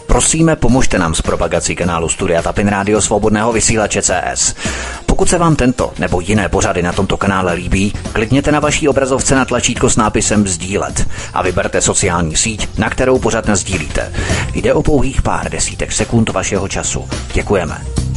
Prosíme, pomožte nám s propagací kanálu Studia Tapin Rádio Svobodného vysílače CS. Pokud se vám tento nebo jiné pořady na tomto kanále líbí, klikněte na vaší obrazovce na tlačítko s nápisem sdílet a vyberte sociální síť, na kterou pořad nasdílíte. Jde o pouhých pár desítek sekund vašeho času. Děkujeme.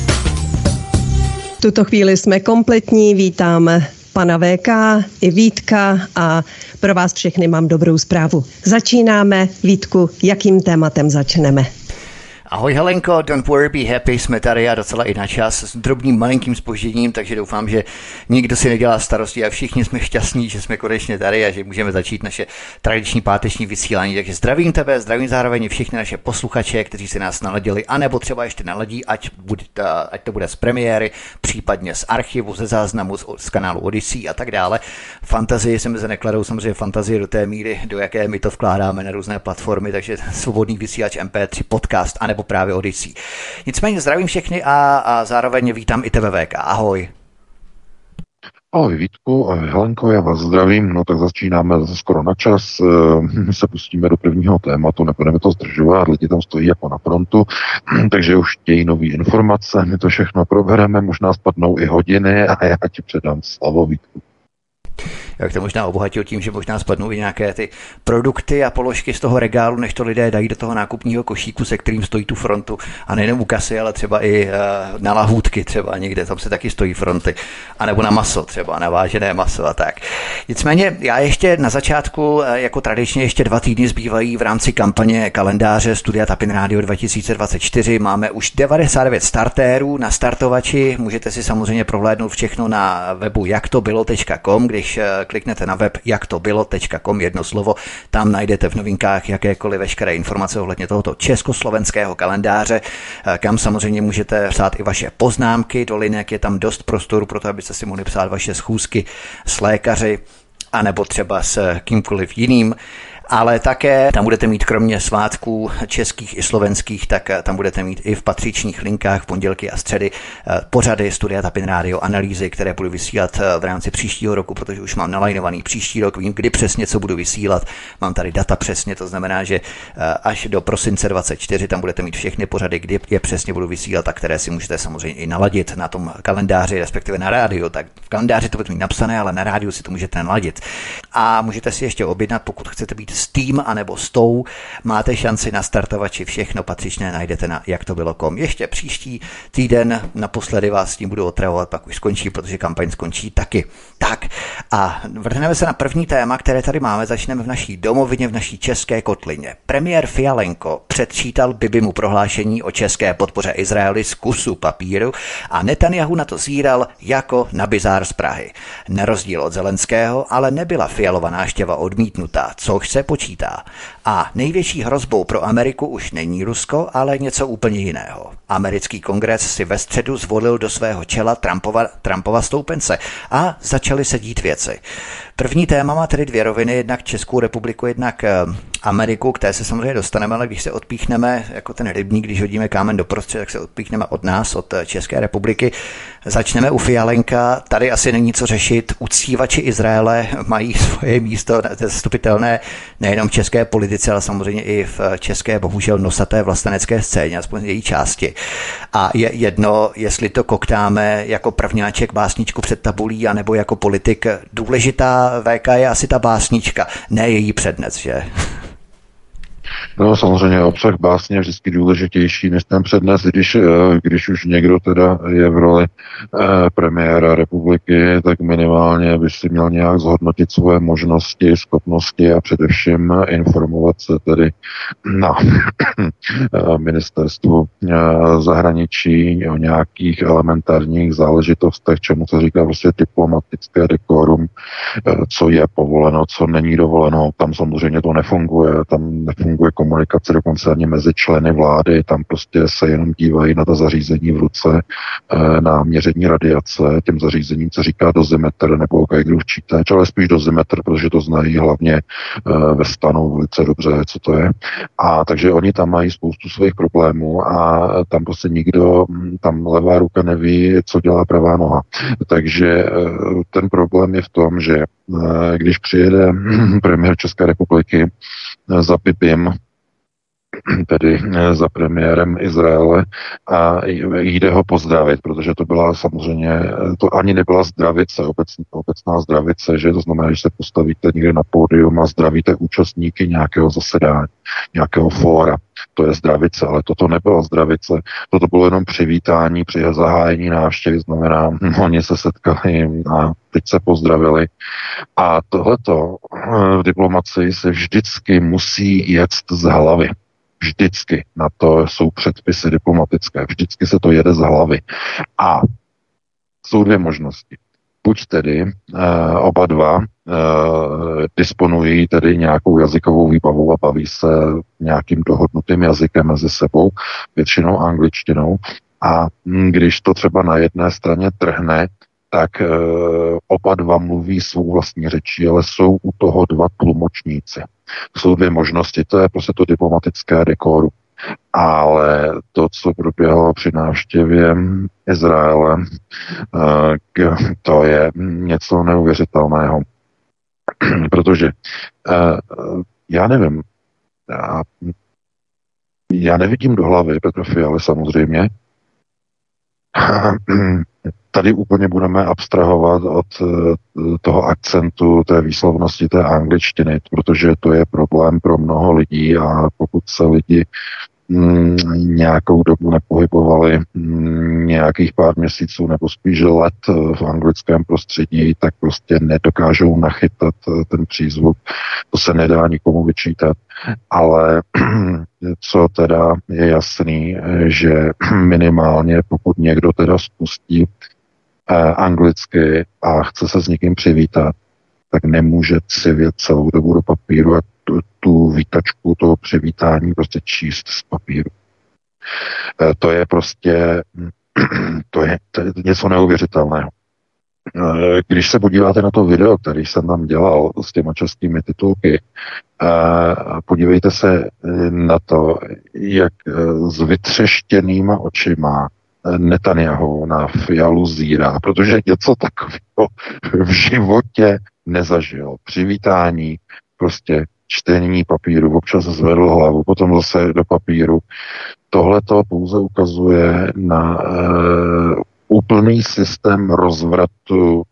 V tuto chvíli jsme kompletní, vítáme pana VK i Vítka a pro vás všechny mám dobrou zprávu. Začínáme. Vítku, jakým tématem začneme? Ahoj Helenko, don't worry, be happy, jsme tady a docela i na čas s drobným malinkým zpožděním, takže doufám, že nikdo si nedělá starosti a všichni jsme šťastní, že jsme konečně tady a že můžeme začít naše tradiční páteční vysílání. Takže zdravím tebe, zdravím zároveň všechny naše posluchače, kteří si nás naladili, anebo třeba ještě naladí, ať to bude z premiéry, případně z archivu, ze záznamu, z kanálu Odyssey a tak dále. Fantazii se mezi nekladou samozřejmě fantazii do té míry, do jaké my to vkládáme na různé platformy, takže svobodný vysílač MP3 podcast, anebo právě Odyssey. Nicméně zdravím všechny a zároveň vítám i tebe VK. Ahoj. Ahoj Vítku, ahoj Helenko, já vás zdravím. No tak začínáme zase skoro na čas. Se pustíme do prvního tématu, nebudeme to zdržovat, lidi tam stojí jako na frontu, takže už chtějí nový informace, my to všechno probereme, možná spadnou i hodiny a já ti předám slovo, Vítku. Jak to možná obohatil tím, že možná spadnou i nějaké ty produkty a položky z toho regálu, než to lidé dají do toho nákupního košíku, se kterým stojí tu frontu. A nejenom u kasy, ale třeba i na lahůdky třeba někde, tam se taky stojí fronty. A nebo na maso třeba, na vážené maso a tak. Nicméně já ještě na začátku, jako tradičně ještě 2 týdny zbývají v rámci kampaně kalendáře Studia Tapin Radio 2024. Máme už 99 startérů na startovači. Můžete si samozřejmě prohlédnout všechno na webu jaktobylo.com, když kliknete na web jaktobylo.com, jedno slovo, tam najdete v novinkách jakékoliv veškeré informace ohledně tohoto československého kalendáře, kam samozřejmě můžete psát i vaše poznámky, do linek je tam dost prostoru pro to, abyste si mohli psát vaše schůzky s lékaři, anebo třeba s kýmkoliv jiným. Ale také tam budete mít kromě svátků českých i slovenských, tak tam budete mít i v patřičných linkách v pondělky a středy pořady Studia Tapin Radio, analýzy, které budu vysílat v rámci příštího roku, protože už mám nalajnovaný příští rok, vím, kdy přesně co budu vysílat, mám tady data přesně, to znamená, že až do prosince 24 tam budete mít všechny pořady, kdy je přesně budu vysílat a které si můžete samozřejmě i naladit na tom kalendáři, respektive na rádiu. Tak v kalendáři to budete mít napsané, ale na rádiu si to můžete naladit. A můžete si ještě objednat, pokud chcete být s tým anebo s tou, máte šanci na startovači, všechno patřičné najdete na jaktobylo.com. Ještě příští týden naposledy vás s tím budu otravovat, pak už skončí, protože kampaň skončí taky. Tak a vrhneme se na první téma, které tady máme, začneme v naší domovině, v naší české kotlině. Premiér Fialenko předčítal Bibimu prohlášení o české podpoře Izraeli z kusu papíru a Netanjahu na to zíral jako na bizár z Prahy. Na rozdíl od Zelenského, ale nebyla Fialova návštěva odmítnutá, což se počítá. A největší hrozbou pro Ameriku už není Rusko, ale něco úplně jiného. Americký kongres si ve středu zvolil do svého čela Trumpova stoupence a začaly se dít věci. První téma má tedy 2 roviny, jednak Českou republiku, jednak Ameriku, k té se samozřejmě dostaneme, ale když se odpíchneme jako ten rybník, když hodíme kámen do prostřed, tak se odpíchneme od nás, od České republiky. Začneme u Fialenka, tady asi není co řešit, uctívači Izraele mají svoje místo zastupitelné nejenom v české politice, ale samozřejmě i v české, bohužel nosaté vlastenecké scéně, aspoň její části. A je jedno, jestli to koktáme jako prvňáček básničku před tabulí, anebo jako politik. Důležitá VK je asi ta básnička, ne její přednes, že? No samozřejmě obsah básně je vždycky důležitější než ten přednes, když už někdo teda je v roli premiéra republiky, tak minimálně by si měl nějak zhodnotit svoje možnosti, schopnosti a především informovat se tedy na ministerstvu zahraničí o nějakých elementárních záležitostech, čemu se říká prostě diplomatické dekorum, co je povoleno, co není dovoleno. Tam samozřejmě to nefunguje, tam nefunguje komunikace dokonce ani mezi členy vlády, tam prostě se jenom dívají na ta zařízení v ruce, na měření radiace, těm zařízením se říká dozimetr nebo Geigerův čítač, ale spíš dozimetr, protože to znají hlavně ve stanu velice dobře, co to je. A takže oni tam mají spoustu svých problémů a tam prostě nikdo, tam levá ruka neví, co dělá pravá noha. Takže ten problém je v tom, že když přijede premiér České republiky za Bibim, tedy za premiérem Izraele a jde ho pozdravit, protože to byla samozřejmě, to ani nebyla zdravice, obecná zdravice, že to znamená, že se postavíte někde na pódium a zdravíte účastníky nějakého zasedání, nějakého fóra. To je zdravice, ale toto nebyla zdravice, toto bylo jenom přivítání při zahájení návštěvy, znamená, oni se setkali a teď se pozdravili. A tohleto v diplomacii se vždycky musí jet z hlavy. Vždycky. Na to jsou předpisy diplomatické. Vždycky se to jede z hlavy. A jsou dvě možnosti. Buď tedy oba dva disponují tedy nějakou jazykovou výbavou a baví se nějakým dohodnutým jazykem mezi sebou, většinou angličtinou. A když to třeba na jedné straně trhne, tak oba dva mluví svou vlastní řečí, ale jsou u toho dva tlumočníci. Jsou dvě možnosti, to je prostě to diplomatické dekoru. Ale to, co proběhlo při návštěvě Izraele, to je něco neuvěřitelného. Protože já nevím, já nevidím do hlavy Petra Fialy samozřejmě. Tady úplně budeme abstrahovat od toho akcentu, té výslovnosti té angličtiny, protože to je problém pro mnoho lidí a pokud se lidi nějakou dobu nepohybovali nějakých pár měsíců nebo spíš let v anglickém prostředí, tak prostě nedokážou nachytat ten přízvuk. To se nedá nikomu vyčítat. Ale co teda je jasný, že minimálně pokud někdo teda spustí anglicky a chce se s někým přivítat, tak nemůže civět celou dobu do papíru a tu výtačku toho přivítání prostě číst z papíru. To je prostě to je něco neuvěřitelného. Když se podíváte na to video, který jsem tam dělal s těma českými titulky, podívejte se na to, jak s vytřeštěnýma očima Netanyahu na Fialu zírá, protože něco takového v životě nezažil. Přivítání, prostě čtení papíru, občas zvedl hlavu, potom zase do papíru. Tohle to pouze ukazuje na úplný systém rozvratu,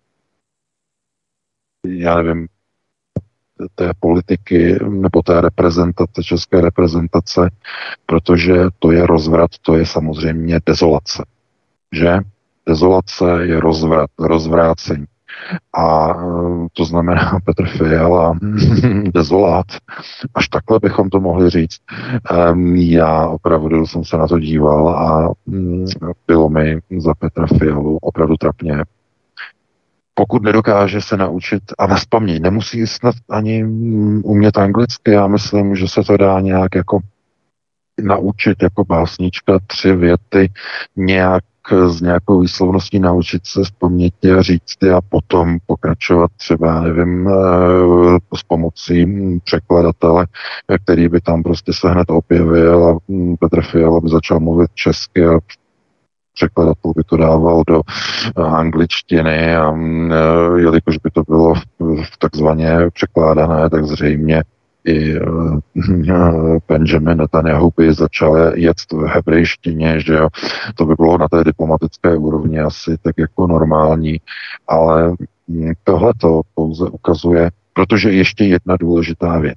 já nevím, té politiky nebo té reprezentace, české reprezentace, protože to je rozvrat, to je samozřejmě dezolace. Že? Dezolace je rozvrat, rozvrácení. A to znamená Petr Fiala dezolát. Až takhle bychom to mohli říct. Já opravdu jsem se na to díval a bylo mi za Petra Fialu opravdu trapně. Pokud nedokáže se naučit, a nazpaměť, nemusí snad ani umět anglicky, já myslím, že se to dá nějak jako naučit jako básnička 3 věty nějak s nějakou výslovností naučit se z paměti a říct a potom pokračovat třeba, nevím, s pomocí překladatele, který by tam prostě se hned objevil a Petr Fiala by začal mluvit česky a překladatel by to dával do angličtiny a jelikož by to bylo takzvaně překládané, tak zřejmě i Benjamin Netanyahu by začal jet v hebrejštině, že jo, to by bylo na té diplomatické úrovni asi tak jako normální, ale tohle to pouze ukazuje, protože ještě jedna důležitá věc,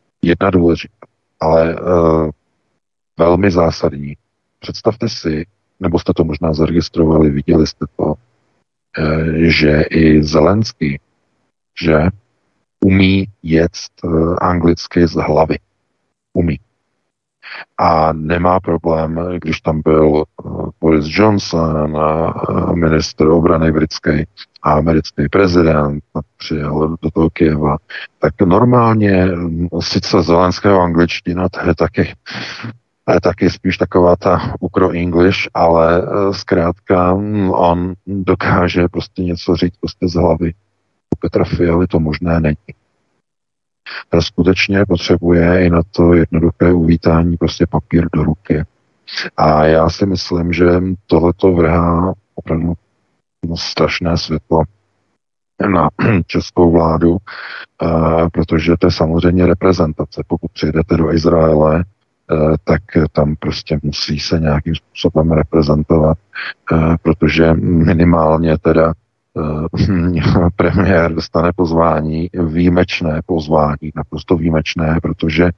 ale velmi zásadní. Představte si, nebo jste to možná zaregistrovali, viděli jste to, že i Zelenský, že umí jet anglicky z hlavy. Umí. A nemá problém, když tam byl Boris Johnson, ministr obrany britský a americký prezident přijel do toho Kyjeva, tak normálně sice Zelenského angličtina, to je taky spíš taková ta ukro-English, ale zkrátka on dokáže prostě něco říct prostě z hlavy. U Petra Fialy to možné není. Ta skutečně potřebuje i na to jednoduché uvítání prostě papír do ruky. A já si myslím, že tohleto vrhá opravdu strašné světlo na českou vládu, protože to je samozřejmě reprezentace. Pokud přijdete do Izraele, tak tam prostě musí se nějakým způsobem reprezentovat, protože minimálně teda premiér dostane pozvání, výjimečné pozvání, naprosto výjimečné, protože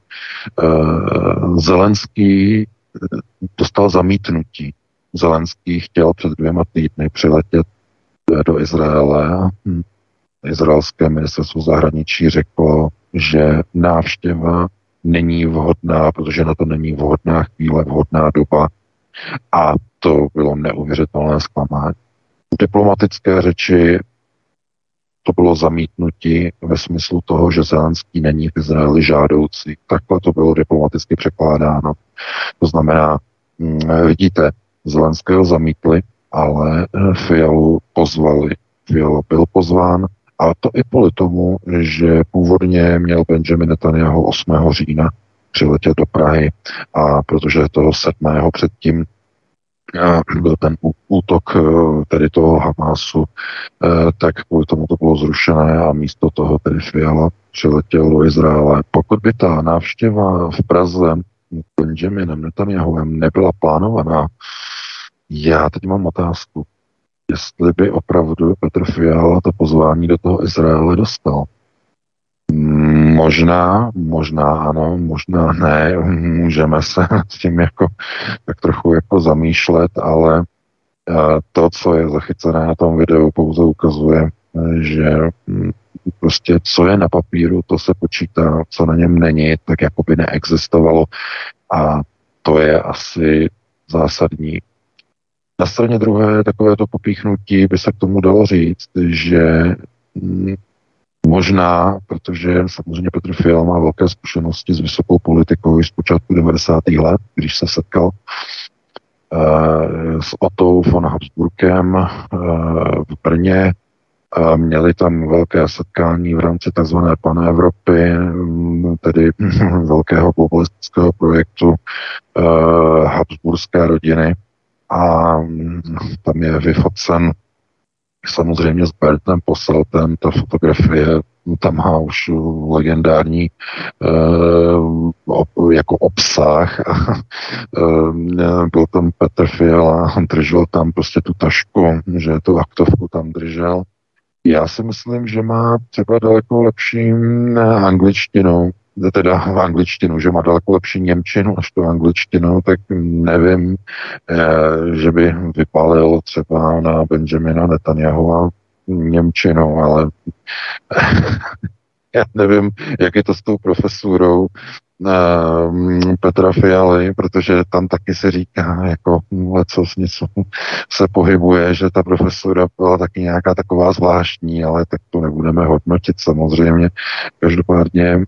Zelenský dostal zamítnutí. Zelenský chtěl před 2 týdny přiletět do Izraele. Izraelské ministerstvo zahraničí řeklo, že návštěva není vhodná, protože na to není vhodná chvíle, vhodná doba. A to bylo neuvěřitelné zklamání. V diplomatické řeči to bylo zamítnutí ve smyslu toho, že Zelenský není v Izraeli žádoucí. Takhle to bylo diplomaticky překládáno. To znamená, vidíte, Zelenského zamítli, ale Fialu pozvali. Fiala byl pozván, a to i kvůli tomu, že původně měl Benjamin Netanyahu 8. října přiletět do Prahy, a protože toho 7. předtím byl ten útok tedy toho Hamásu, tak kvůli tomu to bylo zrušené a místo toho tedy Fiala přiletěl do Izraele. Pokud by ta návštěva v Praze Benjaminem Netanyahuem nebyla plánovaná, já teď mám otázku, jestli by opravdu Petr Fiala to pozvání do toho Izraele dostal. Možná ano, možná ne, můžeme se s tím jako tak trochu jako zamýšlet, ale to, co je zachycené na tom videu, pouze ukazuje, že prostě co je na papíru, to se počítá, co na něm není, tak jako by neexistovalo, a to je asi zásadní. Na straně druhé takovéto popíchnutí by se k tomu dalo říct, že možná, protože samozřejmě Petr Fiala má velké zkušenosti s vysokou politikou z počátku 90. let, když se setkal s Ottou von Habsburkem v Brně. Měli tam velké setkání v rámci tzv. Panevropy, tedy velkého globalistického projektu Habsburské rodiny. A tam je vyfocen samozřejmě s Bertem Posseltem, ta fotografie tam má už legendární jako obsah. Byl tam Petr Fiala, držel tam prostě tu tašku, že tu aktovku tam držel. Já si myslím, že má třeba daleko lepší angličtinu, teda v angličtinu, že má daleko lepší němčinu než tu angličtinu, tak nevím, že by vypálil třeba na Benjamina Netanyahua němčinu, ale já nevím, jak je to s tou profesurou Petra Fialy, protože tam taky se říká, jako lecos něco se pohybuje, že ta profesura byla taky nějaká taková zvláštní, ale tak to nebudeme hodnotit samozřejmě. Každopádně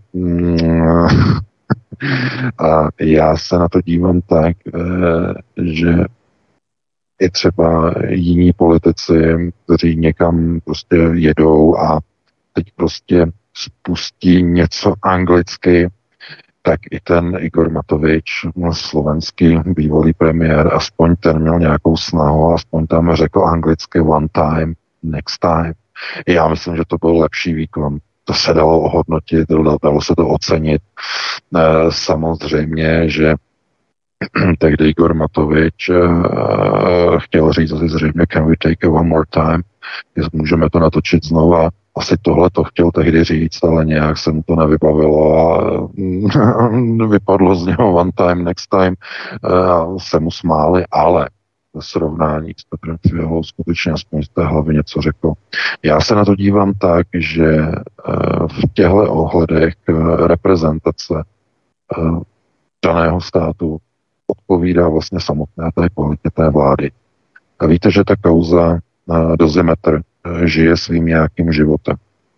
a já se na to dívám tak, že i třeba jiní politici, kteří někam prostě jedou a teď prostě spustí něco anglicky, tak i ten Igor Matovič, slovenský bývalý premiér, aspoň ten měl nějakou snahu, aspoň tam řekl anglicky one time, next time. Já myslím, že to byl lepší výkon. To se dalo ohodnotit, dalo se to ocenit. Samozřejmě, že tehdy Igor Matovič chtěl říct asi zřejmě can we take it one more time, můžeme to natočit znova. Asi tohle to chtěl tehdy říct, ale nějak se mu to nevybavilo a vypadlo z něho one time, next time, se mu smáli, ale ve srovnání s Petrem Fialou skutečně aspoň z té hlavy něco řekl. Já se na to dívám tak, že v těchto ohledech reprezentace daného státu odpovídá vlastně samotné té kvalitě té vlády. A víte, že ta kauza Dozimetr žije svým nějakým životem.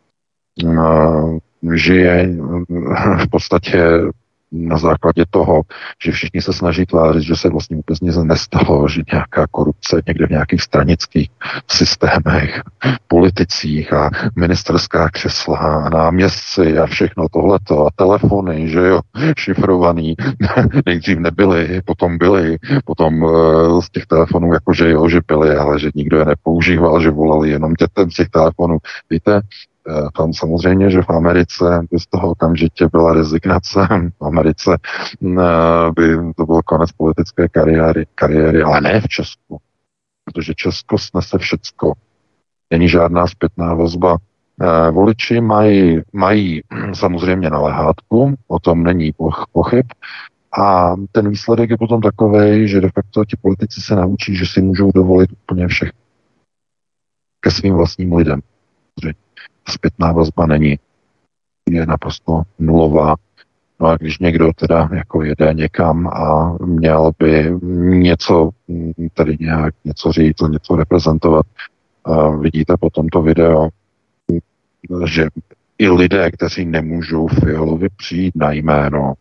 Žije v podstatě na základě toho, že všichni se snaží tvářit, že se vlastně vůbec nic nestalo, že nějaká korupce někde v nějakých stranických systémech, politicích a ministerská křesla a náměstci a všechno tohleto a telefony, že jo, šifrovaný, nejdřív nebyly, potom byly, potom z těch telefonů jakože jo, že byly, ale že nikdo je nepoužíval, že volali jenom dětem z těch telefonů. Víte, Tam samozřejmě, že v Americe by z toho okamžitě byla rezignace. V Americe by to byl konec politické kariéry, ale ne v Česku. Protože Česko snese všecko. Není žádná zpětná vazba. Voliči mají samozřejmě na lehátku, o tom není pochyb. A ten výsledek je potom takový, že de facto ti politici se naučí, že si můžou dovolit úplně všechno ke svým vlastním lidem. Zpětná vazba není. Je naprosto nulová. No a když někdo teda jako jede někam a měl by něco, tedy nějak něco říct, něco reprezentovat, vidíte po tomto video, že i lidé, kteří nemůžou Fialovi přijít na jméno,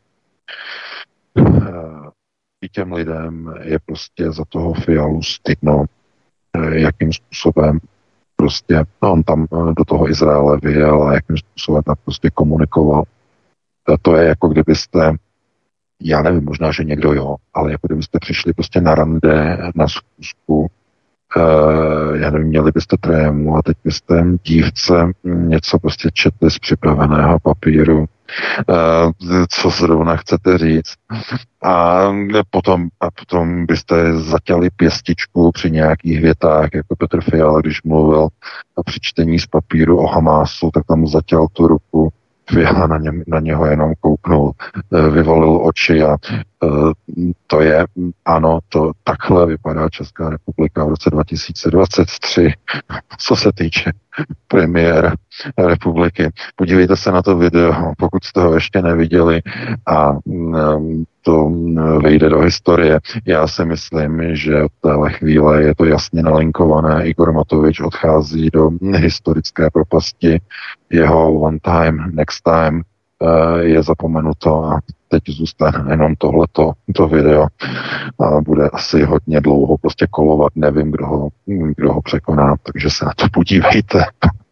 i těm lidem je prostě za toho Fialu stydno, jakým způsobem prostě on tam do toho Izraele vyjel a jakým způsobem tam prostě komunikoval. To je jako kdybyste, já nevím, možná, že někdo jo, ale jako kdybyste přišli prostě na rande, na schůzku, já nevím, měli byste trému a teď byste dívce něco prostě četli z připraveného papíru, co zrovna chcete říct. A potom byste zatěli pěstičku při nějakých větách, jako Petr Fiala, když mluvil a při čtení z papíru o Hamásu, tak tam zatěl tu ruku. Fiala na něho jenom kouknul, vyvolil oči a to je, ano, to takhle vypadá Česká republika v roce 2023, co se týče premiéra republiky. Podívejte se na to video, pokud jste ho ještě neviděli a to vejde do historie. Já si myslím, že od téhle chvíle je to jasně nalinkované. Igor Matovič odchází do historické propasti. Jeho one time, next time je zapomenuto a teď zůstane jenom to video a bude asi hodně dlouho prostě kolovat. Nevím, kdo ho překoná, takže se na to podívejte.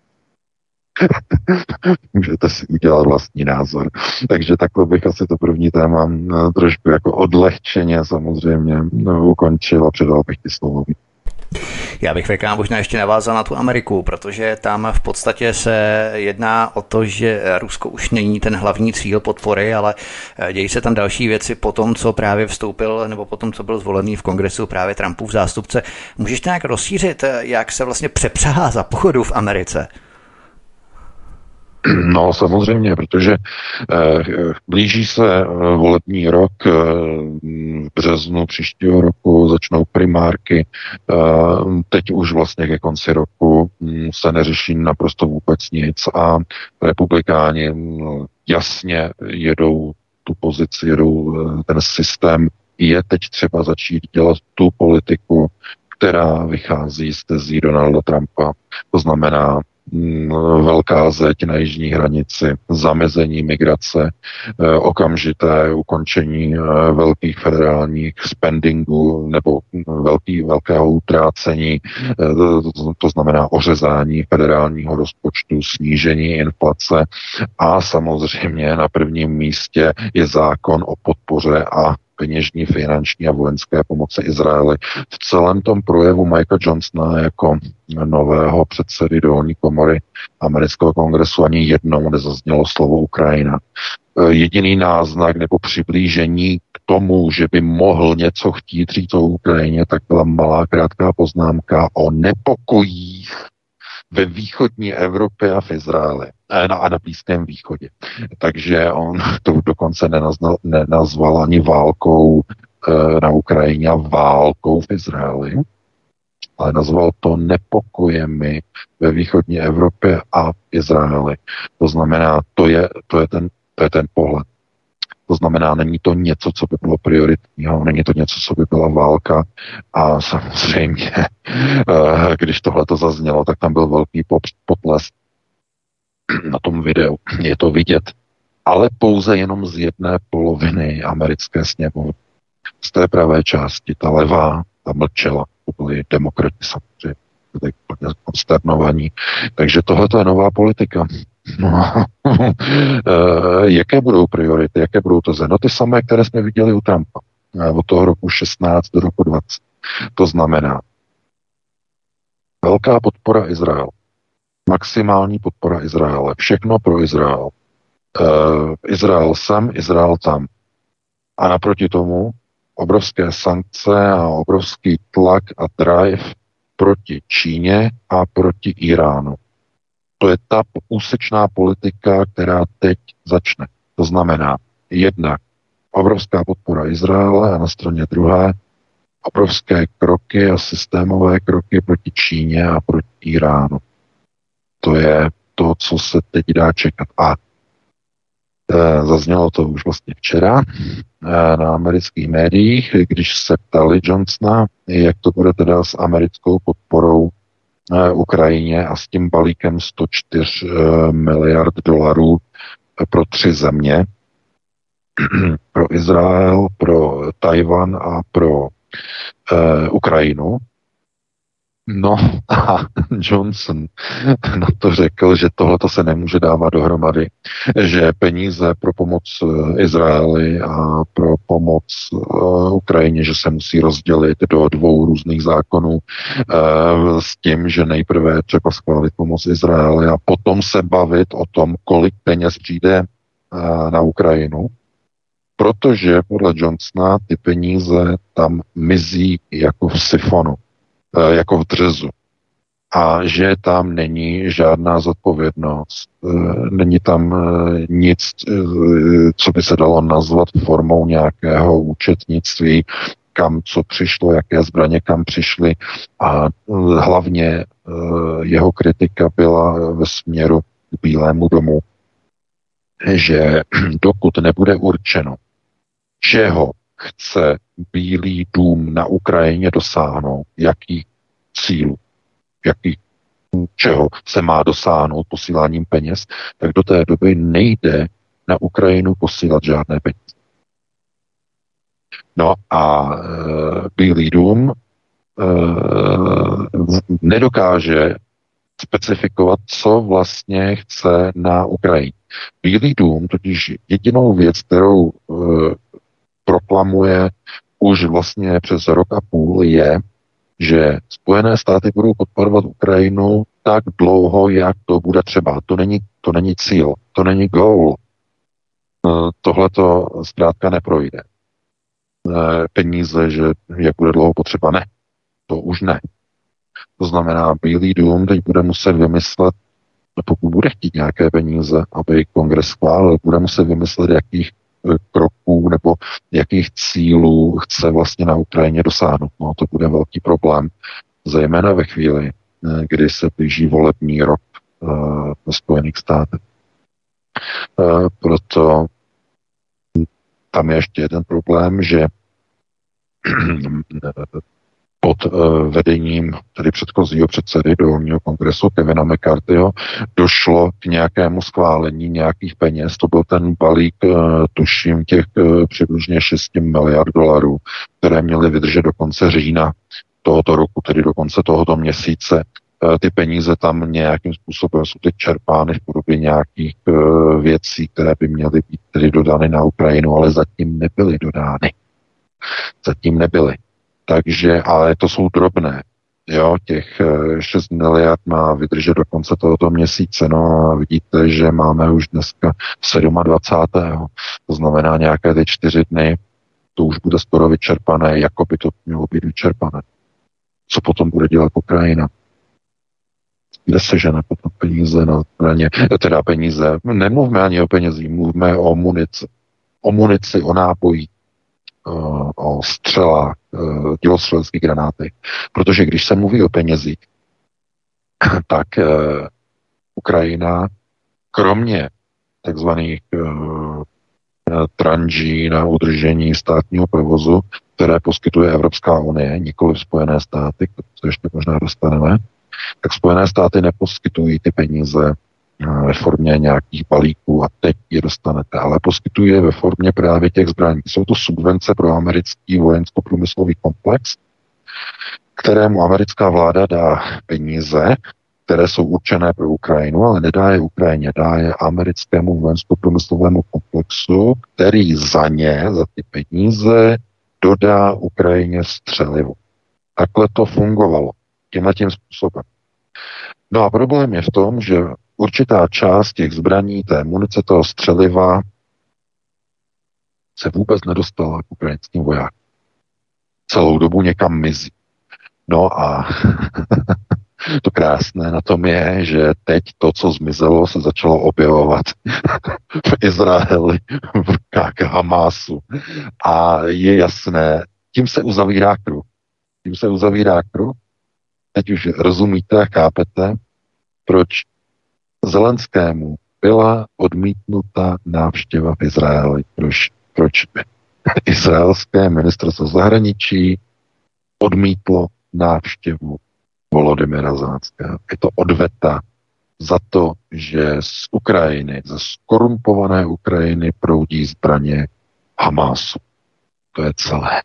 Můžete si udělat vlastní názor. Takže takhle bych asi to první téma trošku jako odlehčeně samozřejmě ukončil a předal bych ty slovo. Já bych VK možná ještě navázal na tu Ameriku, protože tam v podstatě se jedná o to, že Rusko už není ten hlavní cíl podpory, ale dějí se tam další věci po tom, co právě vstoupil, nebo po tom, co byl zvolený v kongresu právě Trumpův zástupce. Můžeš nějak rozšířit, jak se vlastně přepřahá za pochodu v Americe? No samozřejmě, protože blíží se volební rok, v březnu příštího roku začnou primárky, teď už vlastně ke konci roku se neřeší naprosto vůbec nic a republikáni jasně jedou tu pozici, jedou ten systém, je teď třeba začít dělat tu politiku, která vychází z tezí Donalda Trumpa, to znamená velká zeď na jižní hranici, zamezení migrace, okamžité ukončení velkých federálních spendingů nebo velkého utrácení, to znamená ořezání federálního rozpočtu, snížení inflace a samozřejmě na prvním místě je zákon o podpoře a peněžní, finanční a vojenské pomoci Izraeli. V celém tom projevu Mikea Johnsona jako nového předsedy dolní komory amerického kongresu ani jednou nezaznělo slovo Ukrajina. Jediný náznak nebo přiblížení k tomu, že by mohl něco chtít říct o Ukrajině, tak byla malá krátká poznámka o nepokojích ve východní Evropě a v Izraeli a na Blízkém východě. Takže on to dokonce nenazval ani válkou na Ukrajině a válkou v Izraeli, ale nazval to nepokojemi ve východní Evropě a v Izraeli. To znamená, to je ten pohled. To znamená, není to něco, co by bylo prioritního, není to něco, co by byla válka a samozřejmě, když tohle to zaznělo, tak tam byl velký potlesk na tom videu. Je to vidět, ale pouze jenom z jedné poloviny americké sněmovny. Z té pravé části, ta levá, ta mlčela, to byli demokrati samozřejmě, byli konsternovaní. Takže tohle je nová politika. No, jaké budou priority, jaké budou to no ty samé, které jsme viděli u Trumpa od toho roku 16 do roku 20. To znamená velká podpora Izraelu. Maximální podpora Izraele. Všechno pro Izrael. Izrael sem, Izrael tam. A naproti tomu obrovské sankce a obrovský tlak a drive proti Číně a proti Iránu. To je ta úsečná politika, která teď začne. To znamená jednak obrovská podpora Izraele a na straně druhé obrovské kroky a systémové kroky proti Číně a proti Iránu. To je to, co se teď dá čekat. A zaznělo to už vlastně včera na amerických médiích, když se ptali Johnsona, jak to bude teda s americkou podporou Ukrajině a s tím balíkem 104 miliard dolarů pro 3 země, pro Izrael, pro Tajvan a pro Ukrajinu. No a Johnson na to řekl, že tohleto se nemůže dávat dohromady, že peníze pro pomoc Izraeli a pro pomoc Ukrajině, že se musí rozdělit do 2 různých zákonů s tím, že nejprve třeba schválit pomoc Izraeli a potom se bavit o tom, kolik peněz přijde na Ukrajinu, protože podle Johnsona ty peníze tam mizí jako v sifonu, jako v dřezu. A že tam není žádná zodpovědnost, není tam nic, co by se dalo nazvat formou nějakého účetnictví, kam co přišlo, jaké zbraně kam přišly. A hlavně jeho kritika byla ve směru k Bílému domu, že dokud nebude určeno, čeho chce Bílý dům na Ukrajině dosáhnout, jaký cílu, čeho se má dosáhnout posíláním peněz, tak do té doby nejde na Ukrajinu posílat žádné peníze. No a Bílý dům nedokáže specifikovat, co vlastně chce na Ukrajině. Bílý dům totiž jedinou věc, kterou proklamuje už vlastně přes rok a půl, je, že Spojené státy budou podporovat Ukrajinu tak dlouho, jak to bude třeba. To není cíl, to není goal. Tohle to zkrátka neprojde. Peníze, že jak bude dlouho potřeba, ne. To už ne. To znamená, Bílý dům teď bude muset vymyslet, pokud bude chtít nějaké peníze, aby kongres schválil, bude muset vymyslet, jakých kroků nebo jakých cílů chce vlastně na Ukrajině dosáhnout. No, to bude velký problém, zejména ve chvíli, kdy se blíží volební rok ve Spojených státech. Proto tam je ještě jeden problém, že pod vedením tedy předchozího předsedy dolního kongresu Kevina McCarthyho došlo k nějakému schválení nějakých peněz. To byl ten balík, tuším, těch přibližně 6 miliard dolarů, které měly vydržet do konce října tohoto roku, tedy do konce tohoto měsíce. Ty peníze tam nějakým způsobem jsou teď čerpány v podobě nějakých věcí, které by měly být tedy dodány na Ukrajinu, ale zatím nebyly dodány. Zatím nebyly. Takže, ale to jsou drobné. Jo, těch 6 miliard má vydržet do konce tohoto měsíce. No a vidíte, že máme už dneska 27. To znamená nějaké ty 4 dny, to už bude skoro vyčerpané, jako by to mělo být vyčerpané. Co potom bude dělat Ukrajina? Kde se žene potom peníze na zbraně? Teda peníze. Nemluvme ani o penězích, mluvme o munici. O munici, o nábojí, o střelách, dělostřelecké granáty. Protože když se mluví o penězích, tak Ukrajina kromě takzvaných tranží na udržení státního provozu, které poskytuje Evropská unie, nikoli Spojené státy, k tomu se ještě možná dostaneme, tak Spojené státy neposkytují ty peníze ve formě nějakých balíků a teď je dostanete, ale poskytuje ve formě právě těch zbraní. Jsou to subvence pro americký vojensko-průmyslový komplex, kterému americká vláda dá peníze, které jsou určené pro Ukrajinu, ale nedá je Ukrajině, dá je americkému vojensko-průmyslovému komplexu, který za ty peníze dodá Ukrajině střelivo. Takhle to fungovalo. Tímhle tím způsobem. No a problém je v tom, že určitá část těch zbraní, té munice, toho střeliva se vůbec nedostala k ukrajinským vojákům. Celou dobu někam mizí. No a to krásné na tom je, že teď to, co zmizelo, se začalo objevovat v Izraeli, v rukách Hamásu. A je jasné, tím se uzavírá kruh. Tím se uzavírá kruh. Teď už rozumíte a chápete, proč Zelenskému byla odmítnuta návštěva v Izraeli. Proč izraelské ministerstvo zahraničí odmítlo návštěvu Volodymyra Zelenského. Je to odveta za to, že z Ukrajiny, ze skorumpované Ukrajiny proudí zbraně Hamásu. To je celé.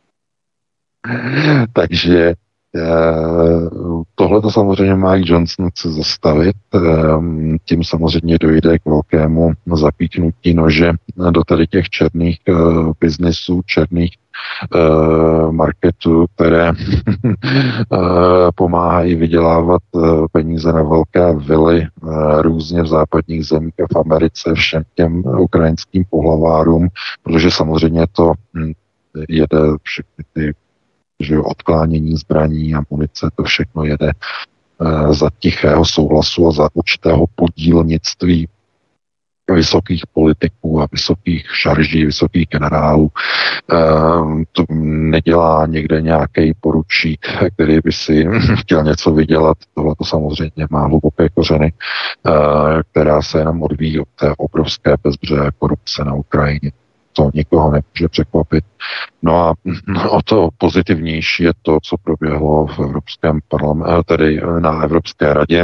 Takže tohle to samozřejmě Mike Johnson chce zastavit, tím samozřejmě dojde k velkému zapíknutí nože do tady těch černých biznisů, černých marketů, které pomáhají vydělávat peníze na velké vily různě v západních zemích a v Americe všem těm ukrajinským pohlavárům, protože samozřejmě to jede všechny ty odklánění zbraní a munice, to všechno jede za tichého souhlasu a za určitého podílnictví vysokých politiků a vysokých šarží, vysokých generálů. To nedělá někde nějaký poručík, který by si chtěl něco vydělat. Tohle to samozřejmě má hluboké kořeny, která se jenom odvíjí od té obrovské bezbřehé korupce na Ukrajině. To nikoho nemůže překvapit. No a o to pozitivnější je to, co proběhlo v Evropském parlamentu, tedy na Evropské radě.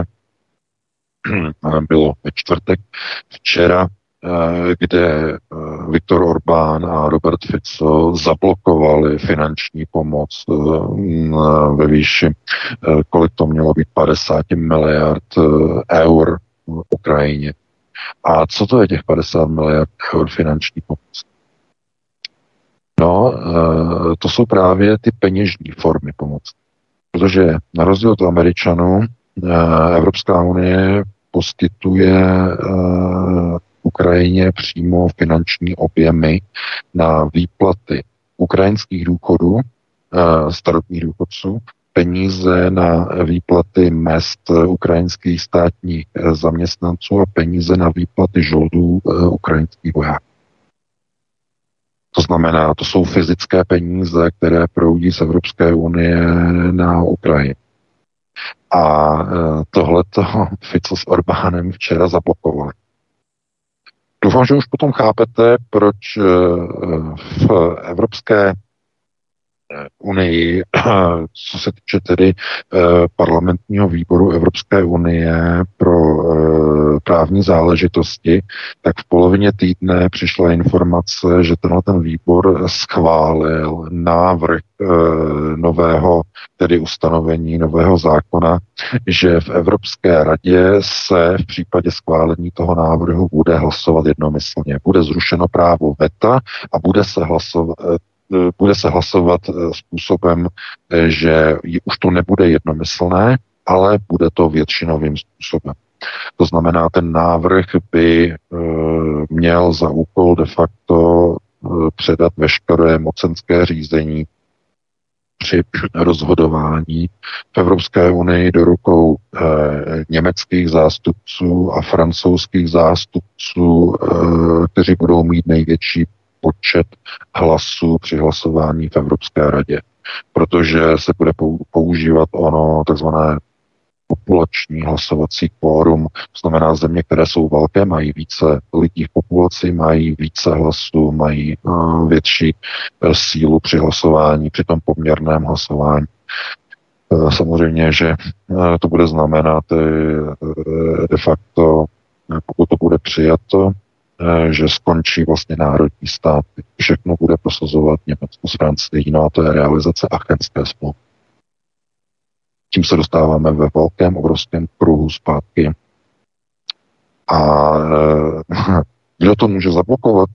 Bylo ve čtvrtek včera, kde Viktor Orbán a Robert Fico zablokovali finanční pomoc ve výši, kolik to mělo být, 50 miliard eur Ukrajině. A co to je těch 50 miliard eur finanční pomoc? No, to jsou právě ty peněžní formy pomoci. Protože na rozdíl od Američanů Evropská unie poskytuje Ukrajině přímo finanční objemy na výplaty ukrajinských důchodů, starobních důchodců, peníze na výplaty mezd ukrajinských státních zaměstnanců a peníze na výplaty žoldů ukrajinských vojáků. To znamená, to jsou fyzické peníze, které proudí z Evropské unie na Ukrajinu. A tohleto Fico s Orbánem včera zablokovali. Doufám, že už potom chápete, proč v Evropské unii, co se týče tedy parlamentního výboru Evropské unie pro právní záležitosti, tak v polovině týdne přišla informace, že ten výbor schválil návrh nového, tedy ustanovení nového zákona, že v Evropské radě se v případě schválení toho návrhu bude hlasovat jednomyslně. Bude zrušeno právo veta a bude se hlasovat způsobem, že už to nebude jednomyslné, ale bude to většinovým způsobem. To znamená, ten návrh by měl za úkol de facto předat veškeré mocenské řízení při rozhodování v Evropské unii do rukou německých zástupců a francouzských zástupců, kteří budou mít největší počet hlasů při hlasování v Evropské radě, protože se bude používat ono takzvané populační hlasovací kvórum, to znamená země, které jsou velké, mají více lidí v populaci, mají více hlasů, mají větší sílu při hlasování, při tom poměrném hlasování. Samozřejmě, že to bude znamenat de facto, pokud to bude přijato, že skončí vlastně národní státy. Všechno bude prosazovat Německo s Francií, no a to je realizace Aachenské smlouvy. Tím se dostáváme ve velkém, obrovském kruhu zpátky. A kdo to může zablokovat?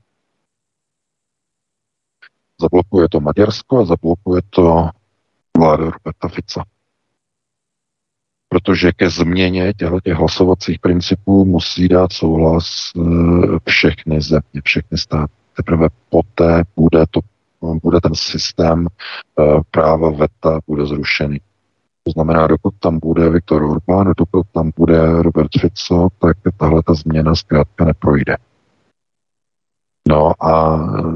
Zablokuje to Maďarsko a zablokuje to vláda Roberta Fica. protože ke změně těch hlasovacích principů musí dát souhlas všechny země, všechny státy. Teprve poté bude ten systém práva veta bude zrušený. To znamená, dokud tam bude Viktor Orbán, dokud tam bude Robert Fico, tak tahle ta změna zkrátka neprojde. No a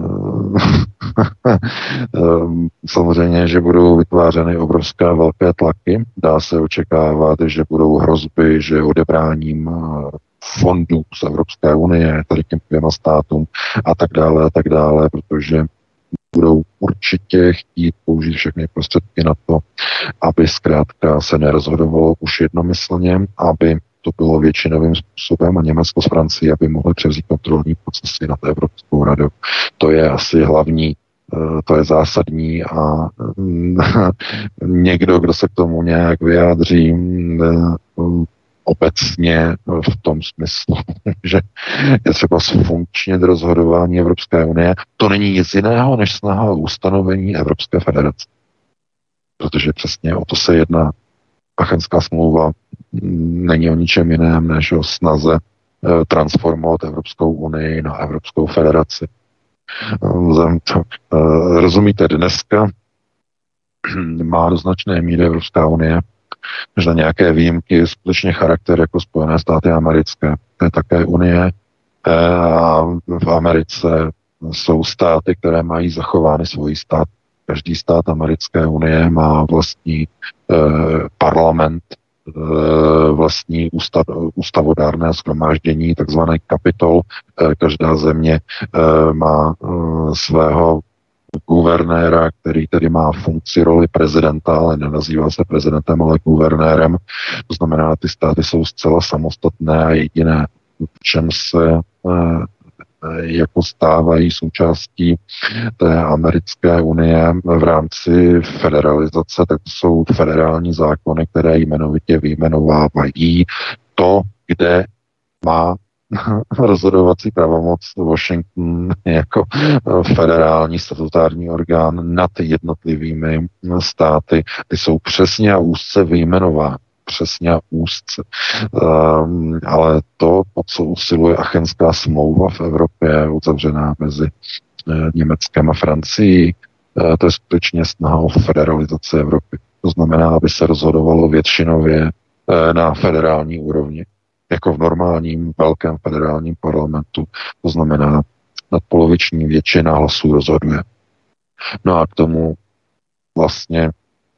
samozřejmě, že budou vytvářeny obrovské velké tlaky. Dá se očekávat, že budou hrozby, že odebráním fondů z Evropské unie, tady těm 2 státům a tak dále, protože budou určitě chtít použít všechny prostředky na to, aby zkrátka se nerozhodovalo už jednomyslně, aby to bylo většinovým způsobem a Německo s Francií, aby mohli převzít kontrolní procesy nad Evropskou radou. To je asi hlavní, to je zásadní a někdo, kdo se k tomu nějak vyjádří obecně v tom smyslu, že je třeba zfunkčnit rozhodování Evropské unie, to není nic jiného, než snaha o ustanovení Evropské federace. Protože přesně o to se jedná. Achenská smlouva není o ničem jiném, než o snaze transformovat Evropskou unii na Evropskou federaci. Rozumíte, dneska má do značné míry Evropská unie, že na nějaké výjimky skutečně charakter jako Spojené státy americké. To je také unie a v Americe jsou státy, které mají zachovány svůj stát. Každý stát americké unie má vlastní parlament, vlastní ústavodárné shromáždění, takzvané kapitol. Každá země má svého guvernéra, který tedy má funkci roli prezidenta, ale nenazývá se prezidentem, ale guvernérem. To znamená, ty státy jsou zcela samostatné a jediné, v čem se jako stávají součástí té americké unie v rámci federalizace, tak to jsou federální zákony, které jmenovitě vyjmenovávají to, kde má rozhodovací pravomoc Washington jako federální statutární orgán nad jednotlivými státy. Ty jsou přesně a úzce vyjmenovány. Přesně a úzce. Ale to, o co usiluje Achenská smlouva v Evropě, uzavřená mezi Německem a Francií, to je skutečně snaha o federalizaci Evropy. To znamená, aby se rozhodovalo většinově na federální úrovni, jako v normálním velkém federálním parlamentu. To znamená, nadpoloviční většina hlasů rozhoduje. No a k tomu vlastně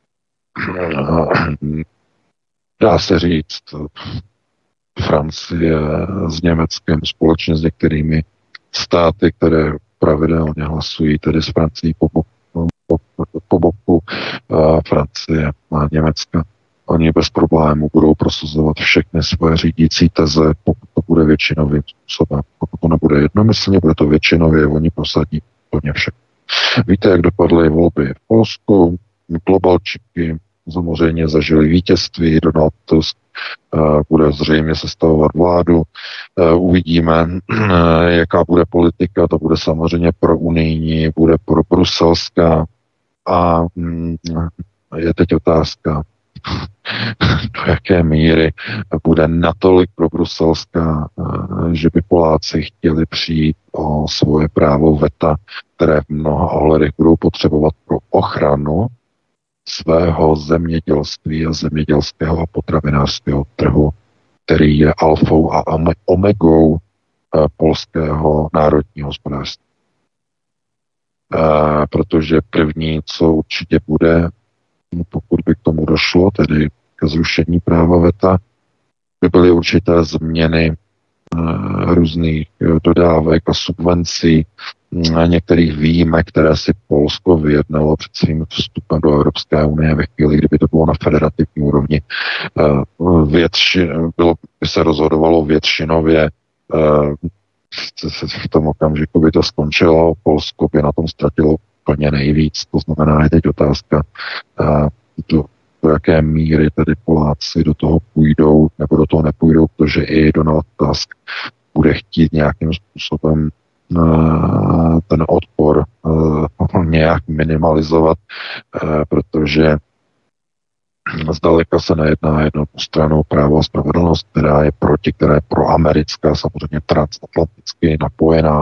dá se říct, Francie s Německem společně s některými státy, které pravidelně hlasují, tedy s Francií po boku Francie a Německa. Oni bez problému budou prosazovat všechny svoje řídící teze, pokud to bude většinovým způsobem. Pokud to nebude jednomyslně, bude to většinově, oni prosadí plně všechno. Víte, jak dopadly volby v Polsku, globalčiky samozřejmě zažili vítězství, Donald Tusk bude zřejmě sestavovat vládu, uvidíme, jaká bude politika, to bude samozřejmě pro unijní, bude pro bruselská a je teď otázka, do jaké míry bude natolik pro bruselská, že by Poláci chtěli přijít o svoje právo veta, které v mnoha ohledech budou potřebovat pro ochranu svého zemědělství a zemědělského a potravinářského trhu, který je alfou a omegou polského národního hospodářství. Protože první, co určitě bude, pokud by k tomu došlo, tedy ke zrušení práva veta, by byly určité změny různých dodávek a subvencí, některých výjimek, které si Polsko vyjednalo před svým vstupem do Evropské unie ve chvíli, kdyby to bylo na federativní úrovni. By se rozhodovalo většinově, v tom okamžiku by to skončilo, Polsko by na tom ztratilo úplně nejvíc. To znamená, je teď otázka, do jaké míry tedy Poláci do toho půjdou, nebo do toho nepůjdou, protože i Donald Tusk bude chtít nějakým způsobem ten odpor nějak minimalizovat, protože zdaleka se nejedná jednou stranu Právo a spravedlnost, která je proti, která je proamerická, samozřejmě transatlanticky napojená,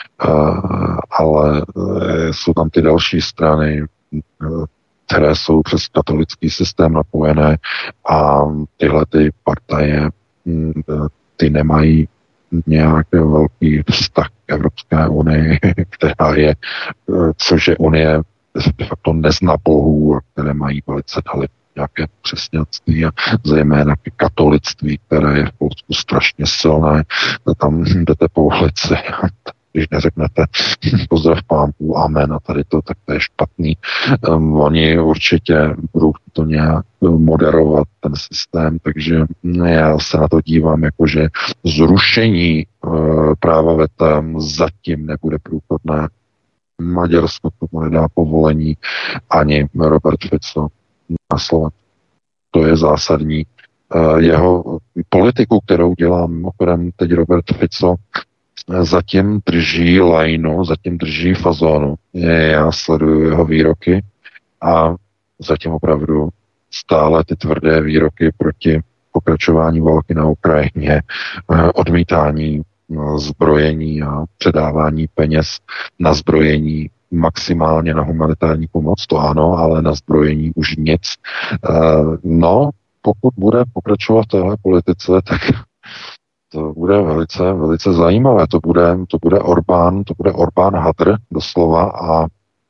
ale jsou tam ty další strany, které jsou přes katolický systém napojené a tyhle ty partaje, ty nemají nějaký velký vztah k Evropské unii, která je, což je unie de facto nezna bohů, a které mají velice daleko nějaké křesťanství a zejména k katolictví, které je v Polsku strašně silné. Tam jdete po ulici a když neřeknete pozdrav Pámbu, amen a tady to, tak to je špatný. Oni určitě budou to nějak moderovat, ten systém, takže já se na to dívám jako, že zrušení práva veta zatím nebude průchodné. Maďarsko tomu nedá povolení, ani Robert Fico na Slovensku. To je zásadní. Jeho politiku, kterou dělá mimochodem teď Robert Fico, zatím drží lajnu, zatím drží fazónu. Já sleduju jeho výroky a zatím opravdu stále ty tvrdé výroky proti pokračování války na Ukrajině, odmítání zbrojení a předávání peněz na zbrojení, maximálně na humanitární pomoc, to ano, ale na zbrojení už nic. No, pokud bude pokračovat v téhle politice, tak to bude velice, velice zajímavé. To bude Orbán hadr doslova a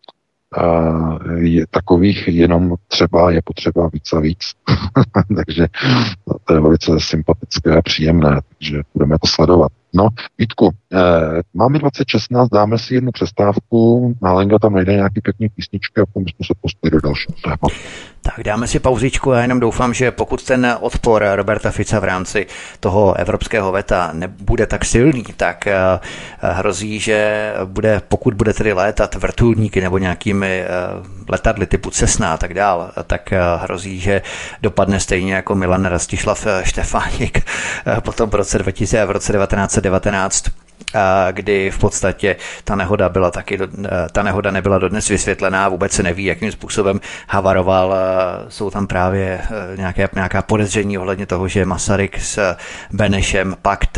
takových jenom třeba je potřeba víc a víc. Takže to je velice sympatické a příjemné, takže budeme to sledovat. No, Vítku, máme 2016, dáme si jednu přestávku, Lenka tam najde nějaký pěkný písničky a potom jsme se pustili do dalšího tématu. Tak dáme si pauzičku, já jenom doufám, že pokud ten odpor Roberta Fica v rámci toho evropského veta nebude tak silný, tak hrozí, že pokud bude tedy létat vrtulníky nebo nějakými letadly typu Cessna a tak dál, tak hrozí, že dopadne stejně jako Milan Rastislav Štefánik potom v roce 1919, kdy v podstatě ta nehoda nebyla dodnes vysvětlená, vůbec se neví, jakým způsobem havaroval. Jsou tam právě nějaká podezření ohledně toho, že Masaryk s Benešem pakt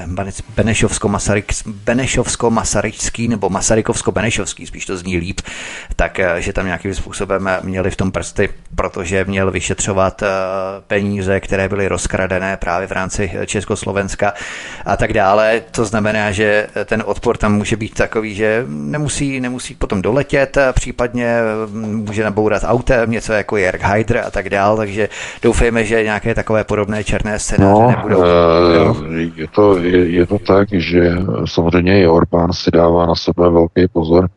Benešovsko-masaryčský nebo Masarykovsko-benešovský, spíš to zní líp, takže tam nějakým způsobem měli v tom prsty, protože měl vyšetřovat peníze, které byly rozkradené právě v rámci Československa a tak dále. To znamená, že ten odpor tam může být takový, že nemusí potom doletět, případně může nabourat autem, něco jako Jörg Haider a tak dál, takže doufejme, že nějaké takové podobné černé scénáře nebudou. Je to tak, že samozřejmě i Orbán si dává na sebe velký pozor.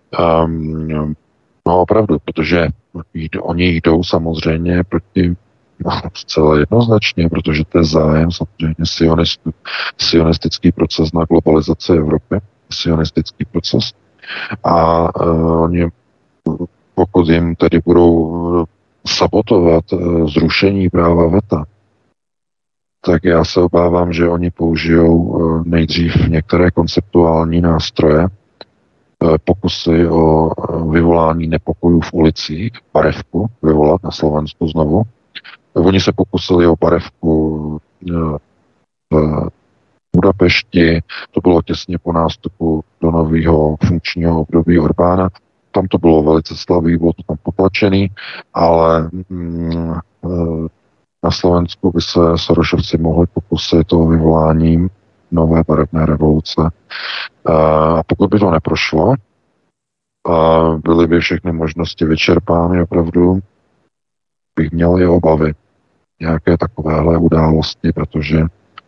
No opravdu, protože oni jdou samozřejmě proti zcela jednoznačně, protože to je zájem samozřejmě sionistický proces na globalizaci Evropy, sionistický proces. A oni, pokud jim tedy budou sabotovat zrušení práva veta, tak já se obávám, že oni použijou nejdřív některé konceptuální nástroje, pokusy o vyvolání nepokojů v ulicích, Barevku vyvolat na Slovensku znovu. Oni se pokusili o Barevku v Budapešti, to bylo těsně po nástupu do nového funkčního období Orbána. Tam to bylo velice slabý, bylo to tam potlačený, ale na Slovensku by se Sorošovci mohli pokusit o vyvolání nové barevné revoluce. A pokud by to neprošlo, byly by všechny možnosti vyčerpány, opravdu bych měl i obavy nějaké takovéhle události, protože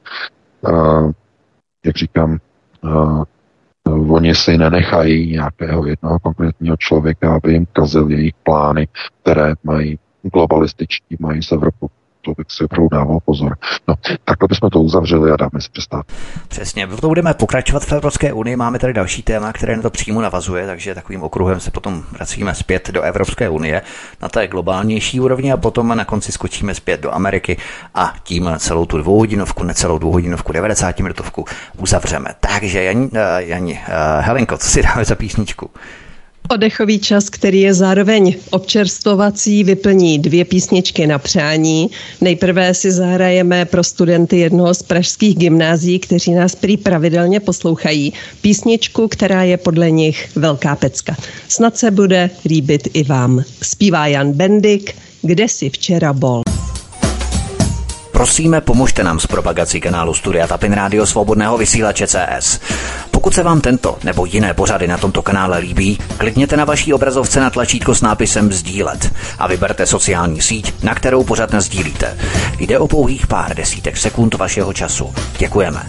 jak říkám, oni si nenechají nějakého jednoho konkrétního člověka, aby jim kazil jejich plány, které mají globalističtí, mají z Evropu. To bych si opravdu dával pozor. No, takhle bychom to uzavřeli a dáme si přestávku. Přesně, to budeme pokračovat v Evropské unii. Máme tady další téma, které na to přímo navazuje, takže takovým okruhem se potom vracíme zpět do Evropské unie na té globálnější úrovni a potom na konci skočíme zpět do Ameriky a tím celou tu necelou dvouhodinovku, 90minutovku uzavřeme. Takže Jani, Helenko, co si dáme za písničku? Oddechový čas, který je zároveň občerstvovací, vyplní 2 písničky na přání. Nejprve si zahrajeme pro studenty jednoho z pražských gymnázií, kteří nás prý pravidelně poslouchají, písničku, která je podle nich velká pecka. Snad se bude líbit i vám. Zpívá Jan Bendik, Kde jsi včera bol. Prosíme, pomožte nám s propagací kanálu Studia Tapin Rádio Svobodného vysílače CS. Pokud se vám tento nebo jiné pořady na tomto kanále líbí, klikněte na vaší obrazovce na tlačítko s nápisem sdílet a vyberte sociální síť, na kterou pořad nasdílíte. Jde o pouhých pár desítek sekund vašeho času. Děkujeme.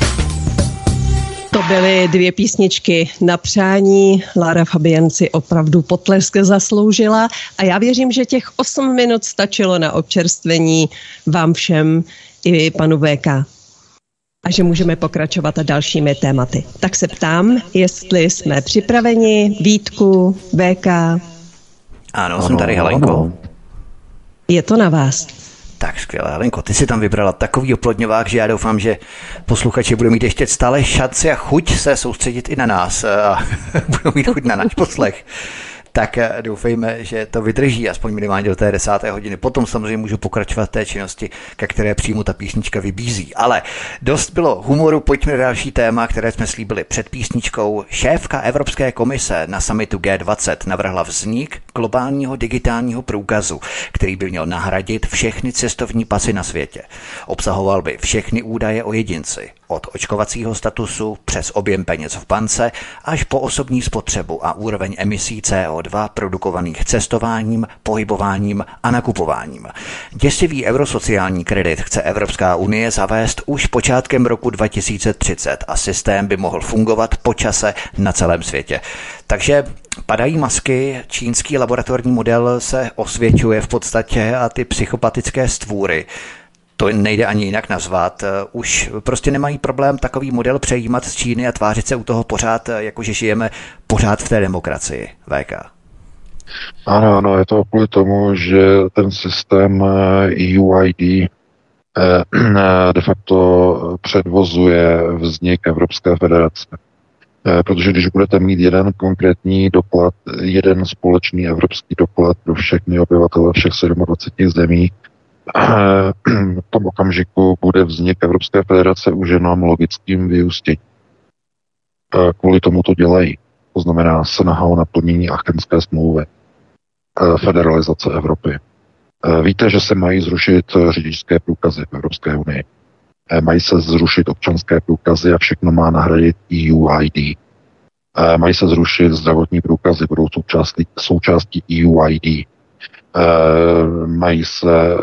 To byly 2 písničky na přání. Lára Fabian si opravdu potlesk zasloužila a já věřím, že těch 8 minut stačilo na občerstvení vám všem i panu VK. A že můžeme pokračovat a dalšími tématy. Tak se ptám, jestli jsme připraveni, Vítku, VK. Ano, jsem tady, Helenko. Je to na vás. Tak skvěle, Helenko, ty si tam vybrala takový oplodňovák, že já doufám, že posluchači budou mít ještě stále šanci a chuť se soustředit i na nás a budou mít chuť na náš poslech. Tak doufejme, že to vydrží aspoň minimálně do té 10. hodiny. Potom samozřejmě můžu pokračovat té činnosti, ke které přímo ta písnička vybízí. Ale dost bylo humoru, pojďme na další téma, které jsme slíbili před písničkou. Šéfka Evropské komise na summitu G20 navrhla vznik globálního digitálního průkazu, který by měl nahradit všechny cestovní pasy na světě. Obsahoval by všechny údaje o jedinci, od očkovacího statusu přes objem peněz v bance až po osobní spotřebu a úroveň emisí CO2 produkovaných cestováním, pohybováním a nakupováním. Děsivý eurosociální kredit chce Evropská unie zavést už počátkem roku 2030 a systém by mohl fungovat po čase na celém světě. Takže padají masky, čínský laboratorní model se osvědčuje v podstatě a ty psychopatické stvůry, to nejde ani jinak nazvat, už prostě nemají problém takový model přejímat z Číny a tvářit se u toho pořád, jakože žijeme pořád v té demokracii. VK. Ano, je to kvůli tomu, že ten systém EUID de facto předvozuje vznik Evropské federace. Protože když budete mít jeden konkrétní doklad, jeden společný evropský doklad pro všechny obyvatele všech 27 zemí, v tom okamžiku bude vznik Evropské federace už jenom logickým vyústěním. Kvůli tomu to dělají. To znamená snaha o naplnění Achenské smlouvy, federalizace Evropy. Víte, že se mají zrušit řidičské průkazy v Evropské unii. Mají se zrušit občanské průkazy a všechno má nahradit EUID. Mají se zrušit zdravotní průkazy, budou součástí EUID. Mají se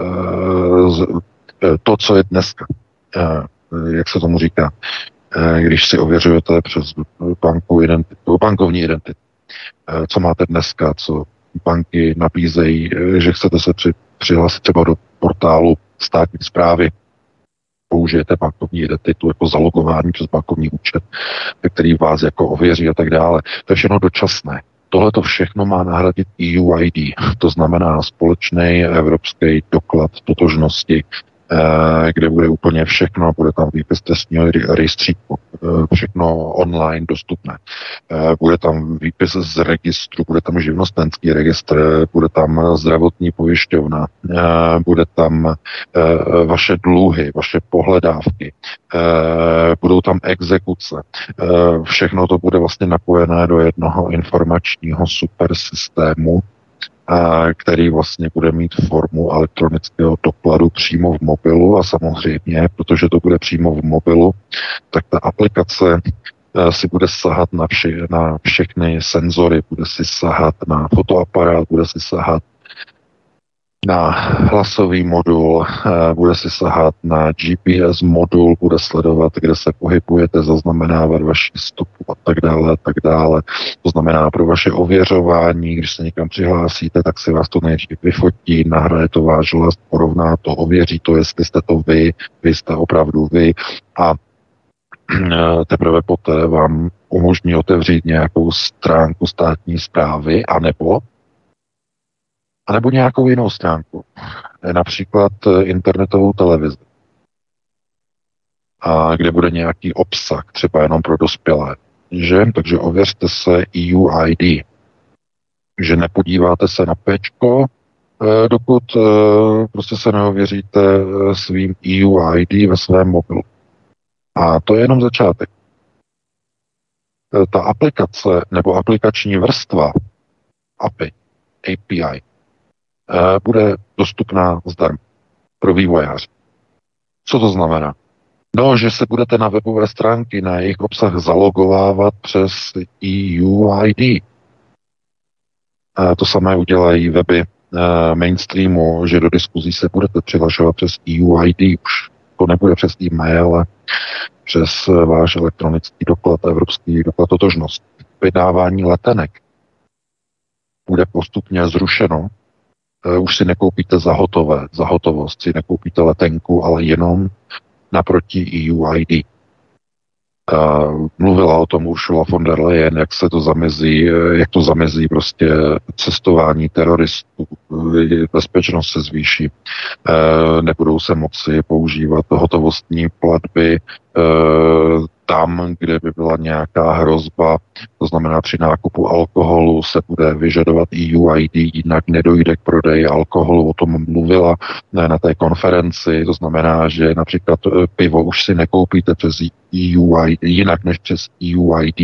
to, co je dneska, jak se tomu říká, když si ověřujete přes bankovní identitu, co máte dneska, co banky nabízejí, že chcete se přihlásit třeba do portálu státní správy, použijete bankovní identitu jako zalogování přes bankovní účet, který vás jako ověří a tak dále. To je všechno dočasné. Tohle to všechno má nahradit EUID, to znamená společný evropský doklad totožnosti, kde bude úplně všechno, bude tam výpis trestního rejstříku, všechno online dostupné. Bude tam výpis z registru, bude tam živnostenský registr, bude tam zdravotní pojišťovna, bude tam vaše dluhy, vaše pohledávky, budou tam exekuce. Všechno to bude vlastně napojené do jednoho informačního supersystému, který vlastně bude mít formu elektronického dokladu přímo v mobilu a samozřejmě, protože to bude přímo v mobilu, tak ta aplikace si bude sahat na všechny senzory, bude si sahat na fotoaparát, bude si sahat na hlasový modul, bude si sahat na GPS modul, bude sledovat, kde se pohybujete, zaznamenávat vaši stopu a tak dále, a tak dále. To znamená pro vaše ověřování, když se někam přihlásíte, tak si vás to nejdřív vyfotí, nahraje to váš hlas, porovná to, ověří to, jestli jste to vy jste opravdu vy a teprve poté vám umožní otevřít nějakou stránku státní správy, anebo nějakou jinou stránku, například internetovou televizi, a kde bude nějaký obsah, třeba jenom pro dospělé. Takže ověřte se EUID. že nepodíváte se na péčko, dokud prostě se neověříte svým EU ID ve svém mobilu. A to je jenom začátek. Ta aplikace nebo aplikační vrstva API, bude dostupná zdarma pro vývojáře. Co to znamená? No, že se budete na webové stránky, na jejich obsah zalogovávat přes EU ID. To samé udělají weby mainstreamu, že do diskuzí se budete přihlašovat přes EU ID. Už to nebude přes e-mail, ale přes váš elektronický doklad, evropský doklad totožnosti. Vydávání letenek bude postupně zrušeno. Už si nekoupíte za hotovost si nekoupíte letenku, ale jenom naproti EU ID. Mluvila o tom Ursula von der Leyen, jak to zamezí prostě cestování teroristů, bezpečnost se zvýší, nebudou se moci používat hotovostní platby tam, kde by byla nějaká hrozba, to znamená při nákupu alkoholu se bude vyžadovat EU ID, jinak nedojde k prodeji alkoholu, o tom mluvila na té konferenci, to znamená, že například pivo už si nekoupíte přes EU ID, jinak než přes EU ID,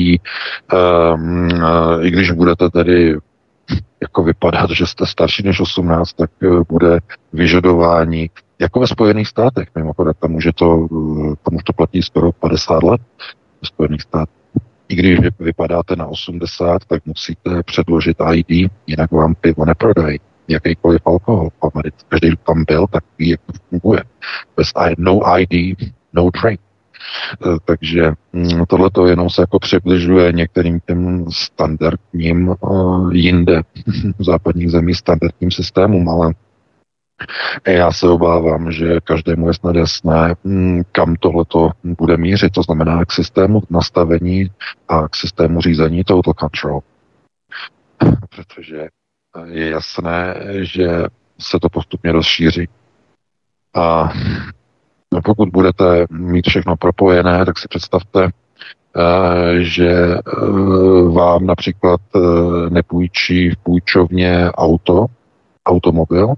i když budete tedy jako vypadat, že jste starší než 18, tak bude vyžadování, jako ve Spojených státech, mimochodem, tam už to platí skoro 50 let ve Spojených státech. I když vypadáte na 80, tak musíte předložit ID, jinak vám pivo neprodají. Jakýkoliv alkohol v Americe. Každý, kdo tam byl, tak ví, jak to funguje. Bez no ID, no drink. Takže tohleto jenom se jako přibližuje některým těm standardním jinde v západních zemích standardním systémům, ale já se obávám, že každému je snad jasné, kam tohleto bude mířit, to znamená k systému nastavení a k systému řízení total control. Protože je jasné, že se to postupně rozšíří. A pokud budete mít všechno propojené, tak si představte, že vám například nepůjčí v půjčovně automobil,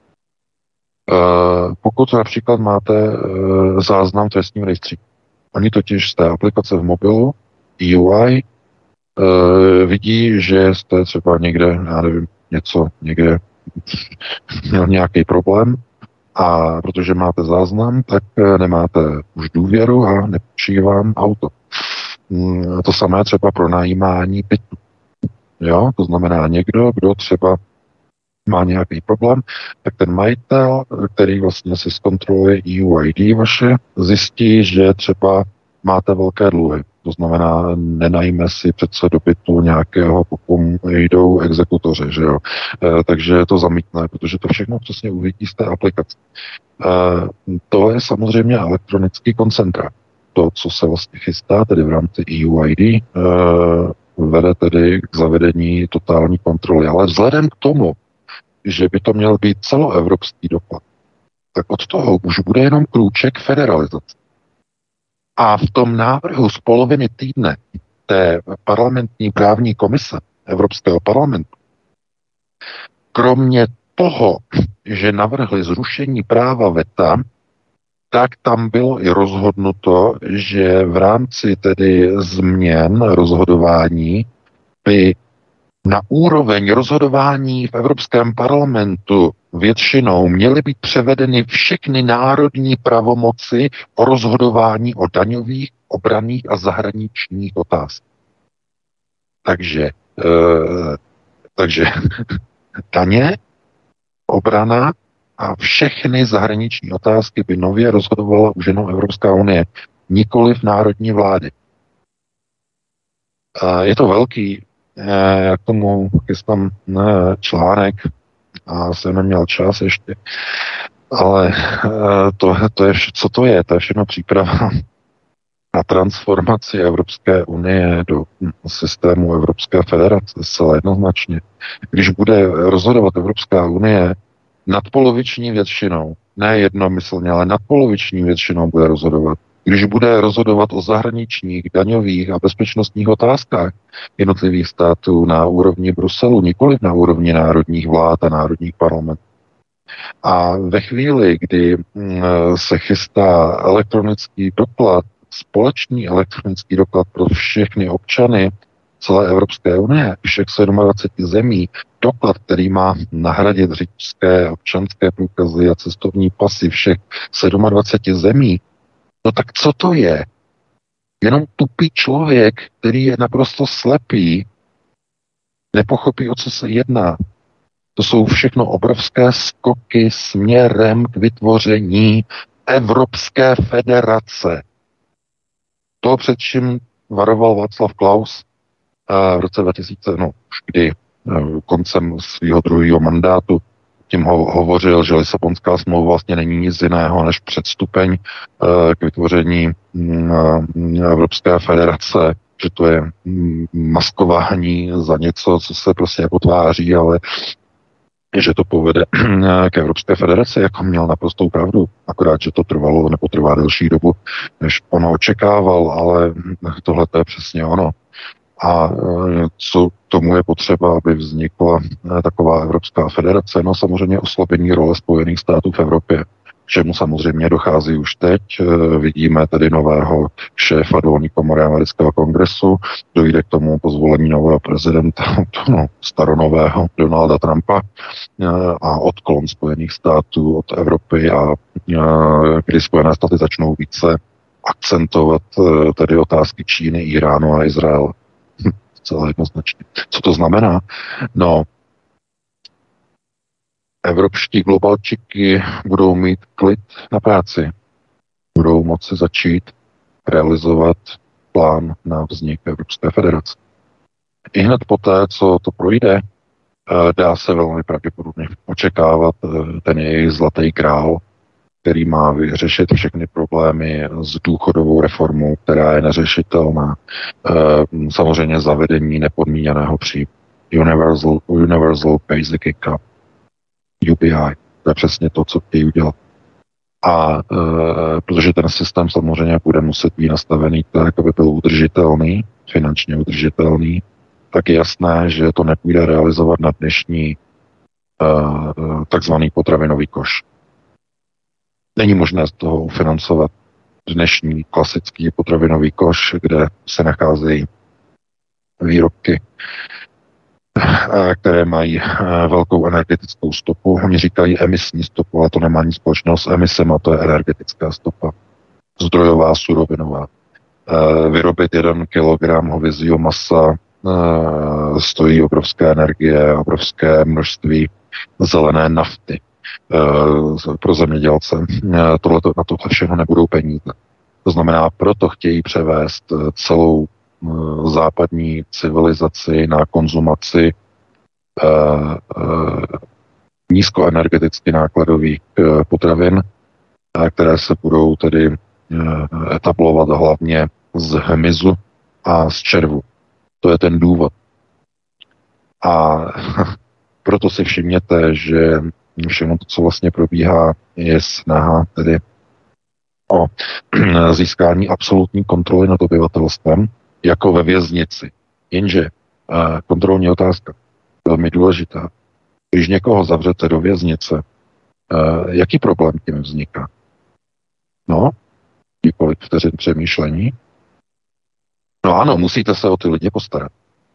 pokud například máte záznam v trestním rejstříku. Oni totiž z té aplikace v mobilu EUI vidí, že jste třeba někde, já nevím, někde měl nějaký problém a protože máte záznam, tak nemáte už důvěru a nepůjčí vám auto. To samé třeba pro najímání bytu. Jo? To znamená někdo, kdo třeba má nějaký problém, tak ten majitel, který vlastně si zkontroluje EU ID vaše, zjistí, že třeba máte velké dluhy. To znamená, nenajme si přece do bytu nějakého, pokud jdou exekutoři, že jo. Takže to zamítne, protože to všechno přesně uvidí z té aplikace. To je samozřejmě elektronický koncentrát. To, co se vlastně chystá, tedy v rámci EU ID, vede tedy k zavedení totální kontroly. Ale vzhledem k tomu, že by to měl být celoevropský dopad, tak od toho už bude jenom krůček federalizace. A v tom návrhu z poloviny týdne té parlamentní právní komise Evropského parlamentu, kromě toho, že navrhli zrušení práva veta, tak tam bylo i rozhodnuto, že v rámci tedy změn rozhodování by na úroveň rozhodování v Evropském parlamentu většinou měly být převedeny všechny národní pravomoci o rozhodování o daňových, obranných a zahraničních otázkách. Takže daně, obrana a všechny zahraniční otázky by nově rozhodovala už jenom Evropská unie, nikoliv národní vlády. Je to velký, já k tomu chystám článek a jsem neměl čas ještě, ale to je co to je? To je všechno příprava na transformaci Evropské unie do systému Evropské federace, zcela jednoznačně. Když bude rozhodovat Evropská unie nadpoloviční většinou, ne jednomyslně, ale nadpoloviční většinou bude rozhodovat, když bude rozhodovat o zahraničních, daňových a bezpečnostních otázkách jednotlivých států na úrovni Bruselu, nikoliv na úrovni národních vlád a národních parlamentů. A ve chvíli, kdy se chystá elektronický doklad, společný elektronický doklad pro všechny občany celé Evropské unie, všech 27 zemí, doklad, který má nahradit řidičské, občanské průkazy a cestovní pasy všech 27 zemí, no tak co to je? Jenom tupý člověk, který je naprosto slepý, nepochopí, o co se jedná. To jsou všechno obrovské skoky směrem k vytvoření Evropské federace. To, před čím varoval Václav Klaus v roce 2000, už kdy koncem svého druhého mandátu, tím hovořil, že Lisabonská smlouva vlastně není nic jiného než předstupeň k vytvoření Evropské federace, že to je maskování za něco, co se prostě jako tváří, ale že to povede k Evropské federaci, jako měl naprostou pravdu. Akorát, že to trvalo nebo trvá delší dobu, než ono očekával, ale tohle to je přesně ono. A co tomu je potřeba, aby vznikla taková Evropská federace? No samozřejmě oslabení role Spojených států v Evropě, k čemu samozřejmě dochází už teď. Vidíme tedy nového šéfa dolní komory amerického kongresu, dojde k tomu pozvolení nového prezidenta, staronového Donalda Trumpa a odklon Spojených států od Evropy a kdy Spojené státy začnou více akcentovat tedy otázky Číny, Iránu a Izraele. Celé jednoznačně. Co to znamená? No, evropští globalčiky budou mít klid na práci. Budou moci začít realizovat plán na vznik Evropské federace. I hned poté, co to projde, dá se velmi pravděpodobně očekávat ten jejich zlatý král, který má vyřešit všechny problémy s důchodovou reformou, která je neřešitelná. Samozřejmě zavedení nepodmíněného příjmu. Universal Basic Income. UBI. To je přesně to, co chtějí udělat. A protože ten systém samozřejmě bude muset být nastavený tak, aby byl udržitelný, finančně udržitelný, tak je jasné, že to nepůjde realizovat na dnešní takzvaný potravinový koš. Není možné z toho financovat dnešní klasický potravinový koš, kde se nacházejí výrobky, které mají velkou energetickou stopu. Oni říkají emisní stopu, ale to nemá nic společného s emisema, to je energetická stopa. Zdrojová, surovinová. Vyrobit 1 kilogram hovězího masa stojí obrovské energie, obrovské množství zelené nafty pro zemědělce. Na tohle všechno nebudou peníze. To znamená, proto chtějí převést celou západní civilizaci na konzumaci nízkoenergeticky nákladových potravin, které se budou tedy etablovat hlavně z hmyzu a z červu. To je ten důvod. A proto si všimněte, že všechno to, co vlastně probíhá, je snaha tedy o získání absolutní kontroly nad obyvatelstvem, jako ve věznici. Jenže kontrolní otázka, velmi důležitá. Když někoho zavřete do věznice, jaký problém tím vzniká? No, několik vteřin přemýšlení. No ano, musíte se o ty lidi postarat.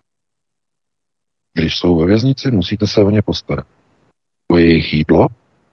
Když jsou ve věznici, musíte se o ně postarat. O jejich jídlo,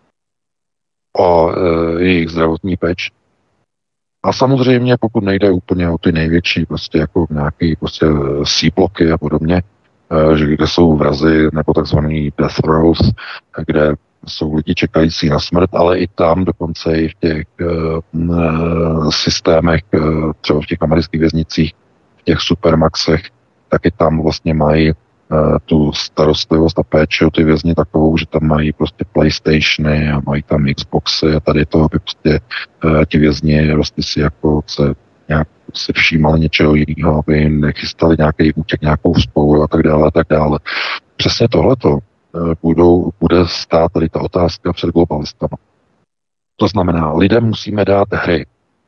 o jejich zdravotní péči. A samozřejmě, pokud nejde úplně o ty největší, prostě jako nějaký prostě C-bloky a podobně, kde jsou vrazy nebo takzvaný death rows, kde jsou lidi čekající na smrt, ale i tam dokonce i v těch systémech, třeba v těch amerických věznicích, v těch supermaxech, tak i tam vlastně mají tu starostlivost a péči o ty vězni takovou, že tam mají prostě PlayStationy a mají tam Xboxy a tady to, aby prostě ti vězni prostě si jako se nějak si všímali něčeho jiného, aby jim nechystali nějaký útěk, nějakou vzpouru a tak dále, a tak dále. Přesně tohleto bude stát tady ta otázka před globalistama. To znamená, lidem musíme dát hry.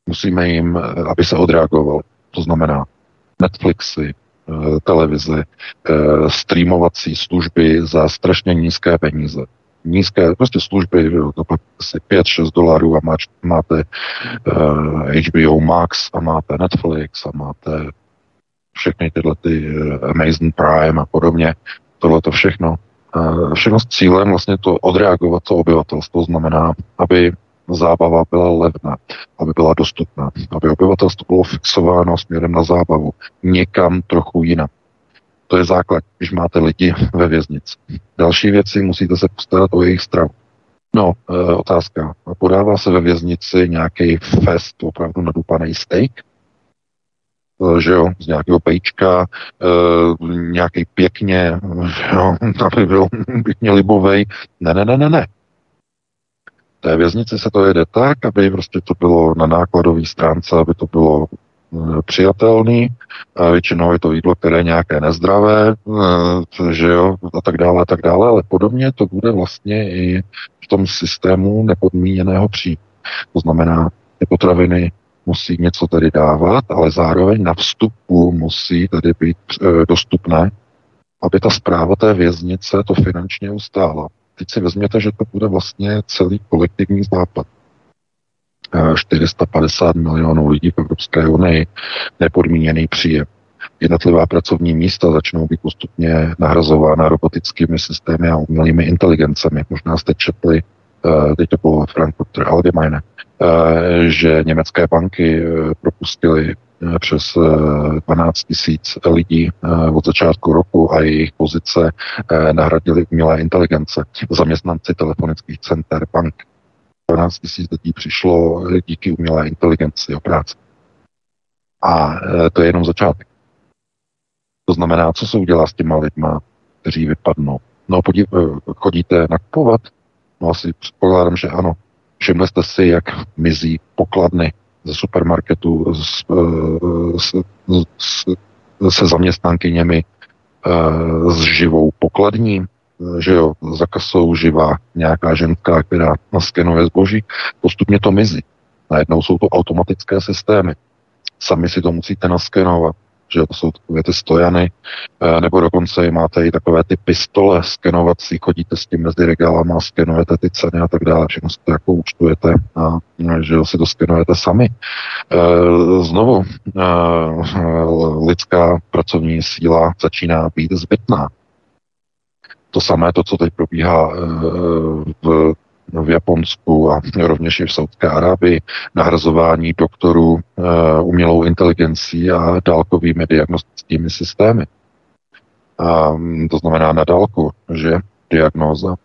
Musíme jim, aby se odreagovali. To znamená Netflixy, televize, streamovací služby za strašně nízké peníze. Nízké prostě služby, to pak asi $5-6 a máte HBO Max a máte Netflix a máte všechny tyhle ty Amazon Prime a podobně. Tohle to všechno. Všechno s cílem vlastně to odreagovat to obyvatelstvo, znamená, aby zábava byla levná, aby byla dostupná, aby obyvatelstvo bylo fixováno směrem na zábavu někam trochu jinam. To je základ, když máte lidi ve věznici. Další věci, musíte se postarat o jejich stravu. No, otázka. Podává se ve věznici nějaký fest, opravdu nadupaný steak? Že jo, z nějakého pejčka, nějaký pěkně, jo, aby byl pěkně libovej. Ne. V té věznici se to jede tak, aby prostě to bylo na nákladové stránce, aby to bylo přijatelný. Většinou je to jídlo, které je nějaké nezdravé, že jo, a tak dále, ale podobně to bude vlastně i v tom systému nepodmíněného příjmu. To znamená, ty potraviny musí něco tady dávat, ale zároveň na vstupu musí tady být dostupné, aby ta správa té věznice to finančně ustála. Teď si vezměte, že to bude vlastně celý kolektivní západ. 450 milionů lidí v Evropské unii, nepodmíněný příjem. Jednotlivá pracovní místa začnou být postupně nahrazována robotickými systémy a umělými inteligencemi. Možná jste četli, teď to bylo Frankfurter Allgemeine, že německé banky propustily přes 12 000 lidí od začátku roku a jejich pozice nahradily umělé inteligence. Zaměstnanci telefonických center bank. 12 000 lidí přišlo díky umělé inteligenci o práci. A to je jenom začátek. To znamená, co se udělá s těma lidma, kteří vypadnou. No, chodíte nakupovat? No, asi předpokládám, že ano. Všimli jste si, jak mizí pokladny ze supermarketu se zaměstnankyněmi s živou pokladní, že jo, za kasou živá nějaká ženská, která naskenuje zboží, postupně to mizí. Najednou jsou to automatické systémy. Sami si to musíte naskenovat, že to jsou takové ty stojany, nebo dokonce máte i takové ty pistole skenovací, chodíte s tím mezi regálama, skenujete ty ceny a tak dále, všechno si to jako účtujete a že si to skenujete sami. Znovu, lidská pracovní síla začíná být zbytná. To samé, to, co teď probíhá v Japonsku a rovněž i v Saudské Arábii, nahrazování doktorů umělou inteligencí a dálkovými diagnostickými systémy. To znamená na dálku, že diagnóza.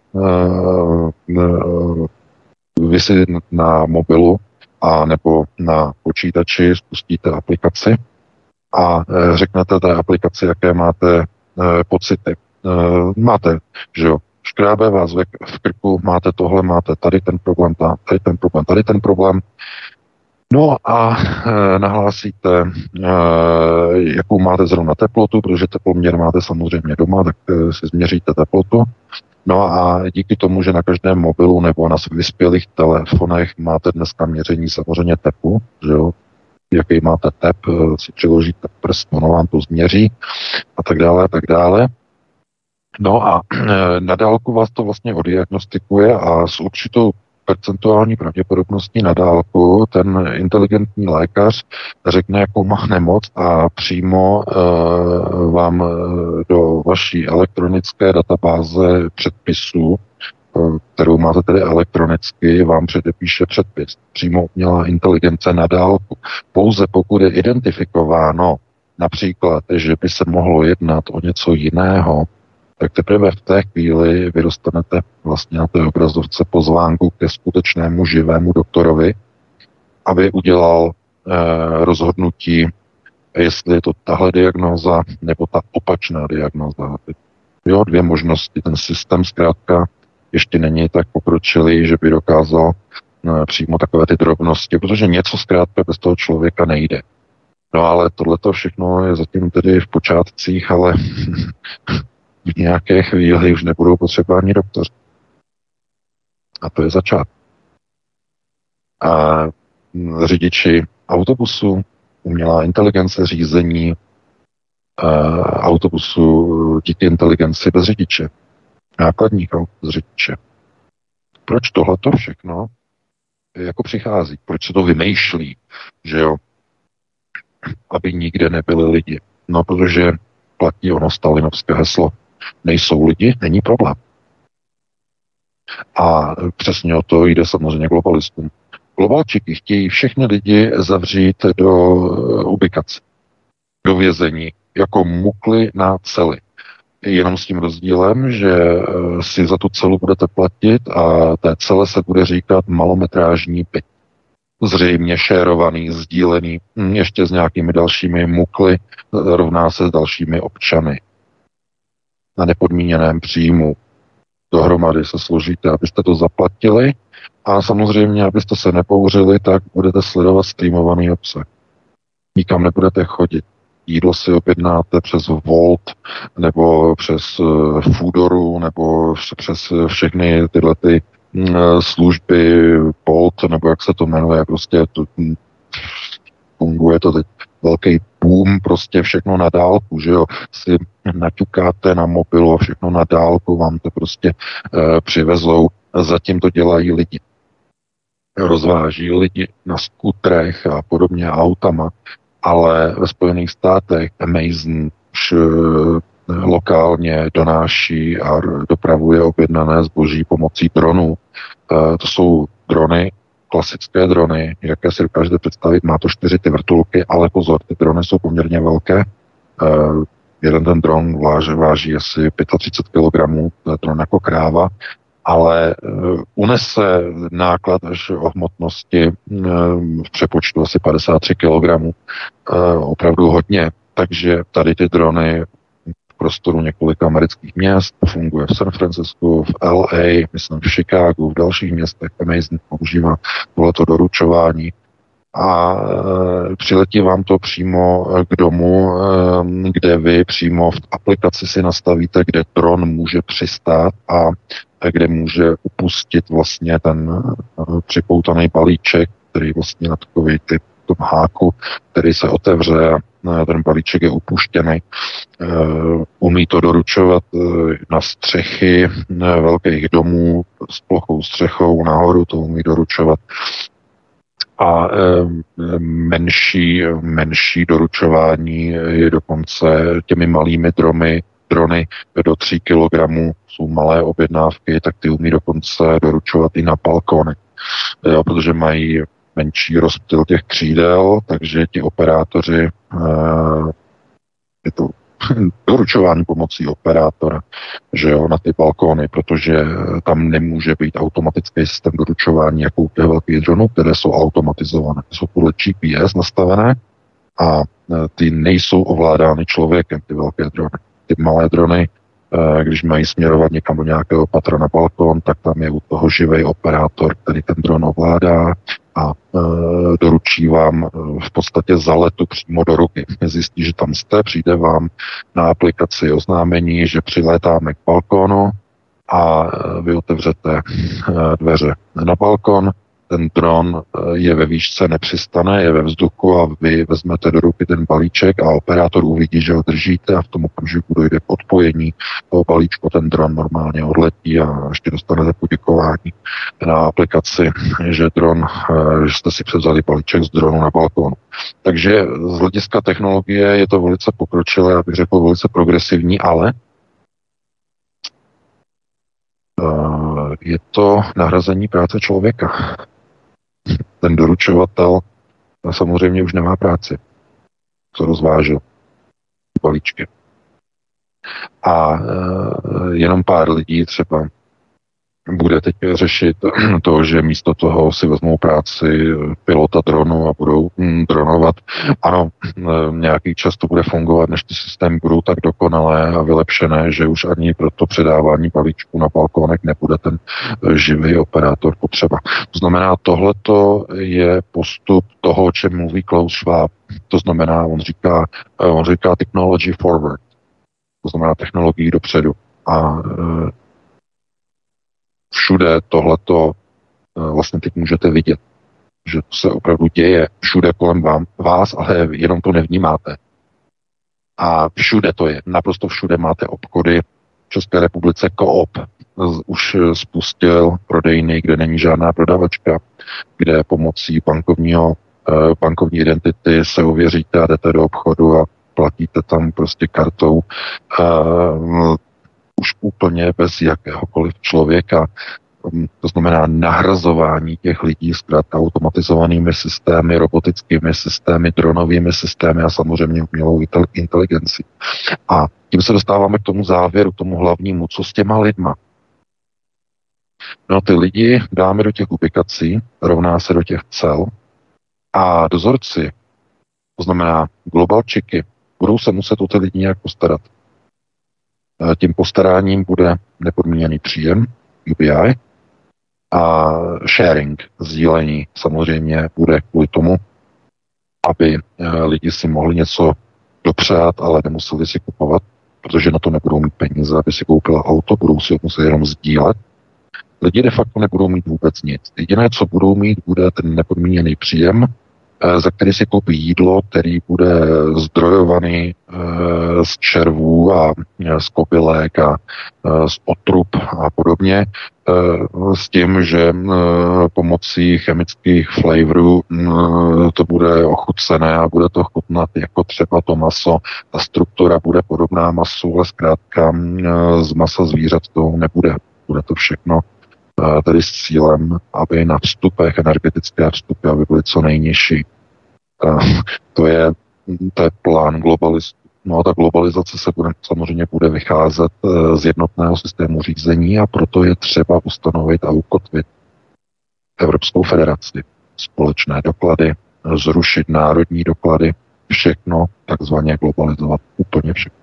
Vy si na mobilu a nebo na počítači spustíte aplikaci a řeknete té aplikaci, jaké máte pocity. Máte, že jo, škrábe vás v krku, máte tohle, máte tady ten problém, tady ten problém. No a nahlásíte, jakou máte zrovna teplotu, protože teploměr máte samozřejmě doma, tak si změříte teplotu. No a díky tomu, že na každém mobilu nebo na vyspělých telefonech máte dneska měření samozřejmě tepu, že jo, jaký máte tep, si přiložíte prst, ono vám to změří a tak dále, a tak dále. No a na dálku vás to vlastně odiagnostikuje a s určitou percentuální pravděpodobností na dálku ten inteligentní lékař řekne, jakou má nemoc a přímo vám do vaší elektronické databáze předpisů, kterou máte tedy elektronicky, vám předepíše předpis. Přímo umělá inteligence na dálku. Pouze pokud je identifikováno například, že by se mohlo jednat o něco jiného, tak teprve v té chvíli vy dostanete vlastně na té obrazovce pozvánku ke skutečnému živému doktorovi, aby udělal rozhodnutí, jestli je to tahle diagnóza nebo ta opačná diagnóza. Jo, dvě možnosti. Ten systém zkrátka ještě není tak pokročilý, že by dokázal přímo takové ty drobnosti, protože něco zkrátka bez toho člověka nejde. No ale tohleto všechno je zatím tedy v počátcích, ale v nějaké chvíli už nebudou potřeba ani doktoři. A to je začátek. A řidiči autobusu, umělá inteligence řízení autobusu díky inteligenci bez řidiče, nákladních aut bez řidiče. Proč tohleto všechno jako přichází? Proč se to vymýšlí, že jo? Aby nikde nebyli lidi. No, protože platí ono stalinovské heslo. Nejsou lidi, není problém. A přesně o to jde samozřejmě globalistům. Globalčiky chtějí všechny lidi zavřít do ubikace, do vězení, jako mukly na cely. Jenom s tím rozdílem, že si za tu celu budete platit a té cele se bude říkat malometrážní byt. Zřejmě šérovaný, sdílený, ještě s nějakými dalšími mukly, rovná se s dalšími občany. Na nepodmíněném příjmu dohromady se složíte, abyste to zaplatili a samozřejmě, abyste se nepouřili, tak budete sledovat streamovaný obsah. Nikam nebudete chodit. Jídlo si objednáte přes Volt nebo přes Foodoru nebo přes všechny tyhle ty služby Bolt, nebo jak se to jmenuje, prostě to, funguje to teď velký boom, prostě všechno na dálku, že jo, si naťukáte na mobilu a všechno na dálku vám to prostě přivezou, zatím to dělají lidi. Rozváží lidi na skutrech a podobně autama, ale ve Spojených státech Amazon už lokálně donáší a dopravuje objednané zboží pomocí dronů. To jsou drony, klasické drony, jaké si dokážete představit, má to 4 ty vrtulky, ale pozor, ty drony jsou poměrně velké. Jeden ten dron váží asi 35 kg, to je dron jako kráva, ale unese náklad až o hmotnosti v přepočtu asi 53 kg, opravdu hodně. Takže tady ty drony v prostoru několika amerických měst, funguje v San Francisku, v LA, myslím v Chicagu, v dalších městech. Amazon používá tohleto doručování a přiletí vám to přímo k domu, kde vy přímo v aplikaci si nastavíte, kde dron může přistát a kde může upustit vlastně ten připoutaný balíček, který vlastně na takový typ tom háku, který se otevře a ten balíček je upuštěný. Umí to doručovat na střechy velkých domů s plochou střechou, nahoru to umí doručovat a menší doručování je dokonce těmi malými drony do 3 kg, jsou malé objednávky, tak ty umí dokonce doručovat i na balkony, protože mají menší rozptyl těch křídel, takže ti operátoři, je to doručování pomocí operátora, že jo, na ty balkony, protože tam nemůže být automatický systém doručování jako u těch velkých dronů, které jsou automatizované. Jsou podle GPS nastavené a ty nejsou ovládány člověkem, ty velké drony. Ty malé drony, když mají směrovat někam do nějakého patra na balkon, tak tam je u toho živý operátor, který ten dron ovládá a doručí vám v podstatě za letu přímo do ruky. Zjistí, že tam jste, přijde vám na aplikaci oznámení, že přilétáme k balkonu a vy otevřete dveře na balkon, ten dron je ve výšce, nepřistane, je ve vzduchu a vy vezmete do ruky ten balíček a operátor uvidí, že ho držíte a v tom okamžiku dojde k odpojení toho balíčku, ten dron normálně odletí a ještě dostanete poděkování na aplikaci, že že jste si převzali balíček z dronu na balkonu. Takže z hlediska technologie je to velice pokročilé, abych řekl velice progresivní, ale je to nahrazení práce člověka. Ten doručovatel samozřejmě už nemá práci, co rozvážel balíčky. A jenom pár lidí třeba bude teď řešit to, že místo toho si vezmou práci pilota dronu a budou dronovat. Ano, nějaký čas to bude fungovat, než ty systémy budou tak dokonalé a vylepšené, že už ani pro to předávání balíčku na balkónek nebude ten živý operátor potřeba. To znamená, tohleto je postup toho, o čem mluví Klaus Schwab. To znamená, on říká technology forward. To znamená technologii dopředu. A všude tohleto vlastně teď můžete vidět. že to se opravdu děje všude kolem vás, ale jenom to nevnímáte. A všude to je, naprosto všude máte obchody. V České republice Coop už spustil prodejny, kde není žádná prodavačka, kde pomocí bankovní identity se ověříte a jdete do obchodu a platíte tam prostě kartou už úplně bez jakéhokoliv člověka. To znamená nahrazování těch lidí zkrátka automatizovanými systémy, robotickými systémy, dronovými systémy a samozřejmě umělou inteligencí. A tím se dostáváme k tomu závěru, k tomu hlavnímu, co s těma lidma. No ty lidi dáme do těch ubikací, rovná se do těch cel a dozorci, to znamená globalčiky, budou se muset o ty lidi nějak postarat. Tím postaráním bude nepodmíněný příjem, UBI, a sharing, sdílení samozřejmě bude kvůli tomu, aby lidi si mohli něco dopřát, ale nemuseli si kupovat, protože na to nebudou mít peníze, aby si koupila auto, budou si ho muset jenom sdílet. Lidi de facto nebudou mít vůbec nic. Jediné, co budou mít, bude ten nepodmíněný příjem, za který si koupí jídlo, který bude zdrojovaný z červů a z kobylek a z otrub a podobně, s tím, že pomocí chemických flavorů to bude ochucené a bude to chutnat jako třeba to maso. Ta struktura bude podobná masu, ale zkrátka z masa zvířat to nebude. Bude to všechno tedy s cílem, aby na vstupech, energetické vstupy, aby byly co nejnižší. To je plán globalistů. No a ta globalizace se samozřejmě bude vycházet z jednotného systému řízení a proto je třeba ustanovit a ukotvit Evropskou federaci. Společné doklady, zrušit národní doklady, všechno takzvaně globalizovat, úplně všechno.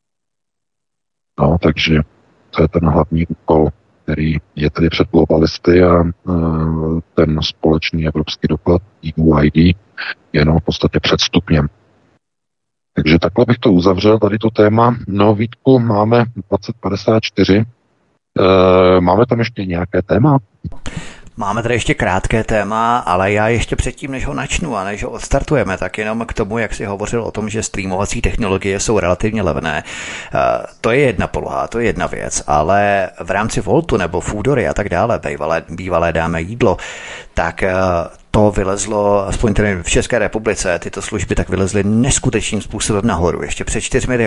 No, takže to je ten hlavní úkol, který je tedy před globalisty a ten společný evropský doklad EUID je jenom v podstatě předstupněm. Takže takhle bych to uzavřel, tady to téma. No Vítku, máme 2054. Máme tam ještě nějaké téma? Máme tady ještě krátké téma, ale já ještě předtím, než ho načnu a než ho odstartujeme, tak jenom k tomu, jak jsi hovořil o tom, že streamovací technologie jsou relativně levné. To je jedna poloha, to je jedna věc, ale v rámci Voltu nebo Foodory a tak dále, bývalé dáme jídlo, tak to vylezlo, aspoň tedy v České republice, tyto služby tak vylezly neskutečným způsobem nahoru. Ještě před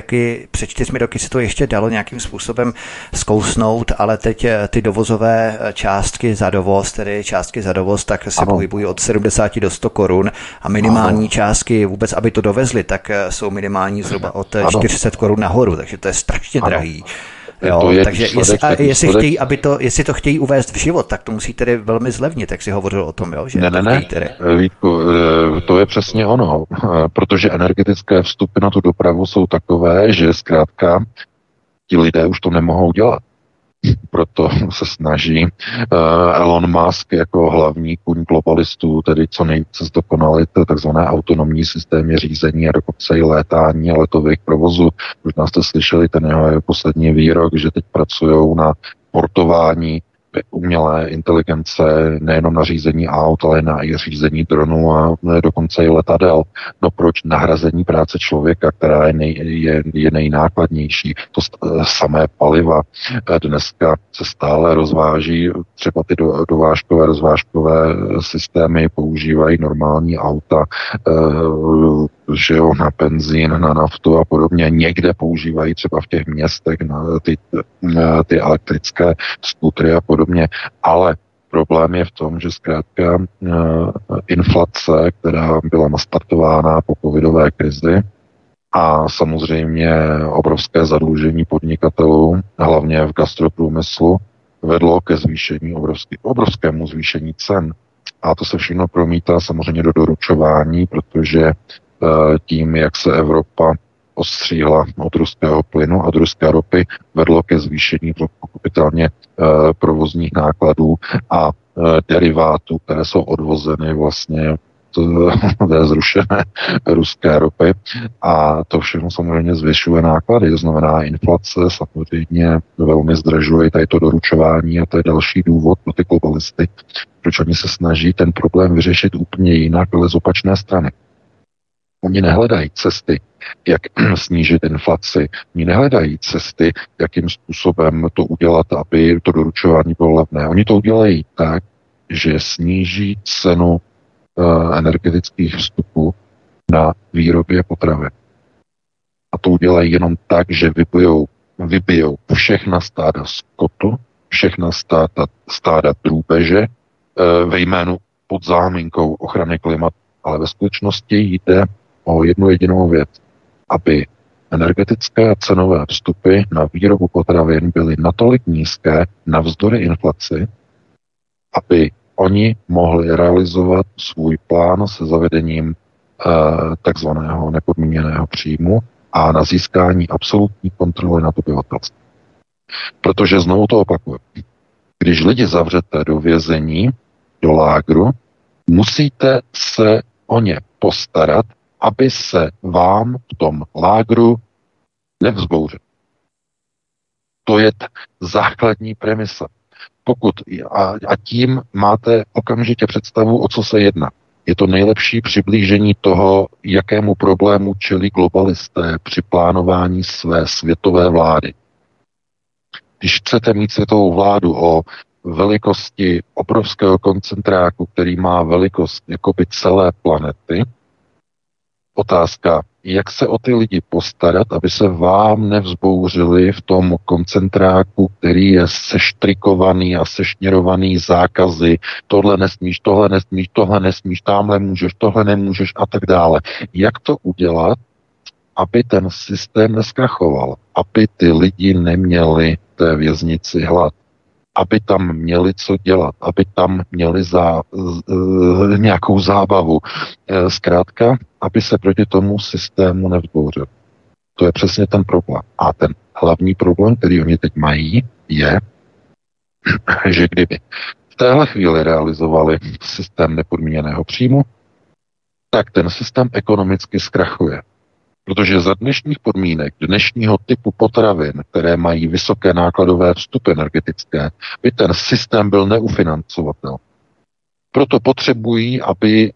4 roky se to ještě dalo nějakým způsobem zkousnout, ale teď ty dovozové částky za dovoz, tak se pohybují od 70 do 100 korun a minimální částky vůbec, aby to dovezli, tak jsou minimální zhruba od 400 korun nahoru, takže to je strašně drahý. Jo, takže jestli to chtějí uvést v život, tak to musí tedy velmi zlevnit, jak jsi hovořil o tom, jo? Že ne, Vítku, to je přesně ono, protože energetické vstupy na tu dopravu jsou takové, že zkrátka ti lidé už to nemohou dělat. Proto se snaží Elon Musk jako hlavní kuň globalistů, tedy co nejvíce zdokonalit takzvané autonomní systémy řízení a dokonce i létání a letových provozů. Možná jste slyšeli ten jeho poslední výrok, že teď pracují na portování umělé inteligence nejenom na řízení aut, ale na i řízení dronů a dokonce i letadel. No proč nahrazení práce člověka, která je nejnákladnější? To samé paliva. Dneska se stále rozváží, třeba ty rozvážkové systémy používají normální auta, že jo, na benzín, na naftu a podobně. Někde používají třeba v těch městech ty elektrické skútry a podobně. Ale problém je v tom, že zkrátka inflace, která byla nastartována po covidové krizi a samozřejmě obrovské zadlužení podnikatelů, hlavně v gastroprůmyslu, vedlo ke obrovskému zvýšení cen. A to se všechno promítá samozřejmě do doručování, protože tím, jak se Evropa ostříhla od ruského plynu a od ruské ropy, vedlo ke zvýšení pochopitelně provozních nákladů a derivátů, které jsou odvozeny vlastně té zrušené ruské ropy a to všechno samozřejmě zvyšuje náklady, to znamená inflace samozřejmě velmi zdražuje tady to doručování a to je další důvod pro ty globalisty, proč oni se snaží ten problém vyřešit úplně jinak, ale z opačné strany. Oni nehledají cesty, jak snížit inflaci. Oni nehledají cesty, jakým způsobem to udělat, aby to doručování bylo levné. Oni to udělají tak, že sníží cenu energetických vstupů na výrobě potravin. A to udělají jenom tak, že vybijou všechna stáda skotu, všechna stáda drůbeže ve jménu pod záminkou ochrany klimatu. Ale ve skutečnosti jde o jednu jedinou věc, aby energetické a cenové vstupy na výrobu potravin byly natolik nízké navzdory inflaci, aby oni mohli realizovat svůj plán se zavedením takzvaného nepodmíněného příjmu a na získání absolutní kontroly nad obyvatelstvem. Protože znovu to opakuju, když lidi zavřete do vězení, do lágru, musíte se o ně postarat, aby se vám v tom lágru nevzbouřil. To je základní premisa. A tím máte okamžitě představu, o co se jedná. Je to nejlepší přiblížení toho, jakému problému čelí globalisté při plánování své světové vlády. Když chcete mít světovou vládu o velikosti obrovského koncentráku, který má velikost jakoby celé planety, otázka, jak se o ty lidi postarat, aby se vám nevzbouřili v tom koncentráku, který je seštrikovaný a sešněrovaný zákazy, tohle nesmíš, tohle nesmíš, tohle nesmíš, tamhle můžeš, tohle nemůžeš a tak dále. Jak to udělat, aby ten systém neskrachoval, aby ty lidi neměli v té věznici hlad, aby tam měli co dělat, aby tam měli nějakou zábavu. Zkrátka, aby se proti tomu systému nevzbouřil. To je přesně ten problém. A ten hlavní problém, který oni teď mají, je, že kdyby v téhle chvíli realizovali systém nepodmíněného příjmu, tak ten systém ekonomicky zkrachuje. Protože za dnešních podmínek, dnešního typu potravin, které mají vysoké nákladové vstupy energetické, by ten systém byl neufinancovatelný. Proto potřebují, aby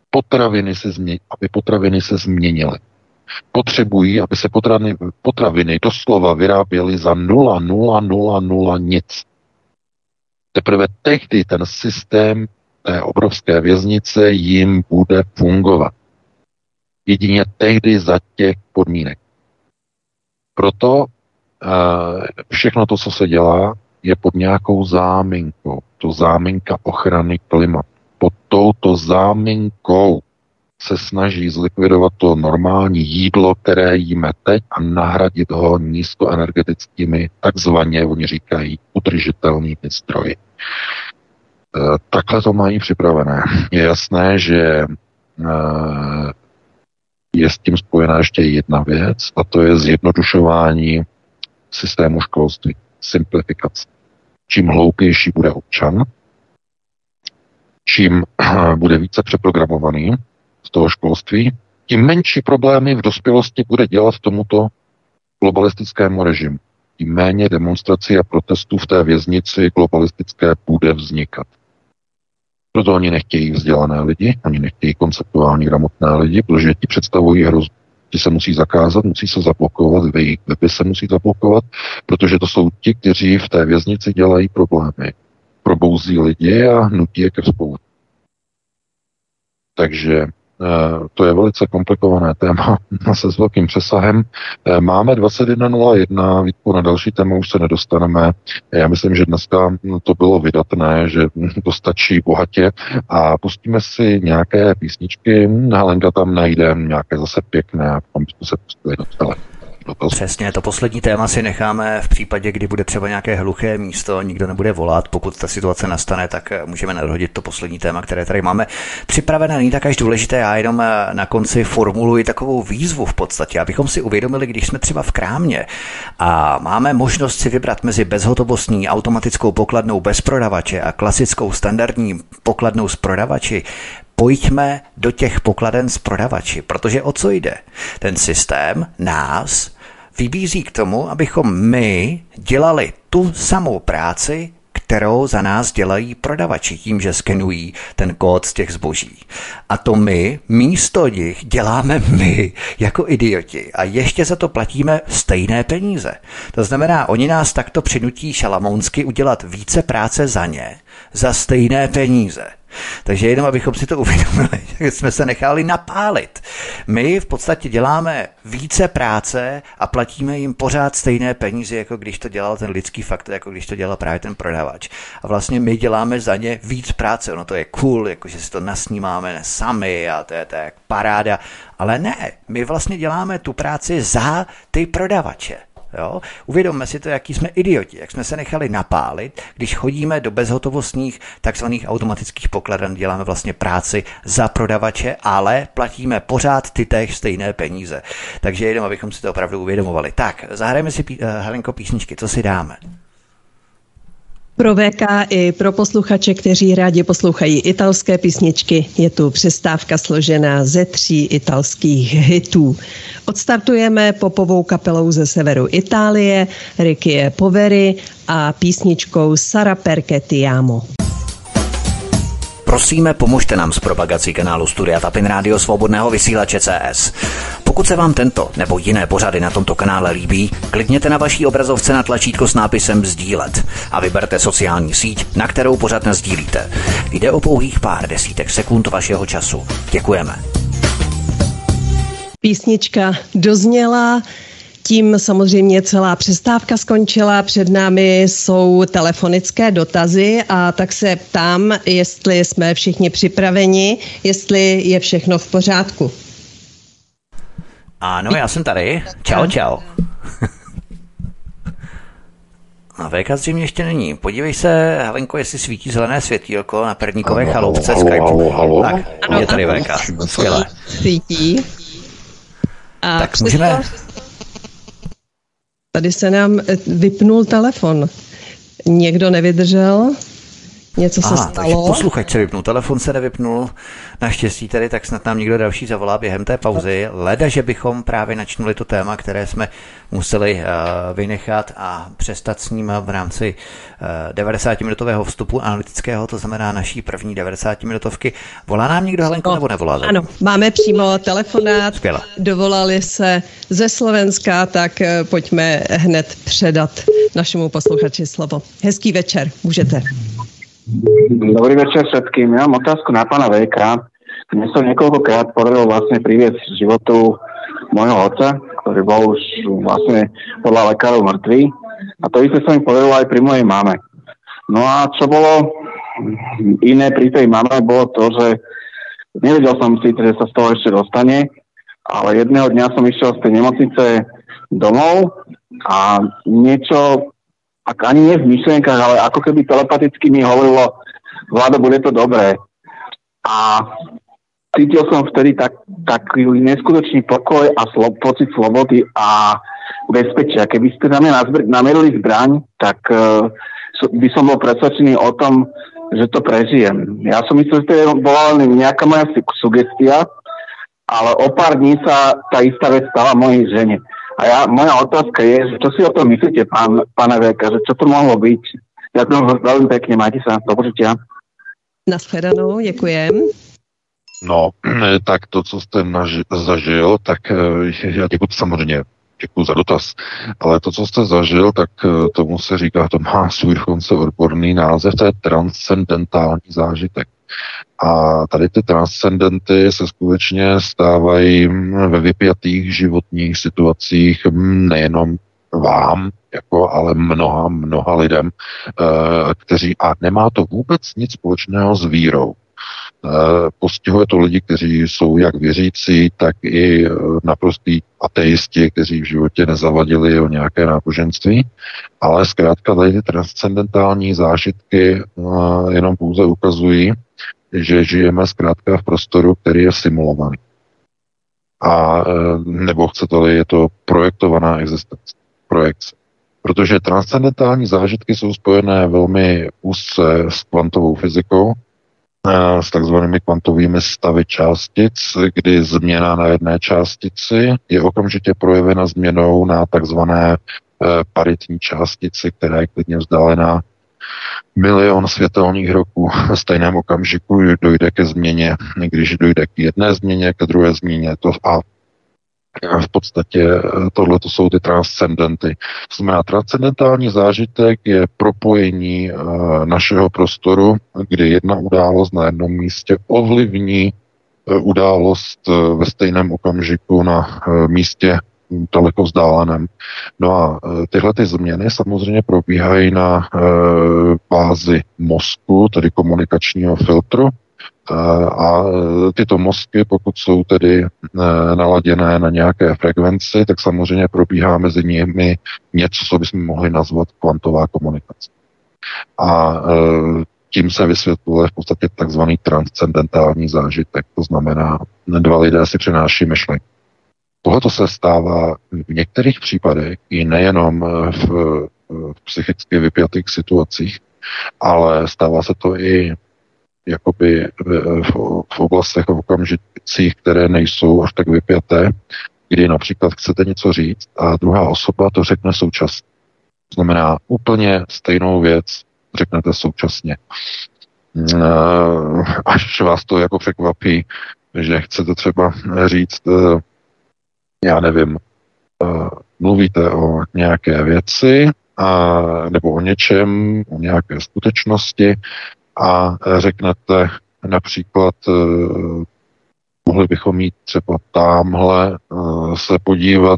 potraviny se změnily. Potřebují, aby se potraviny doslova vyráběly za 0,000 nic. Teprve tehdy ten systém té obrovské věznice jim bude fungovat. Jedině tehdy za těch podmínek. Proto všechno to, co se dělá, je pod nějakou záminkou. To záminka ochrany klimatu. Pod touto záminkou se snaží zlikvidovat to normální jídlo, které jíme teď a nahradit ho nízkoenergetickými, takzvaně, oni říkají, udržitelnými zdroji. Takhle to mají připravené. Je jasné, že je s tím spojená ještě jedna věc, a to je zjednodušování systému školství, simplifikace. Čím hloupější bude občan, čím bude více přeprogramovaný z toho školství, tím menší problémy v dospělosti bude dělat tomuto globalistickému režimu. Tím méně demonstrací a protestů v té věznici globalistické bude vznikat. Proto oni nechtějí vzdělané lidi, oni nechtějí konceptuální gramotné lidi, protože ti představují hrozbu. Ti se musí zakázat, musí se zablokovat, weby se musí zablokovat, protože to jsou ti, kteří v té věznici dělají problémy. Probouzí lidi a nutí je ke vzpouře. Takže to je velice komplikované téma se s velkým přesahem. Máme 21:01, Vítku, na další téma už se nedostaneme. Já myslím, že dneska to bylo vydatné, že to stačí bohatě a pustíme si nějaké písničky. Helenka tam najde nějaké zase pěkné a potom bychom se pustili do celé. Přesně, to poslední téma si necháme v případě, kdy bude třeba nějaké hluché místo, nikdo nebude volat, pokud ta situace nastane, tak můžeme nadhodit to poslední téma, které tady máme připravené. Není tak až důležité, já jenom na konci formuluji takovou výzvu v podstatě, abychom si uvědomili, když jsme třeba v krámě a máme možnost si vybrat mezi bezhotovostní automatickou pokladnou bez prodavače a klasickou standardní pokladnou s prodavači, pojďme do těch pokladen s prodavači, protože o co jde? Ten systém nás vybízí k tomu, abychom my dělali tu samou práci, kterou za nás dělají prodavači tím, že skenují ten kód z těch zboží. A to my místo nich děláme my jako idioti a ještě za to platíme stejné peníze. To znamená, oni nás takto přinutí šalamounsky udělat více práce za ně, za stejné peníze. Takže jenom abychom si to uvědomili, že jsme se nechali napálit. My v podstatě děláme více práce a platíme jim pořád stejné peníze, jako když to dělal ten lidský faktor, jako když to dělal právě ten prodavač. A vlastně my děláme za ně víc práce. Ono to je cool, jakože si to nasnímáme sami a to je tak paráda. Ale ne, my vlastně děláme tu práci za ty prodavače. Jo? Uvědomme si to, jaký jsme idioti, jak jsme se nechali napálit, když chodíme do bezhotovostních takzvaných automatických pokladen, děláme vlastně práci za prodavače, ale platíme pořád ty též stejné peníze. Takže jenom, abychom si to opravdu uvědomovali. Tak, zahrajeme si, Helenko, písničky, co si dáme? Pro VK i pro posluchače, kteří rádi poslouchají italské písničky, je tu přestávka složená ze 3 italských hitů. Odstartujeme popovou kapelou ze severu Itálie, Ricky Poveri a písničkou Sarà perché ti amo. Prosíme, pomožte nám s propagací kanálu Studia Tapin Rádio Svobodného vysílače CS. Pokud se vám tento nebo jiné pořady na tomto kanále líbí, klikněte na vaší obrazovce na tlačítko s nápisem sdílet a vyberte sociální síť, na kterou pořad nasdílíte. Jde o pouhých pár desítek sekund vašeho času. Děkujeme. Písnička dozněla. Tím samozřejmě celá přestávka skončila, před námi jsou telefonické dotazy a tak se ptám, jestli jsme všichni připraveni, jestli je všechno v pořádku. Ano, já jsem tady. Čau. A VK zřejmě ještě není. Podívej se, Helenko, jestli svítí zelené světýlko na Perníkové chaloupce Skype. Tak, ano, je tady VK. Skvěle. Svítí. A tak můžeme... Tady se nám vypnul telefon. Někdo nevydržel? Něco se stalo? Takže posluchač se vypnul, telefon se nevypnul, naštěstí tedy, tak snad nám někdo další zavolá během té pauzy. Leda, že bychom právě načnuli to téma, které jsme museli vynechat a přestat s ním v rámci 90-minutového vstupu analytického, to znamená naší první 90-minutovky. Volá nám někdo, Helenko, nebo nevolá? Ano, máme přímo telefonát. Skvěle. Dovolali se ze Slovenska, tak pojďme hned předat našemu posluchači slovo. Hezký večer, můžete. Dobrý večer všetkým. Ja mám otázku na pána VK. Mne som niekoľkokrát podarilo vlastne priviesť z životu môjho otca, ktorý bol už vlastne podľa lekárov mŕtvý. A to isté sa mi podarilo aj pri mojej mame. No a čo bolo iné pri tej mame, bolo to, že nevedel som si, že sa z toho ešte dostane, ale jedného dňa som išiel z tej nemocnice domov a niečo, ak ani nie v myšlienkach, ale ako keby telepaticky mi hovorilo, Vlado, bude to dobré. A cítil som vtedy taký neskutočný pokoj a pocit slobody a bezpečia. Keby ste na mňa namierili zbraň, tak by som bol presvedčený o tom, že to prežijem. Ja som myslel, že to bola len nejaká moja sugestia, ale o pár dní sa tá istá vec stala mojej žene. A moja otázka je, že čo si o tom myslíte, pána Véka, že čo to mohlo byť? Ďakujem veľmi pekne, majte sa, do počutia. Nashledanou, děkujem. No, tak to, co jste zažil, tak já děkuji samozřejmě, děkuji za dotaz, ale to, co jste zažil, tak tomu se říká, to má svůj dokonce odborný název, to je transcendentální zážitek. A tady ty transcendenty se skutečně stávají ve vypjatých životních situacích nejenom vám, ale mnoha lidem, kteří, a nemá to vůbec nic společného s vírou. Postihuje to lidi, kteří jsou jak věřící, tak i naprostý ateisti, kteří v životě nezavadili o nějaké náboženství, ale zkrátka tady ty transcendentální zážitky jenom pouze ukazují, že žijeme zkrátka v prostoru, který je simulovaný. A nebo chcete-li, je to projektovaná existence, projekce. Protože transcendentální zážitky jsou spojené velmi úzce s kvantovou fyzikou s takzvanými kvantovými stavy částic, kdy změna na jedné částici je okamžitě projevena změnou na takzvané paritní částici, která je klidně vzdálená 1 000 000 světelných roků. V stejném okamžiku dojde ke změně, když dojde k jedné změně, ke druhé změně. A v podstatě tohle to jsou ty transcendenty. To znamená, transcendentální zážitek je propojení našeho prostoru, kdy jedna událost na jednom místě ovlivní událost ve stejném okamžiku na místě daleko vzdáleném. No a tyhle ty změny samozřejmě probíhají na bázi mozku, tedy komunikačního filtru, a tyto mozky, pokud jsou tedy naladěné na nějaké frekvenci, tak samozřejmě probíhá mezi nimi něco, co bychom mohli nazvat kvantová komunikace. A tím se vysvětluje v podstatě takzvaný transcendentální zážitek. To znamená, 2 lidé si přenáší myšlenky. Tohle se stává v některých případech i nejenom v psychicky vypjatých situacích, ale stává se to i jakoby v oblastech, v okamžicích, které nejsou až tak vypjaté, kdy například chcete něco říct a druhá osoba to řekne současně. To znamená úplně stejnou věc řeknete současně. Až vás to jako překvapí, že chcete třeba říct, já nevím, mluvíte o nějaké věci nebo o něčem, o nějaké skutečnosti a řeknete například, mohli bychom jít třeba tamhle se podívat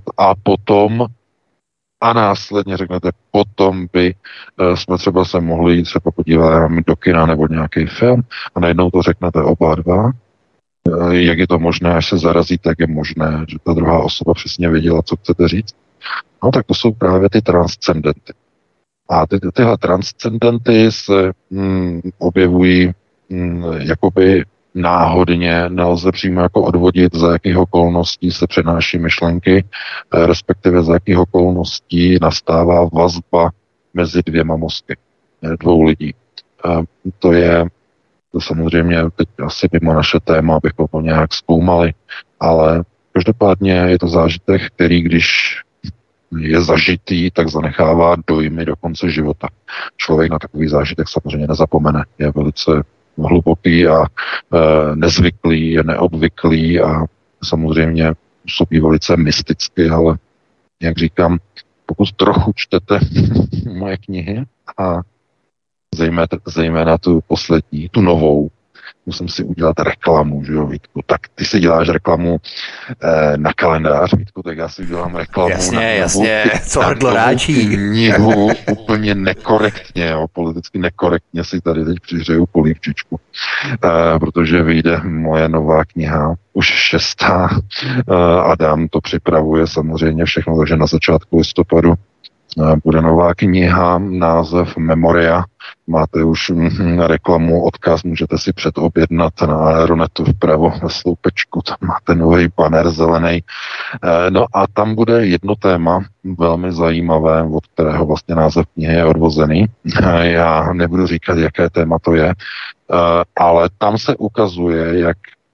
a následně řeknete, potom by jsme třeba se mohli jít třeba podívat do kina nebo nějaký film a najednou to řeknete oba dva. Jak je to možné, až se zarazíte, tak je možné, že ta druhá osoba přesně věděla, co chcete říct. No tak to jsou právě ty transcendenty. A tyhle transcendenty se objevují jakoby náhodně, nelze přímo jako odvodit, za jakých okolností se přenáší myšlenky, respektive za jakých okolností nastává vazba mezi 2 mozky, 2 lidí. To je samozřejmě teď asi mimo naše téma, abychom to nějak zkoumali, ale každopádně je to zážitek, který když je zažitý, tak zanechává dojmy do konce života. Člověk na takový zážitek samozřejmě nezapomene. Je velice hluboký a nezvyklý, je neobvyklý a samozřejmě působí velice mysticky, ale jak říkám, pokud trochu čtete moje knihy a zejména tu poslední, tu novou, musím si udělat reklamu, že jo, Vítku, tak ty si děláš reklamu na kalendář, Vítku, tak já si udělám reklamu jasně, co hrdlo ráčí. Knihu úplně nekorektně, jo, politicky nekorektně si tady teď přihřeju polívčičku, protože vyjde moje nová kniha, už 6. Adam to připravuje samozřejmě všechno, takže na začátku listopadu bude nová kniha, název Memoria. Máte už reklamu, odkaz, můžete si předobjednat na Aeronetu vpravo ve sloupečku, tam máte nový banner zelený. No a tam bude jedno téma, velmi zajímavé, od kterého vlastně název knihy je odvozený. Já nebudu říkat, jaké téma to je, ale tam se ukazuje,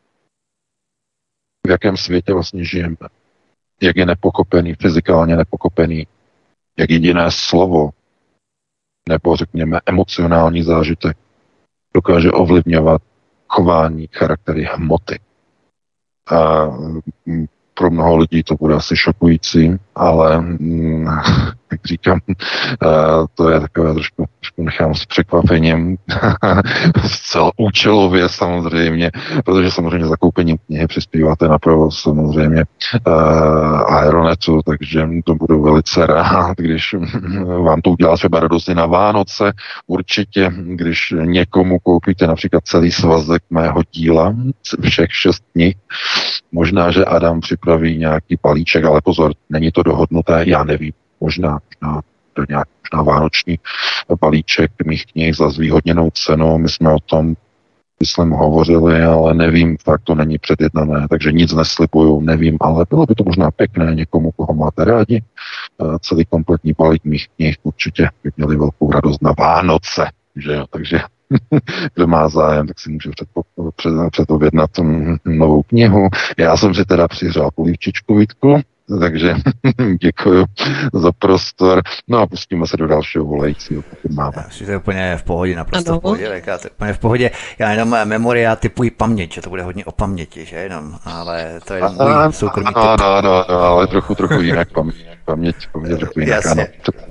v jakém světě vlastně žijeme. Jak je nepokopený, fyzikálně nepokopený, jak jediné slovo nebo řekněme emocionální zážitek dokáže ovlivňovat chování, charaktery, hmoty. A pro mnoho lidí to bude asi šokující, ale jak říkám, to je takové trošku nechám s překvapením, zcela účelově samozřejmě, protože samozřejmě zakoupením knihy přispíváte na provoz samozřejmě Aeronetu, takže to budu velice rád, když vám to udělá třeba radosti na Vánoce, určitě, když někomu koupíte například celý svazek mého díla, všech 6 knih, možná, že Adam připraví nějaký palíček, ale pozor, není to dohodnuté, já nevím, možná vánoční balíček mých knih za zvýhodněnou cenu. My jsme o tom, myslím, hovořili, ale nevím, fakt to není předjednané, takže nic neslibuju, nevím, ale bylo by to možná pěkné někomu, koho máte rádi. Celý kompletní balík mých knih určitě by měli velkou radost na Vánoce, že jo, takže Kdo má zájem, tak si může předobjednat novou knihu. Já jsem si teda přihřál polívčičku, Vítku, takže děkuji za prostor. No a pustíme se do dalšího volajícího, pokud máme. To je úplně v pohodě, naprosto v pohodě, to je úplně v pohodě. Já jenom memory, já typuji paměť, že to bude hodně o paměti, že jenom, ale to je můj soukromý typ. No, ale trochu jinak paměť trochu jinak, ano.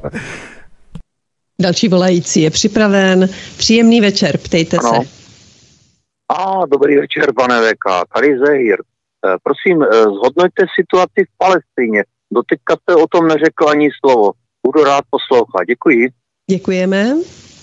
Další volající je připraven. Příjemný večer, ptejte se. Dobrý večer, pane VK. Tady Zahir. Prosím, zhodnoťte situaci v Palestině. Doteďka jste o tom neřekl ani slovo. Budu rád poslouchat. Děkuji. Děkujeme.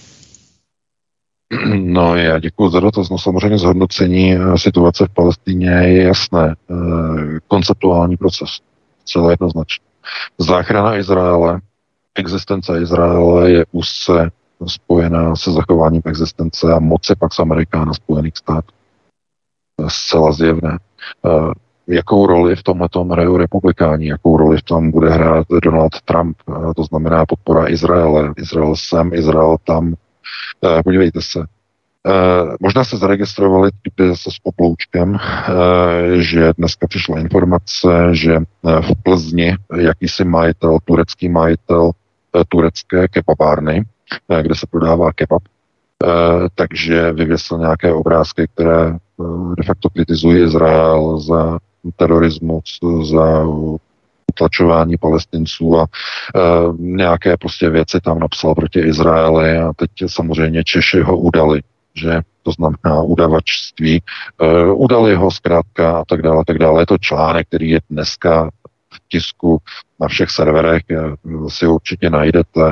No, já děkuji za dotaz. No, samozřejmě zhodnocení situace v Palestině je jasné. Konceptuální proces. Celé jednoznačně. Záchrana Izraele, existence Izraele je úzce spojená se zachováním existence a moci Pax Americana Spojených států. Zcela zjevné. Jakou roli v tomhletom hrajou republikáni, jakou roli v tom bude hrát Donald Trump, to znamená podpora Izraele. Izrael sem, Izrael tam. Podívejte se. Možná se zaregistrovali s obloučkem, že dneska přišla informace, že v Plzni jakýsi majitel, turecký majitel turecké kebabárny, kde se prodává kebab, takže vyvěsil nějaké obrázky, které de facto kritizují Izrael za terorismus, za utlačování Palestinců a nějaké prostě věci tam napsal proti Izraeli a teď samozřejmě Češi ho udali, že to znamená udavačství, udali ho zkrátka a tak dále, tak dále. Je to článek, který je dneska v tisku na všech serverech, si ho určitě najdete,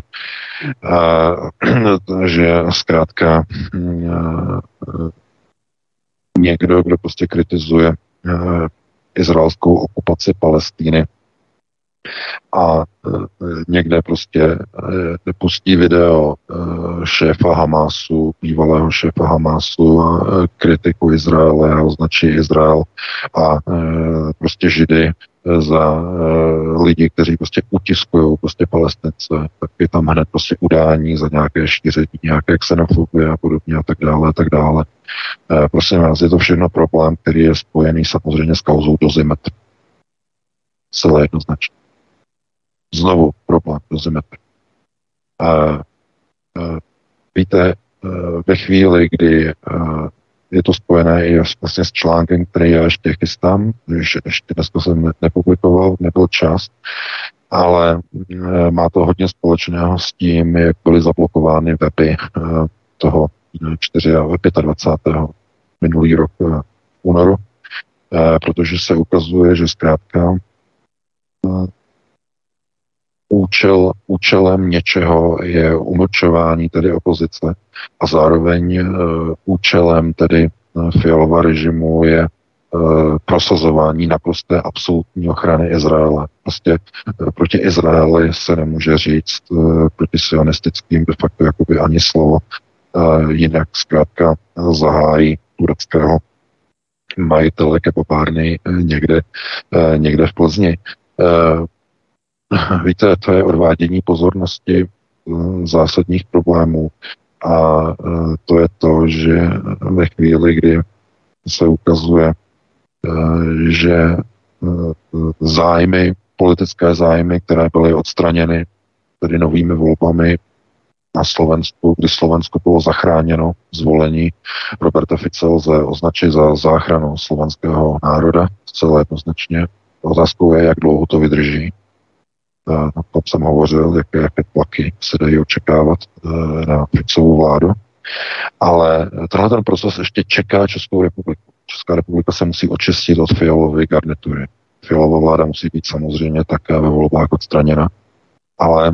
že zkrátka někdo, kdo prostě kritizuje izraelskou okupaci Palestiny a někde prostě pustí video šéfa Hamasu, bývalého šéfa Hamasu a kritiku Izraele a označí Izrael a prostě Židy za lidi, kteří prostě utiskují prostě Palestince, tak je tam hned prostě udání za nějaké šíření, nějaké xenofobie a podobně a tak dále, a tak dále. Prosím vás, je to všechno problém, který je spojený samozřejmě s kauzou Dozimetr. Celé jednoznačně. Znovu problém Dozimetr. Víte, ve chvíli, kdy je to spojené i vlastně s článkem, který já ještě chystám, ještě dneska jsem nepublikoval, nebyl čas, ale má to hodně společného s tím, jak byly zablokovány weby toho 25. minulý rok v únoru, protože se ukazuje, že zkrátka účelem něčeho je umlčování tedy opozice a zároveň účelem tedy Fialova režimu je prosazování naprosté absolutní ochrany Izraele. Prostě proti Izraeli se nemůže říct proti sionistickým de facto jakoby ani slovo, jinak zkrátka zahájí tureckého majitele kebabárny někde v Plzni. Víte, to je odvádění pozornosti zásadních problémů a to je to, že ve chvíli, kdy se ukazuje, že politické zájmy, které byly odstraněny tedy novými volbami na Slovensku, kdy Slovensko bylo zachráněno zvolení Roberta Fica lze označit za záchranu slovenského národa, zcela jednoznačně. Otázkou je, jak dlouho to vydrží. O tom jsem hovořil, jaké tlaky se dají očekávat na Ficovu vládu. Ale tenhle ten proces ještě čeká Českou republiku. Česká republika se musí očistit od Fialovy garnitury. Fialová vláda musí být samozřejmě také ve volbách odstraněna. Ale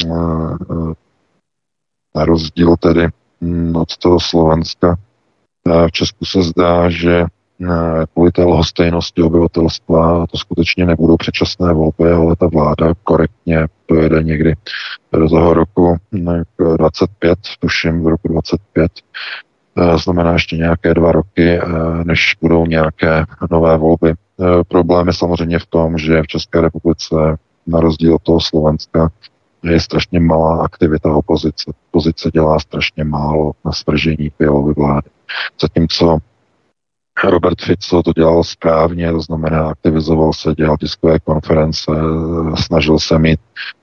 na rozdíl tedy od toho Slovenska v Česku se zdá, že kvůli té lhostejnosti obyvatelstva to skutečně nebudou předčasné volby, ale ta vláda korektně dojede někdy do toho roku 25, tuším v roku 25. Znamená ještě nějaké 2 roky, než budou nějaké nové volby. Problém je samozřejmě v tom, že v České republice, na rozdíl od toho Slovenska, je strašně malá aktivita opozice. Opozice dělá strašně málo na svržení Fialovy vlády. Zatímco Robert Fico to dělal správně, to znamená aktivizoval se, dělal tiskové konference, snažil se mít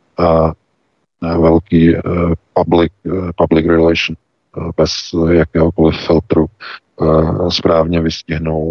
velký public relation bez jakéhokoliv filtru, správně vystihnul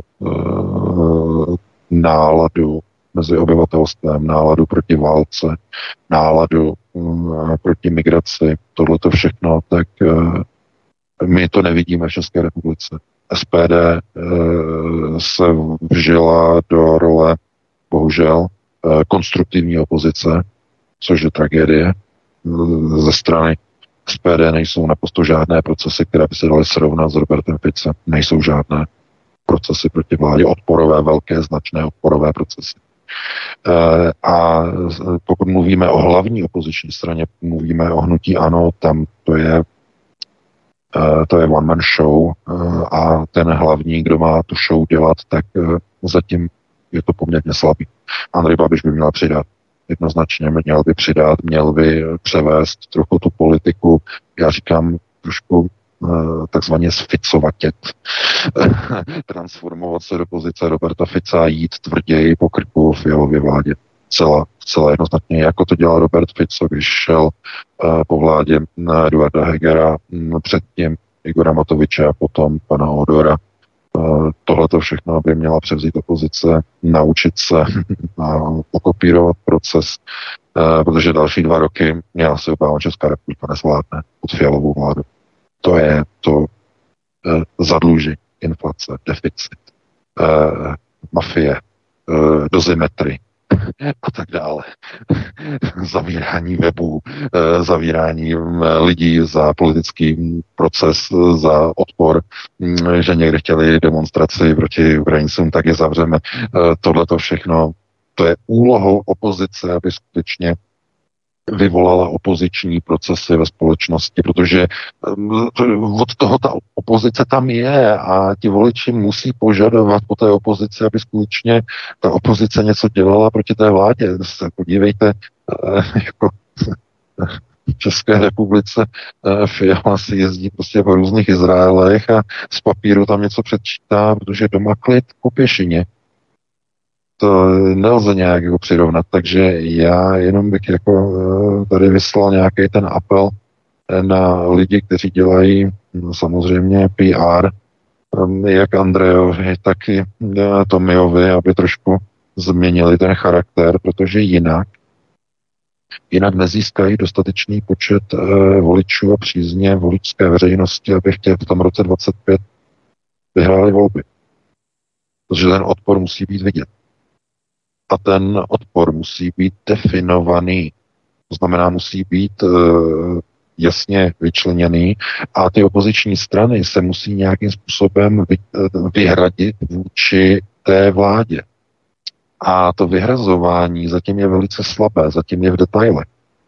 náladu mezi obyvatelstvem, náladu proti válce, náladu proti migraci, tohleto všechno, tak my to nevidíme v České republice. SPD se vžila do role, bohužel, konstruktivní opozice, což je tragédie. Ze strany SPD nejsou naprosto žádné procesy, které by se daly srovnat s Robertem Ficem. Nejsou žádné procesy proti vládě, odporové, velké, značné odporové procesy. A pokud mluvíme o hlavní opoziční straně, mluvíme o hnutí ANO, tam to je one-man show a ten hlavní, kdo má tu show dělat, tak zatím je to poměrně slabý. Andrej Babiš by měl přidat. Jednoznačně měl by přidat, měl by převést trochu tu politiku, já říkám trošku takzvaně sficovatět, transformovat se do pozice Roberta Fica a jít tvrději po krku Fialově vládě. Celá jednoznačně, jako to dělal Robert Fico, když šel po vládě Eduarda Hegera, předtím Igora Matoviče a potom pana Odora. Tohleto všechno by měla převzít opozice, naučit se a pokopírovat proces, protože další 2 roky, já se obávám, Česká republika nezvládne pod Fialovou vládu. To je to zadlužení, inflace, deficit, mafie, dozimetry a tak dále. Zavírání webů, zavírání lidí za politický proces, za odpor, že někde chtěli demonstraci proti Ukrajincům, tak je zavřeme. Tohleto všechno, to je úlohou opozice, aby skutečně vyvolala opoziční procesy ve společnosti, protože od toho ta opozice tam je a ti voliči musí požadovat po té opozici, aby skutečně ta opozice něco dělala proti té vládě. Podívejte, jako v České republice Fiala si jezdí prostě po různých Izraelech a z papíru tam něco předčítá, protože doma klid po pěšině. To nelze nějak jako přirovnat, takže já jenom bych jako tady vyslal nějaký ten apel na lidi, kteří dělají samozřejmě PR, jak Andrejovi, tak i Tomiovi, aby trošku změnili ten charakter, protože jinak nezískají dostatečný počet voličů a přízně voličské veřejnosti, aby chtěli v tom roce 25 vyhráli volby. Protože ten odpor musí být vidět. A ten odpor musí být definovaný. To znamená, musí být jasně vyčleněný a ty opoziční strany se musí nějakým způsobem vyhradit vůči té vládě. A to vyhrazování zatím je velice slabé, zatím je v detailech.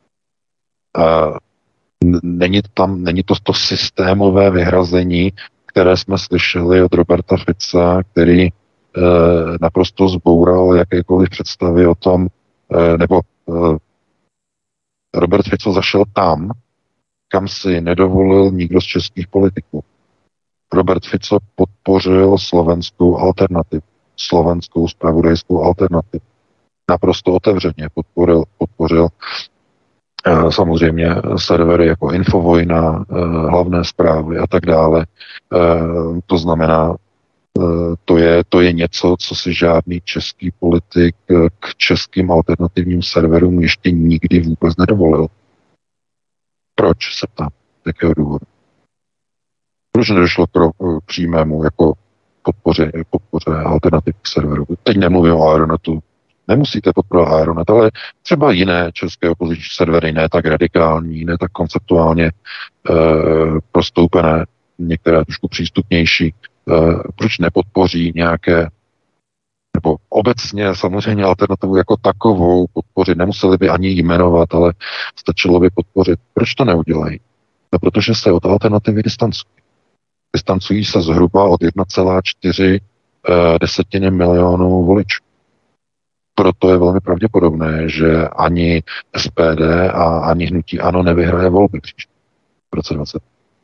Není to systémové vyhrazení, které jsme slyšeli od Roberta Fica, který naprosto zboural jakékoliv představy o tom, nebo Robert Fico zašel tam, kam si nedovolil nikdo z českých politiků. Robert Fico podpořil slovenskou alternativu, slovenskou zpravodajskou alternativu. Naprosto otevřeně podpořil samozřejmě servery jako Infovojna, hlavné zprávy a tak dále. To znamená, to je něco, co si žádný český politik k českým alternativním serverům ještě nikdy vůbec nedovolil. Proč se ptám? Z jakého důvodu? Proč nedošlo k přímému jako podpoře alternativních serverů? Teď nemluvím o Aeronetu. Nemusíte podporovat Aeronet, ale třeba jiné české opoziční servery, ne tak radikální, ne tak konceptuálně prostoupené, některé trošku přístupnější. Proč nepodpoří nějaké, nebo obecně samozřejmě alternativu jako takovou podpořit, nemuseli by ani jmenovat, ale stačilo by podpořit. Proč to neudělají? No, protože se od alternativy distancují. Distancují se zhruba od 1,4 milionu voličů. proto je velmi pravděpodobné, že ani SPD a ani hnutí ANO nevyhraje volby příští v roce 20.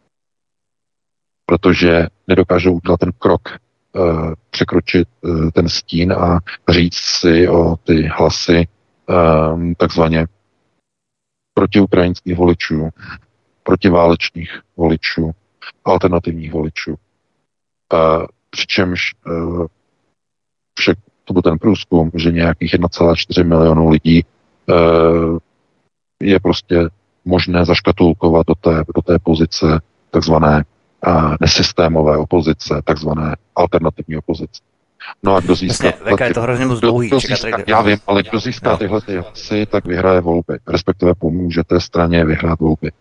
Protože nedokážou udělat ten krok, překročit ten stín a říct si o ty hlasy takzvaně protiukrajinských voličů, protiválečných voličů, alternativních voličů. Přičemž však to byl ten průzkum, že nějakých 1,4 milionu lidí je prostě možné zaškatulkovat do té pozice takzvané nesystémové opozice, takzvané alternativní opozice. No a kdo získá... Jasně, je to hrozně moc dlouhý. Já vím, ale kdo získá tyhle hlasy, tak vyhraje volby. Respektive pomůže té straně vyhrát volby.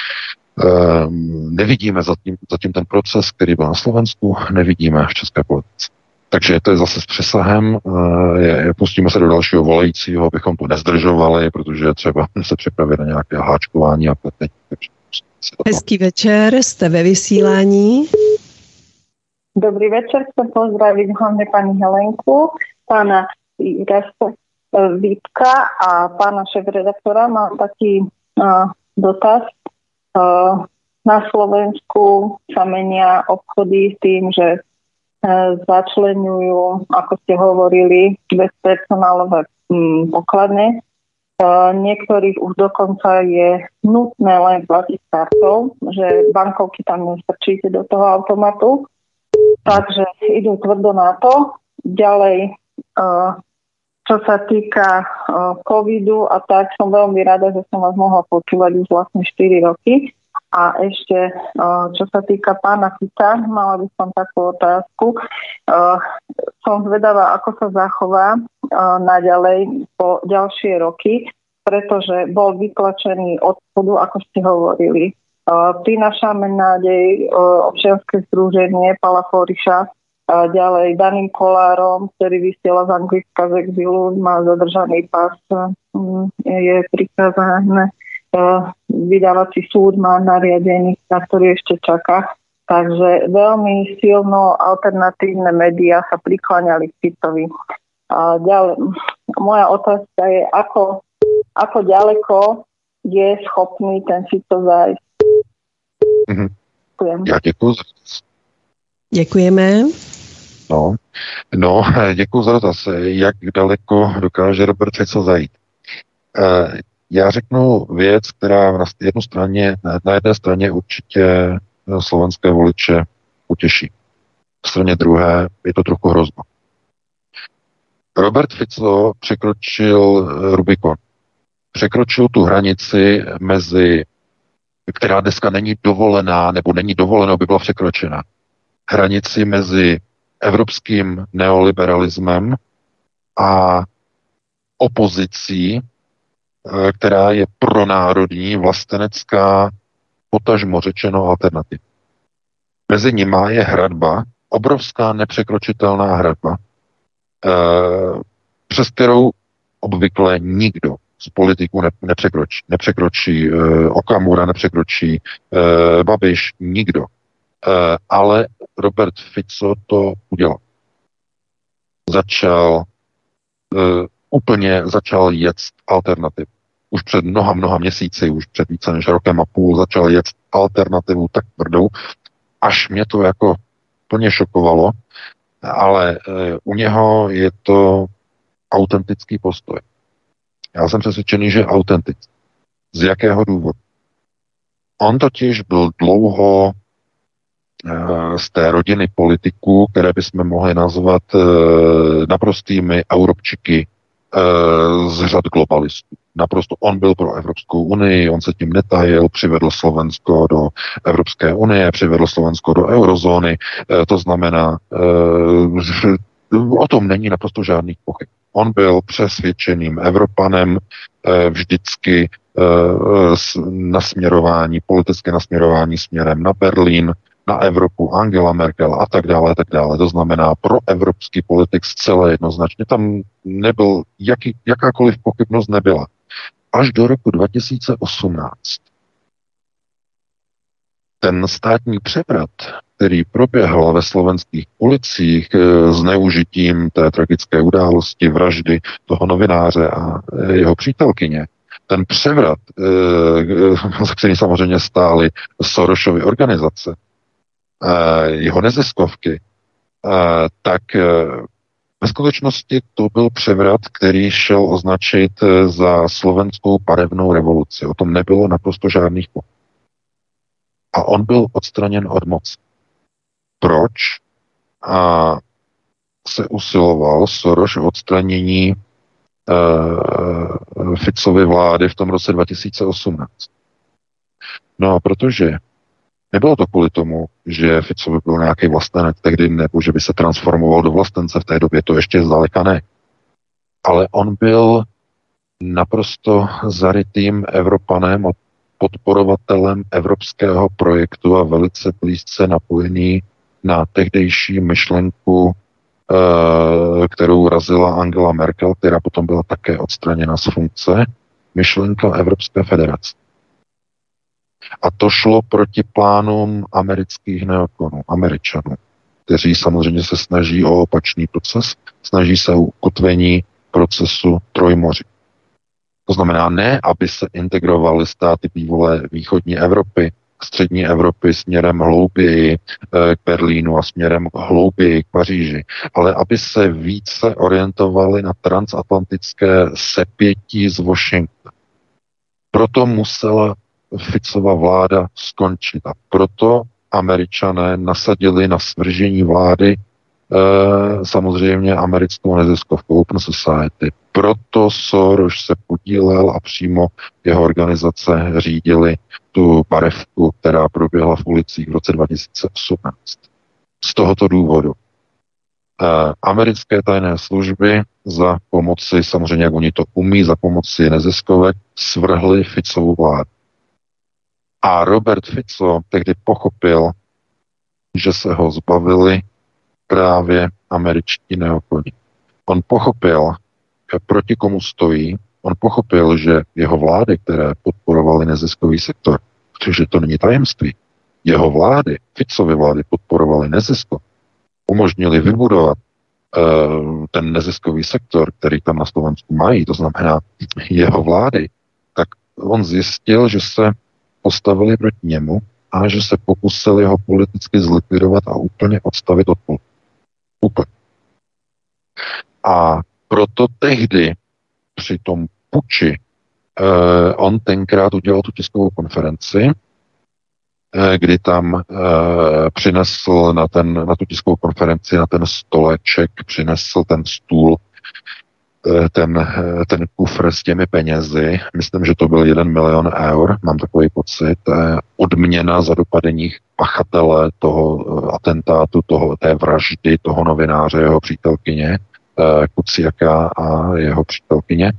Nevidíme zatím ten proces, který byl na Slovensku, nevidíme v české politice. Takže to je zase s přesahem, pustíme se do dalšího volajícího, abychom to nezdržovali, protože třeba se připravit na nějaké háčkování a pletení. Hezký večer, jste ve vysílání. Dobrý večer, chcem pozdraviť hlavne pani Helenku, pána Vítka a pána šéfredaktora. Mám taký dotaz. Na Slovensku sa menia obchody s tým, že začleňujú, ako ste hovorili, bezpersonálové pokladne. Niektorých už dokonca je nutné len platiť kartou, že bankovky tam nestrčíte do toho automatu. Takže idú tvrdo na to. Ďalej, čo sa týka covidu a tak, som veľmi rada, že som vás mohla počúvať už vlastne 4 roky. A ešte, čo sa týka pána Fica, mala by som takú otázku. Som zvedavá, ako sa zachová naďalej po ďalšie roky, pretože bol vytlačený od spodu, ako ste hovorili. Prinášame nádej občianske združenie Pala Foriša, ďalej Daným Kolárom, ktorý vysiela z Anglicka z exilu, má zadržaný pás, je prikázané. Vydávací súd má nariadení, na ktorý ešte čaká. Takže veľmi silno alternatívne médiá sa prikláňali k Ficovi. Ďalej, moja otázka je, ako ďaleko je schopný ten Fico zájsť. Já děkuji. Děkujeme. No, děkuji za dotaz. Jak daleko dokáže Robert Fico zajít? Já řeknu věc, která na jedné straně určitě slovenské voliče utěší. V straně druhé je to trochu hrozba. Robert Fico překročil Rubikon. Překročil tu hranici která dneska není dovolená, nebo není dovoleno, by byla překročena. Hranici mezi evropským neoliberalismem a opozicí, která je pronárodní, vlastenecká, potažmo řečeno alternativa. Mezi nimi je hradba, obrovská nepřekročitelná hradba, přes kterou obvykle nikdo z politiků nepřekročí Okamura, nepřekročí Babiš, nikdo. Ale Robert Fico to udělal. Začal jet alternativu. Už před mnoha měsíci, už před více než rokem a půl začal jet alternativu tak tvrdou, až mě to jako plně šokovalo, ale u něho je to autentický postoj. Já jsem přesvědčený, že autentický. Z jakého důvodu? On totiž byl dlouho z té rodiny politiků, které bychom mohli nazvat naprostými Europčiky z řad globalistů. Naprosto on byl pro Evropskou unii, on se tím netajil, přivedl Slovensko do Evropské unie, přivedl Slovensko do eurozóny, to znamená, o tom není naprosto žádných pochyb. On byl přesvědčeným Evropanem, vždycky politické nasměrování směrem na Berlín, na Evropu, Angela Merkel a tak dále, tak dále. To znamená pro evropský politik zcela jednoznačně. Tam nebyl, jakákoliv pochybnost nebyla. Až do roku 2018 ten státní převrat který proběhl ve slovenských ulicích zneužitím té tragické události, vraždy toho novináře a jeho přítelkyně, ten převrat, za který samozřejmě stály Sorosovy organizace, jeho neziskovky, tak ve skutečnosti to byl převrat, který šel označit za slovenskou barevnou revoluci. O tom nebylo naprosto žádných pochybů. A on byl odstraněn od moci. Proč? A se usiloval Soros o odstranění Ficovy vlády v tom roce 2018. No a protože nebylo to kvůli tomu, že Fico by byl nějaký vlastenec tehdy, nebo že by se transformoval do vlastence v té době, to ještě zdaleka ne. Ale on byl naprosto zarytým Evropanem a podporovatelem evropského projektu a velice blízce napojený na tehdejší myšlenku, kterou razila Angela Merkel, která potom byla také odstraněna z funkce, myšlenka Evropské federace. A to šlo proti plánům amerických neokonů, Američanů, kteří samozřejmě se snaží o opačný proces, snaží se o ukotvení procesu Trojmoří. To znamená ne, aby se integrovaly státy bývalé východní Evropy, střední Evropy směrem hlouběji k Berlínu a směrem hlouběji k Paříži, ale aby se více orientovali na transatlantické sepětí z Washingtonu. Proto musela Ficova vláda skončit a proto Američané nasadili na svržení vlády samozřejmě americkou neziskovku Open Society. Proto Soros se podílel a přímo jeho organizace řídili tu barevku, která proběhla v ulicích v roce 2018. Z tohoto důvodu americké tajné služby za pomoci, samozřejmě jak oni to umí, za pomoci neziskovek, svrhli Ficovu vládu. A Robert Fico tehdy pochopil, že se ho zbavili právě američtí neokoni. On pochopil, proti komu stojí, on pochopil, že jeho vlády, které podporovaly neziskový sektor, protože to není tajemství, jeho vlády, Ficovy vlády podporovaly neziskov, umožnili vybudovat ten neziskový sektor, který tam na Slovensku mají, to znamená jeho vlády, tak on zjistil, že se postavili proti němu a že se pokusili ho politicky zlikvidovat a úplně odstavit od politiky. Úplně. A proto tehdy při tom puči on tenkrát udělal tu tiskovou konferenci, kdy tam přinesl na tu tiskovou konferenci, na ten stoleček, přinesl ten stůl, ten kufr s těmi penězi, myslím, že to byl 1 milion eur, mám takový pocit, odměna za dopadení pachatele toho atentátu, té vraždy, toho novináře, jeho přítelkyně, Kuciaka a jeho přítelkyně.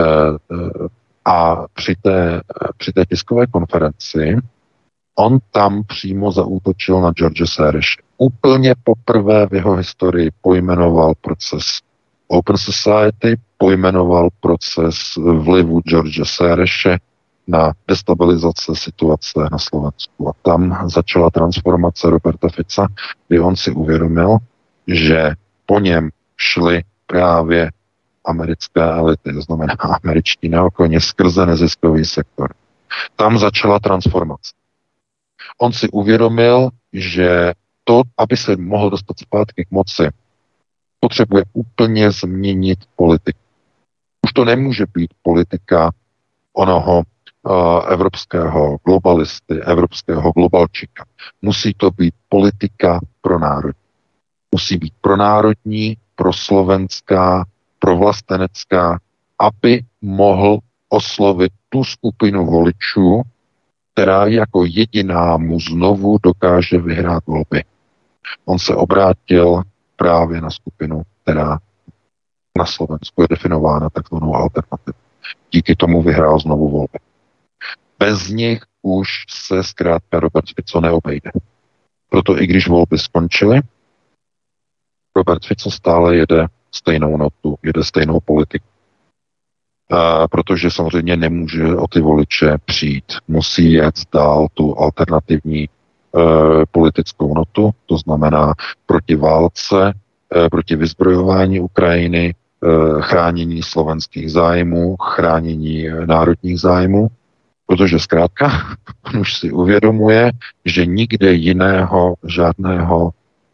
A při té tiskové konferenci on tam přímo zaútočil na George Soreše. Úplně poprvé v jeho historii pojmenoval proces Open Society, pojmenoval proces vlivu George Soreše na destabilizace situace na Slovensku. A tam začala transformace Roberta Fica, kdy on si uvědomil, že po něm šly právě americké elity, to znamená američtí neokoně skrze neziskový sektor. Tam začala transformace. On si uvědomil, že to, aby se mohl dostat zpátky k moci, potřebuje úplně změnit politiku. Už to nemůže být politika onoho evropského globalisty, evropského globalčika. Musí to být politika pro národ. Musí být pronárodní, proslovenská, provlastenecká, aby mohl oslovit tu skupinu voličů, která jako jediná mu znovu dokáže vyhrát volby. On se obrátil právě na skupinu, která na Slovensku je definována takzvanou alternativou. Díky tomu vyhrál znovu volby. Bez nich už se zkrátka Robert Fico neobejde. Proto i když volby skončily, Robert Fico stále jede stejnou notu, jede stejnou politiku. Protože samozřejmě nemůže o ty voliče přijít. Musí jet dál tu alternativní politickou notu, to znamená proti válce, proti vyzbrojování Ukrajiny, chránění slovenských zájmů, chránění národních zájmů, protože zkrátka on už si uvědomuje, že nikde jiného žádného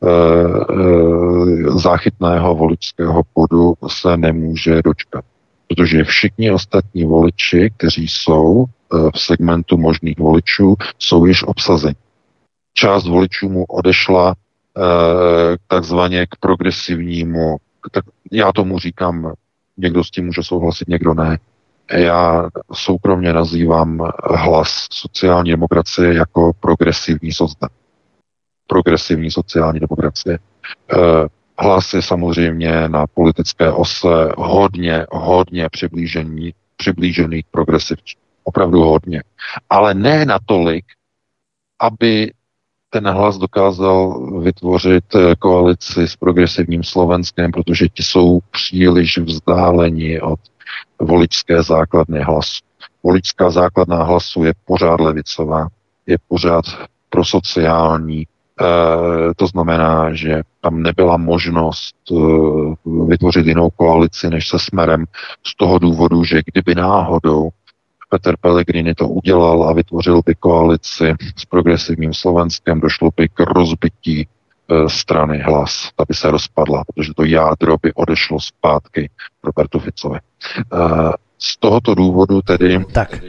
záchytného voličského bodu se nemůže dočkat. Protože všichni ostatní voliči, kteří jsou v segmentu možných voličů, jsou již obsazeni. Část voličů mu odešla takzvaně k progresivnímu, tak já tomu říkám, někdo s tím může souhlasit, někdo ne. Já soukromně nazývám Hlas sociální demokracie jako progresivní socdem. Progresivní sociální demokracie. Hlas je samozřejmě na politické ose hodně přiblížený k progresivcům. Opravdu hodně. Ale ne natolik, aby ten Hlas dokázal vytvořit koalici s progresivním Slovenskem, protože ti jsou příliš vzdáleni od voličské základny Hlasu. Voličská základna Hlasu je pořád levicová, je pořád prosociální, to znamená, že tam nebyla možnost vytvořit jinou koalici než se Smerem z toho důvodu, že kdyby náhodou Peter Pellegrini to udělal a vytvořil by koalici s progresivním Slovenskem, došlo by k rozbití strany Hlas, ta by se rozpadla, protože to jádro by odešlo zpátky Robertu Ficovi. Z tohoto důvodu tedy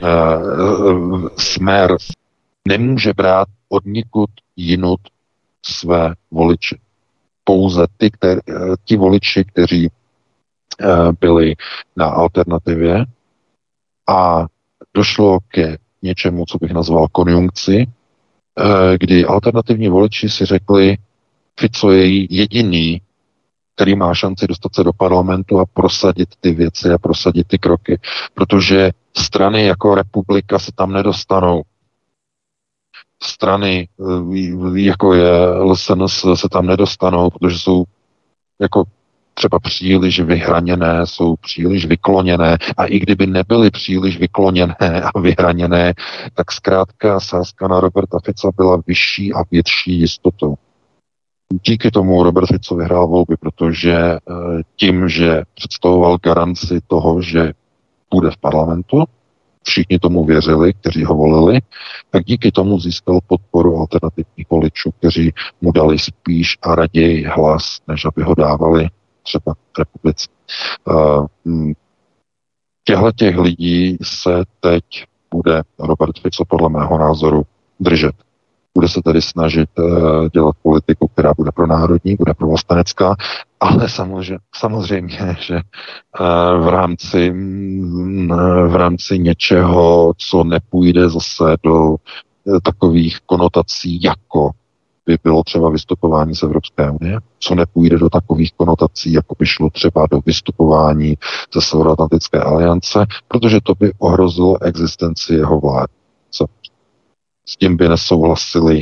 Smer nemůže brát od nikud jinut své voliče. Pouze ti voliči, kteří byli na alternativě a došlo ke něčemu, co bych nazval konjunkci, kdy alternativní voliči si řekli, Fico je jediný, který má šanci dostat se do parlamentu a prosadit ty věci a prosadit ty kroky, protože strany jako Republika se tam nedostanou. Strany, jako je LSNS, se tam nedostanou, protože jsou jako třeba příliš vyhraněné, jsou příliš vykloněné a i kdyby nebyly příliš vykloněné a vyhraněné, tak zkrátka sázka na Roberta Fica byla vyšší a větší jistotou. Díky tomu Robert Fico vyhrál volby, protože tím, že představoval garanci toho, že bude v parlamentu, všichni tomu věřili, kteří ho volili, tak díky tomu získal podporu alternativních voličů, kteří mu dali spíš a raději hlas, než aby ho dávali třeba Republice. Těch lidí se teď bude Robert Fico podle mého názoru držet. Bude se tedy snažit dělat politiku, která bude pro národní, bude pro vlastenecká, ale samozřejmě, že v rámci něčeho, co nepůjde zase do takových konotací, jako by bylo třeba vystupování z Evropské unie, co nepůjde do takových konotací, jako by šlo třeba do vystupování ze Severoatlantické aliance, protože to by ohrozilo existenci jeho vlády. S tím by nesouhlasili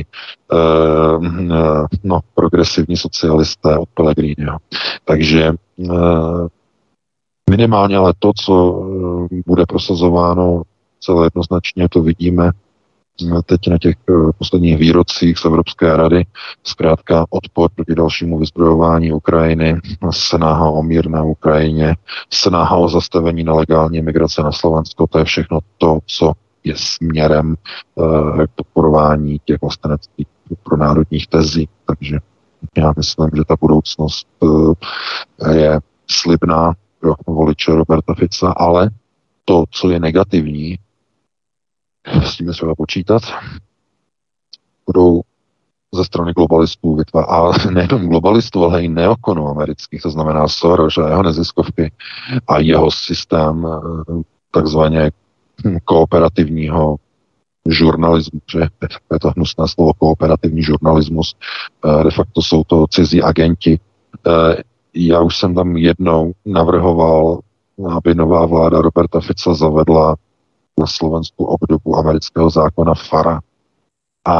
progresivní socialisté od Pellegriniho. Takže minimálně ale to, co bude prosazováno celé jednoznačně, to vidíme teď na těch posledních výrocích z Evropské rady, zkrátka odpor proti dalšímu vyzbrojování Ukrajiny, snaha o mír na Ukrajině, snaha o zastavení nelegální migrace na Slovensko, to je všechno to, co je směrem k podporování těch vlasteneckých pronárodních tezí. Takže já myslím, že ta budoucnost je slibná pro voliče Roberta Fica, ale to, co je negativní, s tím je třeba počítat, budou ze strany globalistů a nejenom globalistů, ale i neokonů amerických, to znamená Soros a jeho neziskovky a jeho systém takzvaně kooperativního žurnalismu, že je to hnusné slovo kooperativní žurnalismus, de facto jsou to cizí agenti. Já už jsem tam jednou navrhoval, aby nová vláda Roberta Fica zavedla na Slovensku obdobu amerického zákona FARA. A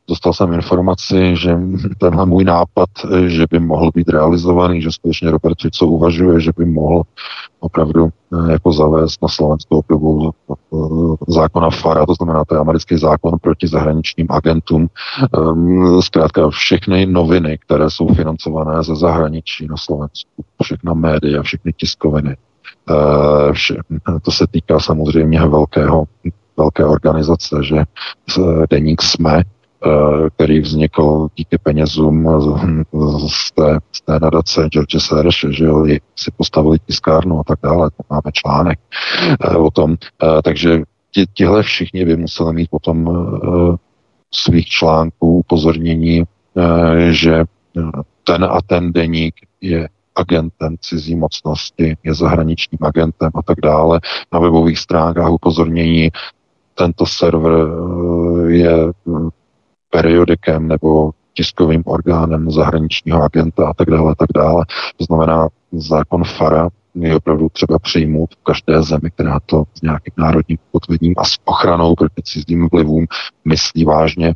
dostal jsem informaci, že tenhle můj nápad, že by mohl být realizovaný, že skutečně Robert Fico uvažuje, že by mohl opravdu jako zavést na Slovensku obdobu zákona FARA, to znamená, to je americký zákon proti zahraničním agentům. Zkrátka všechny noviny, které jsou financované ze zahraničí na Slovensku, všechna média, všechny tiskoviny, to se týká samozřejmě velké organizace, že deník SME, který vznikl díky penězům z té nadace George Soros, že jo, si postavili tiskárnu a tak dále, máme článek o tom. Takže tihle všichni by museli mít potom svých článků upozornění, že ten a ten deník je agentem cizí mocnosti, je zahraničním agentem a tak dále. Na webových stránkách upozornění, tento server je periodikem nebo tiskovým orgánem zahraničního agenta a tak dále, tak dále. To znamená, zákon FARA je opravdu třeba přijmout v každé zemi, která to s nějakým národním ukotvením a s ochranou proti cizím vlivům myslí vážně.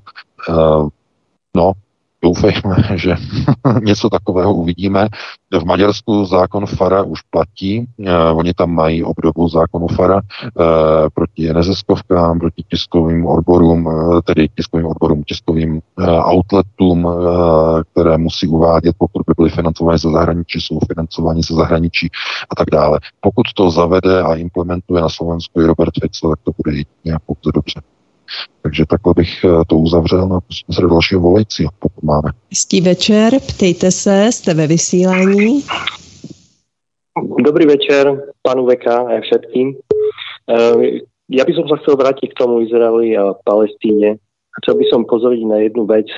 Doufejme, že něco takového uvidíme. V Maďarsku zákon FARA už platí. Oni tam mají obdobu zákonu FARA proti neziskovkám, proti tiskovým odborům, tiskovým outletům, které musí uvádět, pokud by byly financovány ze zahraničí, jsou financováni ze zahraničí a tak dále. Pokud to zavede a implementuje na Slovensku i Robert Fico, tak to bude jedině pouze dobře. Takže takhle bych to uzavřel a pustíme se do dalšího volajícího, pokud máme. Hezký večer, ptejte se, jste ve vysílání. Dobrý večer, pánu VK a všetkým. Ja by som sa chcel vrátiť k tomu Izraeli a Palestíne. Chcel by som pozrieť na jednu vec.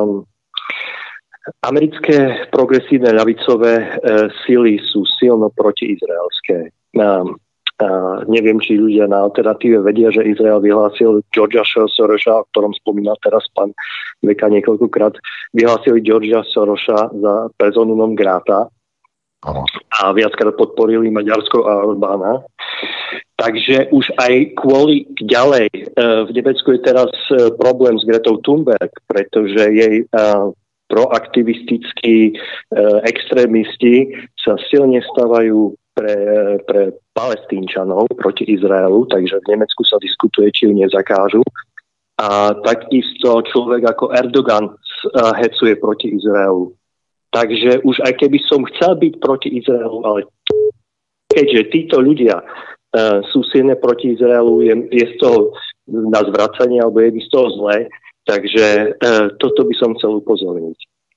Americké progresívne ľavicové sily sú silno protiizraelské. Neviem, či ľudia na alternatíve vedia, že Izrael vyhlásil Georgea Sorosa, o ktorom spomínal teraz pán Veka niekoľkokrát, vyhlásili Georgea Sorosa za personu non grata a viackrát podporili Maďarsko a Orbána. Takže už aj kvôli ďalej v Nemecku je teraz problém s Gretou Thunberg, pretože jej proaktivistickí extrémisti sa silne stavajú pre Palestínčanov proti Izraelu, takže v Nemecku sa diskutuje, či ju nezakážu. A takisto človek ako Erdogan hecuje proti Izraelu. Takže už aj keby som chcel byť proti Izraelu, ale keďže títo ľudia sú silne proti Izraelu, je z toho na zvracanie, alebo je z toho zlé, takže toto by som chcel upozorniť.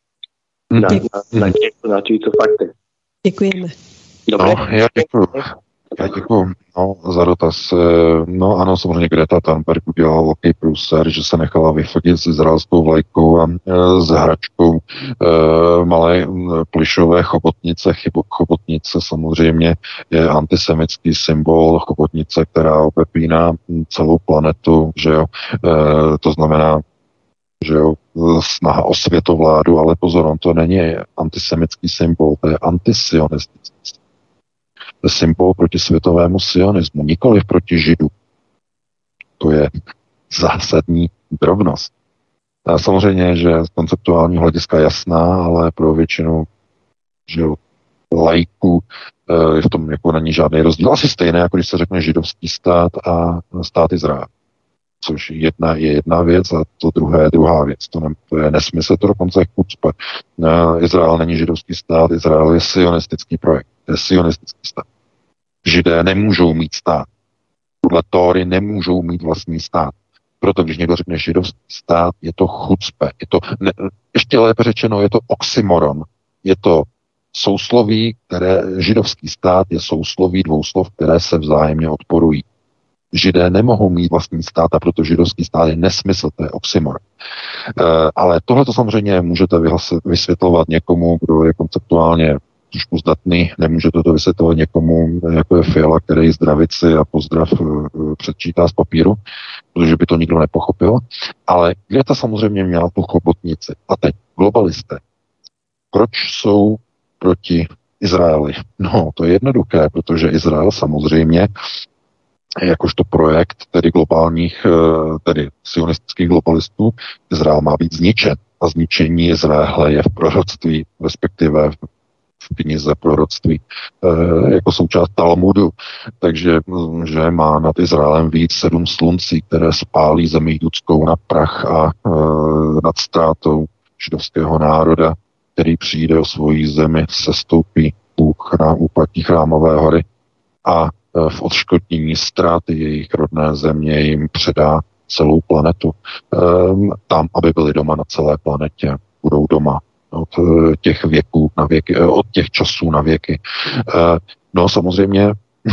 Na tieto fakty. Děkujeme. Dobre. No, já děkuju za dotaz. No ano, samozřejmě Greta Thunberg udělala velký průser, že se nechala vyfotit s izraelskou vlajkou a s hračkou malé plišové chobotnice. Chobotnice samozřejmě je antisemický symbol, chobotnice, která opepíná celou planetu, že jo. To znamená, že jo, snaha o světovládu, ale pozor, on to není antisemický symbol, to je antisionistický symbol. To je symbol proti světovému sionismu, nikoliv proti Židu. To je zásadní drobnost. A samozřejmě, že z konceptuálního hlediska jasná, ale pro většinu, že jo, laiků v tom jako není žádný rozdíl. Asi stejné, jako když se řekne židovský stát a stát Izrael. Což je jedna věc a to druhé je druhá věc. To je nesmysl, to dokonce je chucpe. Izrael není židovský stát, Izrael je sionistický projekt. To je sionistický stát. Židé nemůžou mít stát. Podle Tóry nemůžou mít vlastní stát. Proto, když někdo řekne židovský stát, je to chucpe. Ještě lépe řečeno, je to oxymoron. Je to sousloví, židovský stát je sousloví dvou slov, které se vzájemně odporují. Židé nemohou mít vlastní stát a proto židovský stát je nesmysl, to je oxymor. Ale tohle to samozřejmě můžete vysvětlovat někomu, kdo je konceptuálně trošku zdatný, nemůžete to vysvětlovat někomu, jako je Fiala, který zdravici a pozdrav předčítá z papíru, protože by to nikdo nepochopil. Ale Greta samozřejmě měla tu chobotnici. A teď globalisté. Proč jsou proti Izraeli? No, to je jednoduché, protože Izrael samozřejmě jakožto projekt tedy globálních, tedy sionistických globalistů, Izrael má být zničen. A zničení Izraele je v proroctví, respektive v knize proroctví, jako součást Talmudu. Takže že má nad Izraelem víc 7 sluncí, které spálí zemi judskou na prach a nad ztrátou židovského národa, který přijde o svoji zemi, sestoupí na úpatí Chrámové hory a v odškodnění ztráty jejich rodné země jim předá celou planetu. Tam, aby byli doma na celé planetě, budou doma od těch věků na věky, od těch časů na věky. No samozřejmě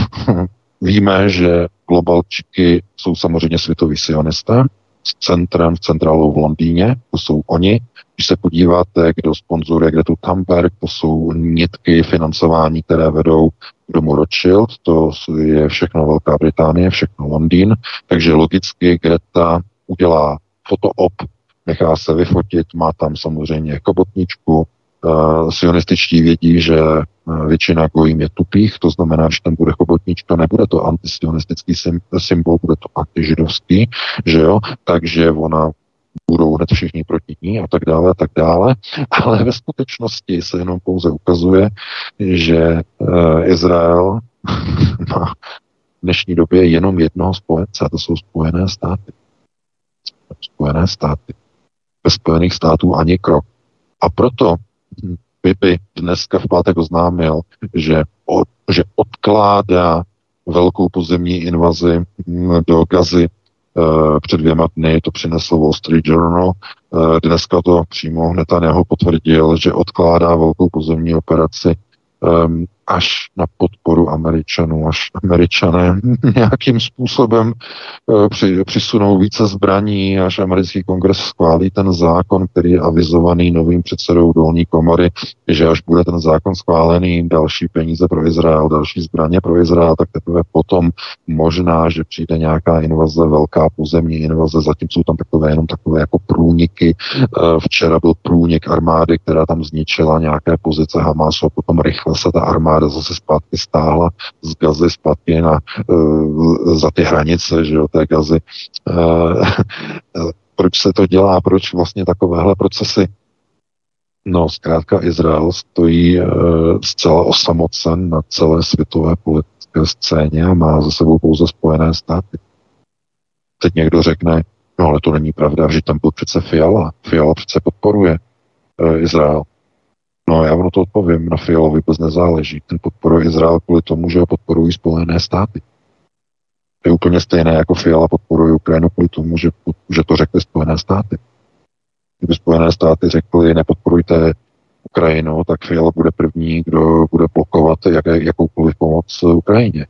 víme, že globalčiky jsou samozřejmě světoví sionisté s centrem, centrálou v Londýně, to jsou oni. Když se podíváte, kdo sponzoruje Gretu Thunberg, to jsou nitky financování, které vedou k domu Rothschild, to je všechno Velká Británie, všechno Londýn, takže logicky Greta udělá fotoop, nechá se vyfotit, má tam samozřejmě chobotničku, sionističtí vědí, že většina gojím je tupých, to znamená, že tam bude chobotnička, nebude to antisionistický symbol, bude to antižidovský, že jo, takže ona budou hned všichni proti ní a tak dále, ale ve skutečnosti se jenom pouze ukazuje, že Izrael má v dnešní době jenom jednoho spojence, a to jsou Spojené státy. Spojené státy. Bez Spojených států ani krok. A proto Bibi dneska v pátek oznámil, že odkládá velkou pozemní invazi do Gazy. Před 2 dny to přinesl Wall Street Journal. Dneska to přímo Netanyahu potvrdil, že odkládá velkou pozemní operaci až na podporu Američanů, až Američané nějakým způsobem přisunou více zbraní, až americký kongres schválí ten zákon, který je avizovaný novým předsedou dolní komory, že až bude ten zákon schválený, další peníze pro Izrael, další zbraně pro Izrael, tak teprve potom možná, že přijde nějaká invaze, velká pozemní invaze, zatím jsou tam jenom takové jako průniky. Včera byl průnik armády, která tam zničila nějaké pozice Hamasu a potom rychle se ta armáda zase zpátky stáhla z Gazy zpátky za ty hranice, že jo, té Gazy. Proč se to dělá? Proč vlastně takovéhle procesy? No, zkrátka Izrael stojí zcela osamocen na celé světové politické scéně a má za sebou pouze Spojené státy. Teď někdo řekne, no ale to není pravda, že tam byl přece Fiala. Fiala přece podporuje Izrael. No, já vám to odpovím, na Fialovi vůbec nezáleží. Ten podporuje Izrael kvůli tomu, že ho podporují Spojené státy. To je úplně stejné, jako Fiala podporuje Ukrajinu kvůli tomu, že to řekly Spojené státy. Kdyby Spojené státy řekly, nepodporujte Ukrajinu, tak Fiala bude první, kdo bude blokovat jakoukoliv pomoc Ukrajině.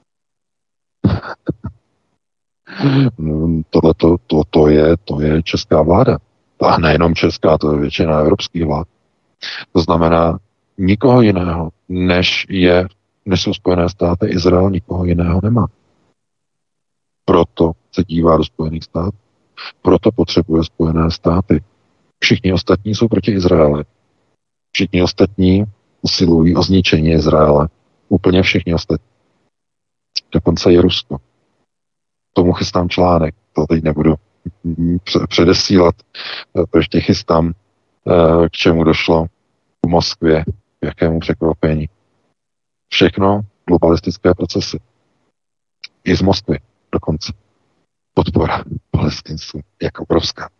To je česká vláda. A nejenom česká, to je většina evropských vlád. To znamená, nikoho jiného, než jsou Spojené státy, Izrael nikoho jiného nemá. Proto se dívá do Spojených států. Proto potřebuje Spojené státy. Všichni ostatní jsou proti Izraeli. Všichni ostatní usilují o zničení Izraele. Úplně všichni ostatní. Dokonce i Rusko. Tomu chystám článek. To teď nebudu předesílat. To ještě chystám, k čemu došlo v Moskvě, k jakému překvapení. Všechno globalistické procesy. I z Moskvy dokonce. Podpora Palestinců jak obrovská.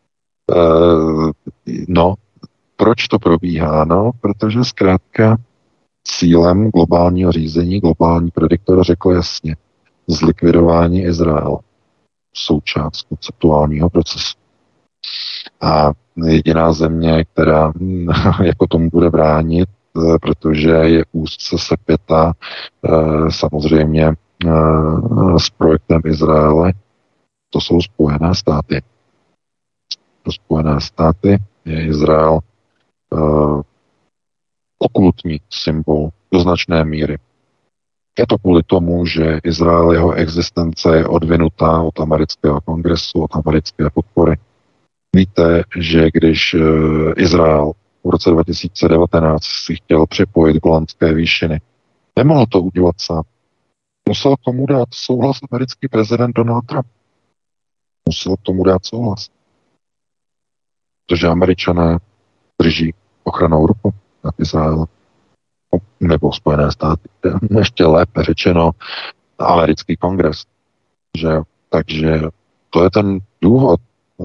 No, proč to probíhá? No, protože zkrátka cílem globálního řízení, globální prediktor řekl jasně, zlikvidování Izraele. Součást konceptuálního procesu. A jediná země, která jako tomu bude bránit, protože je úzce sepěta samozřejmě s projektem Izraele, to jsou Spojené státy. Pro Spojené státy je Izrael okultní symbol do značné míry. Je to kvůli tomu, že Izrael, jeho existence je odvinutá od amerického kongresu, od americké podpory. Víte, že když Izrael v roce 2019 si chtěl připojit Golanské výšiny, nemohl to udělat sám. Musel k tomu dát souhlas americký prezident Donald Trump. Musel k tomu dát souhlas. Protože Američané drží ochranou ruku nad Izraelem. Nebo Spojené státy. Ještě lépe řečeno americký kongres. Takže to je ten důvod.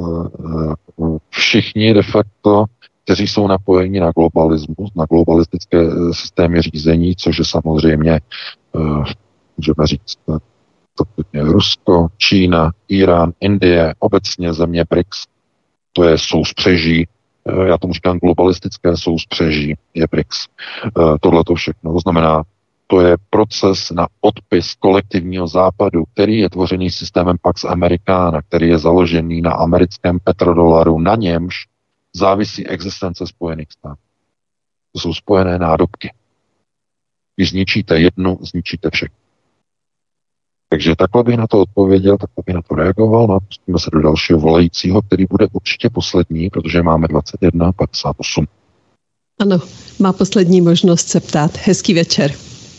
Všichni de facto, kteří jsou napojeni na globalismus, na globalistické systémy řízení, což je samozřejmě, můžeme říct, Rusko, Čína, Irán, Indie, obecně země BRICS, to je souspřeží, já tomu říkám globalistické souspřeží, je BRICS. Tohle to všechno, to znamená, to je proces na odpis kolektivního západu, který je tvořený systémem Pax Americana, který je založený na americkém petrodolaru, na němž závisí existence Spojených států. To jsou spojené nádobky. Když zničíte jednu, zničíte všechno. Takže takhle bych na to odpověděl, takhle bych na to reagoval. No a pustíme se do dalšího volajícího, který bude určitě poslední, protože máme 21:58. Ano, má poslední možnost se ptát. Hezký večer.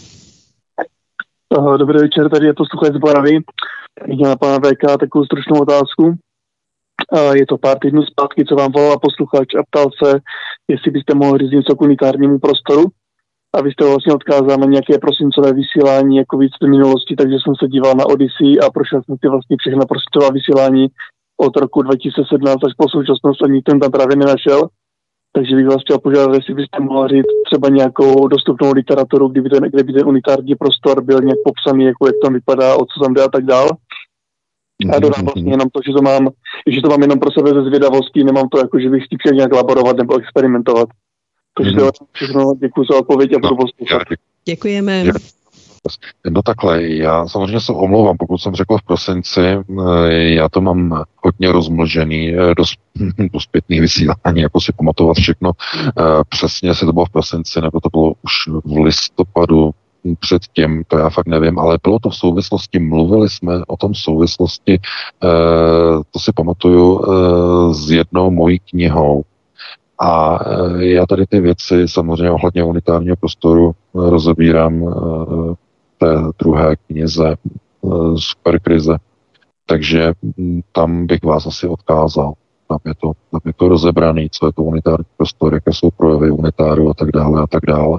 Dobrý večer, tady je posluchač z Boravy. Měl na pana VK takovou stručnou otázku. Je to pár týdnů zpátky, co vám volal posluchač a ptal se, jestli byste mohli říct něco k unitárnímu prostoru. A vy jste vlastně odkázal na nějaké prosincové vysílání jako víc v minulosti, takže jsem se díval na Odyssey a prošel jsem si vlastně všechna prosincová vysílání od roku 2017 až po současnost, ani ten tam právě nenašel. Takže bych vás chtěl požádat, jestli byste mohla říct třeba nějakou dostupnou literaturu, kde by ten unitární prostor byl nějak popsaný, jako jak tam vypadá, o co tam jde a tak dál. A dodám vlastně jenom to, že to mám jenom pro sebe ze zvědavosti, nemám to jako, že bych chtěl nějak laborovat nebo experimentovat. Takže to je všechno, děkuji za odpověď a budu poslouchat. Děkujeme. No takhle, já samozřejmě se omlouvám, pokud jsem řekl v prosinci, já to mám hodně rozmlžený do zpětných vysílání, jako si pamatovat všechno. Přesně, jestli to bylo v prosinci, nebo to bylo už v listopadu předtím, to já fakt nevím, ale bylo to v souvislosti, mluvili jsme o tom v souvislosti, to si pamatuju s jednou mojí knihou. A já tady ty věci samozřejmě ohledně unitárního prostoru rozebírám v té druhé knize Superkrize. Takže tam bych vás asi odkázal. Tam je to rozebraný, co je to unitární prostor, jaké jsou projevy unitáru a tak dále a tak dále.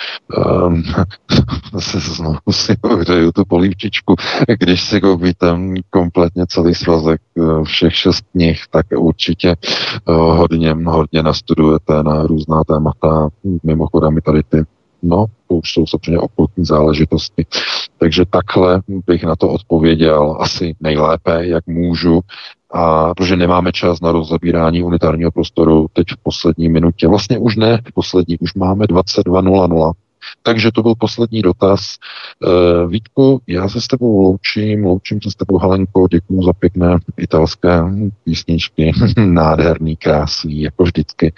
Znovu si ohřeju tu polívčičku. Když si koupíte kompletně celý svazek všech 6 knih, tak určitě hodně nastudujete na různá témata. Mimochodem i tady ty, to už jsou samozřejmě okultní záležitosti. Takže takhle bych na to odpověděl asi nejlépe, jak můžu. A protože nemáme čas na rozebírání unitárního prostoru teď v poslední minutě. Vlastně už ne, už máme 22:00. Takže to byl poslední dotaz. Vítku, já se s tebou loučím se s tebou, Helenko, děkuju za pěkné italské písničky, nádherný, krásný, jako vždycky.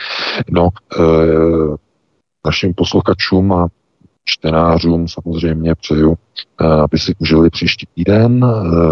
Našim posluchačům a čtenářům samozřejmě přeju, aby si užili příští týden,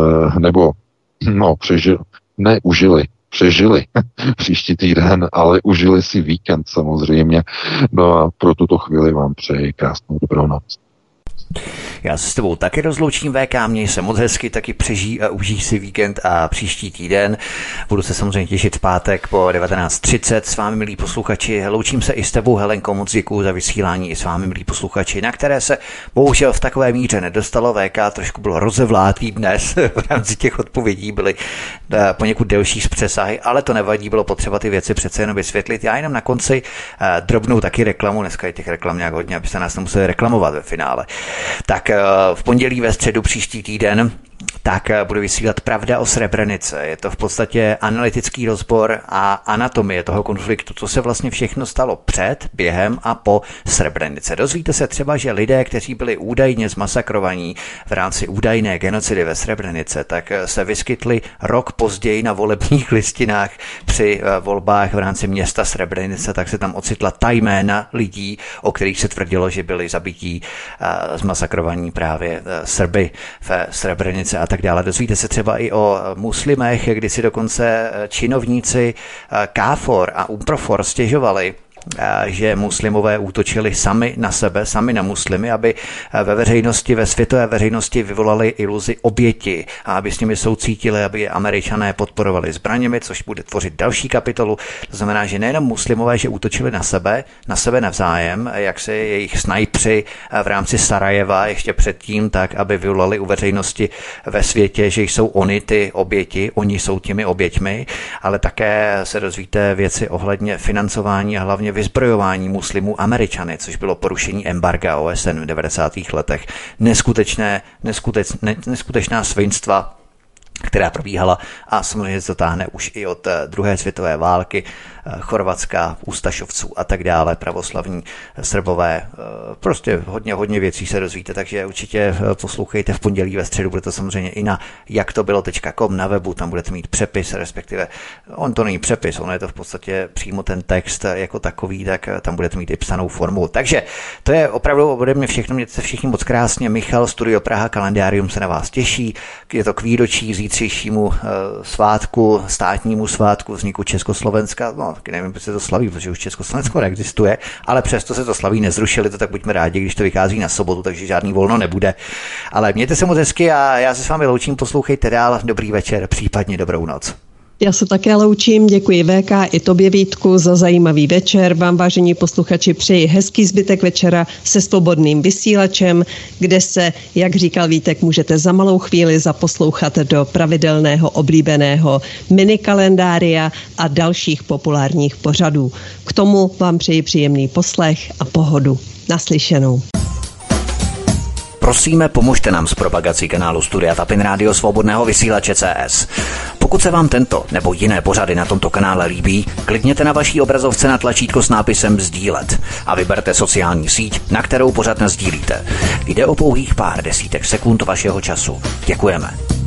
přežili příští týden, ale užili si víkend samozřejmě. No a pro tuto chvíli vám přeji krásnou dobrou noc. Já se s tebou taky rozloučím, VK, měj se moc hezky, taky přežij a užij si víkend a příští týden. Budu se samozřejmě těšit v pátek po 19:30 s vámi, milí posluchači. Loučím se i s tebou, Helenko, moc děkuju za vysílání i s vámi, milí posluchači, na které se bohužel v takové míře nedostalo. VK trošku bylo rozevlátý dnes, v rámci těch odpovědí byly poněkud delší z přesahy, ale to nevadí, bylo potřeba ty věci přece jenom vysvětlit. Já jenom na konci drobnou taky reklamu, dneska je těch reklam nějak hodně, abyste nás nemuseli reklamovat ve finále. Tak v pondělí, ve středu příští týden tak budu vysílat Pravda o Srebrenice. Je to v podstatě analytický rozbor a anatomie toho konfliktu, co se vlastně všechno stalo před, během a po Srebrenice. Dozvíte se třeba, že lidé, kteří byli údajně zmasakrovaní v rámci údajné genocidy ve Srebrenice, tak se vyskytli rok později na volebních listinách při volbách v rámci města Srebrenice, tak se tam ocitla ta jména lidí, o kterých se tvrdilo, že byli zabití, zmasakrovaní právě Srby v Srebrenice a tak dále. Dozvíte se třeba i o muslimech, kdy si dokonce činovníci KFOR a UNPROFOR stěžovali že muslimové útočili sami na sebe, sami na muslimy, aby ve veřejnosti, ve světové veřejnosti vyvolali iluzi oběti a aby s nimi soucítili, aby je Američané podporovali zbraněmi, což bude tvořit další kapitolu. To znamená, že nejenom muslimové, že útočili na sebe navzájem, jak se jejich snajpři v rámci Sarajeva ještě předtím, tak aby vyvolali u veřejnosti ve světě, že jsou oni ty oběti, oni jsou těmi oběťmi, ale také se dozvíte věci ohledně financování a hlavně vyzbrojování muslimů Američany, což bylo porušení embarga OSN v 90. letech. Neskutečná svinstva, která probíhala a samozřejmě se dotáhne už i od druhé světové války, Chorvatska, Ustašovců a tak dále, pravoslavní Srbové, prostě hodně věcí se dozvíte, takže určitě poslouchejte v pondělí, ve středu, bude to samozřejmě i na jaktobylo.com na webu, tam budete mít přepis, respektive on to není přepis, ono je to v podstatě přímo ten text jako takový, tak tam budete mít i psanou formu. Takže to je opravdu ode mě všechno, mějte se všichni moc krásně, Michal, Studio Praha, kalendárium se na vás těší, je to k výročí zítřejšímu svátku, státnímu svátku vzniku Československa, no, taky nevím, proč se to slaví, protože už Československo neexistuje, ale přesto se to slaví, nezrušili to, tak buďme rádi, když to vychází na sobotu, takže žádný volno nebude. Ale mějte se moc hezky a já se s vámi loučím, poslouchejte dál, dobrý večer, případně dobrou noc. Já se také loučím, děkuji VK i tobě, Vítku, za zajímavý večer. Vám, vážení posluchači, přeji hezký zbytek večera se Svobodným vysílačem, kde se, jak říkal Vítek, můžete za malou chvíli zaposlouchat do pravidelného oblíbeného minikalendária a dalších populárních pořadů. K tomu vám přeji příjemný poslech a pohodu. Naslyšenou. Prosíme, pomožte nám s propagací kanálu Studia Tapin Rádio Svobodného vysílače CS. Pokud se vám tento nebo jiné pořady na tomto kanále líbí, klikněte na vaší obrazovce na tlačítko s nápisem sdílet a vyberte sociální síť, na kterou pořad nasdílíte. Jde o pouhých pár desítek sekund vašeho času. Děkujeme.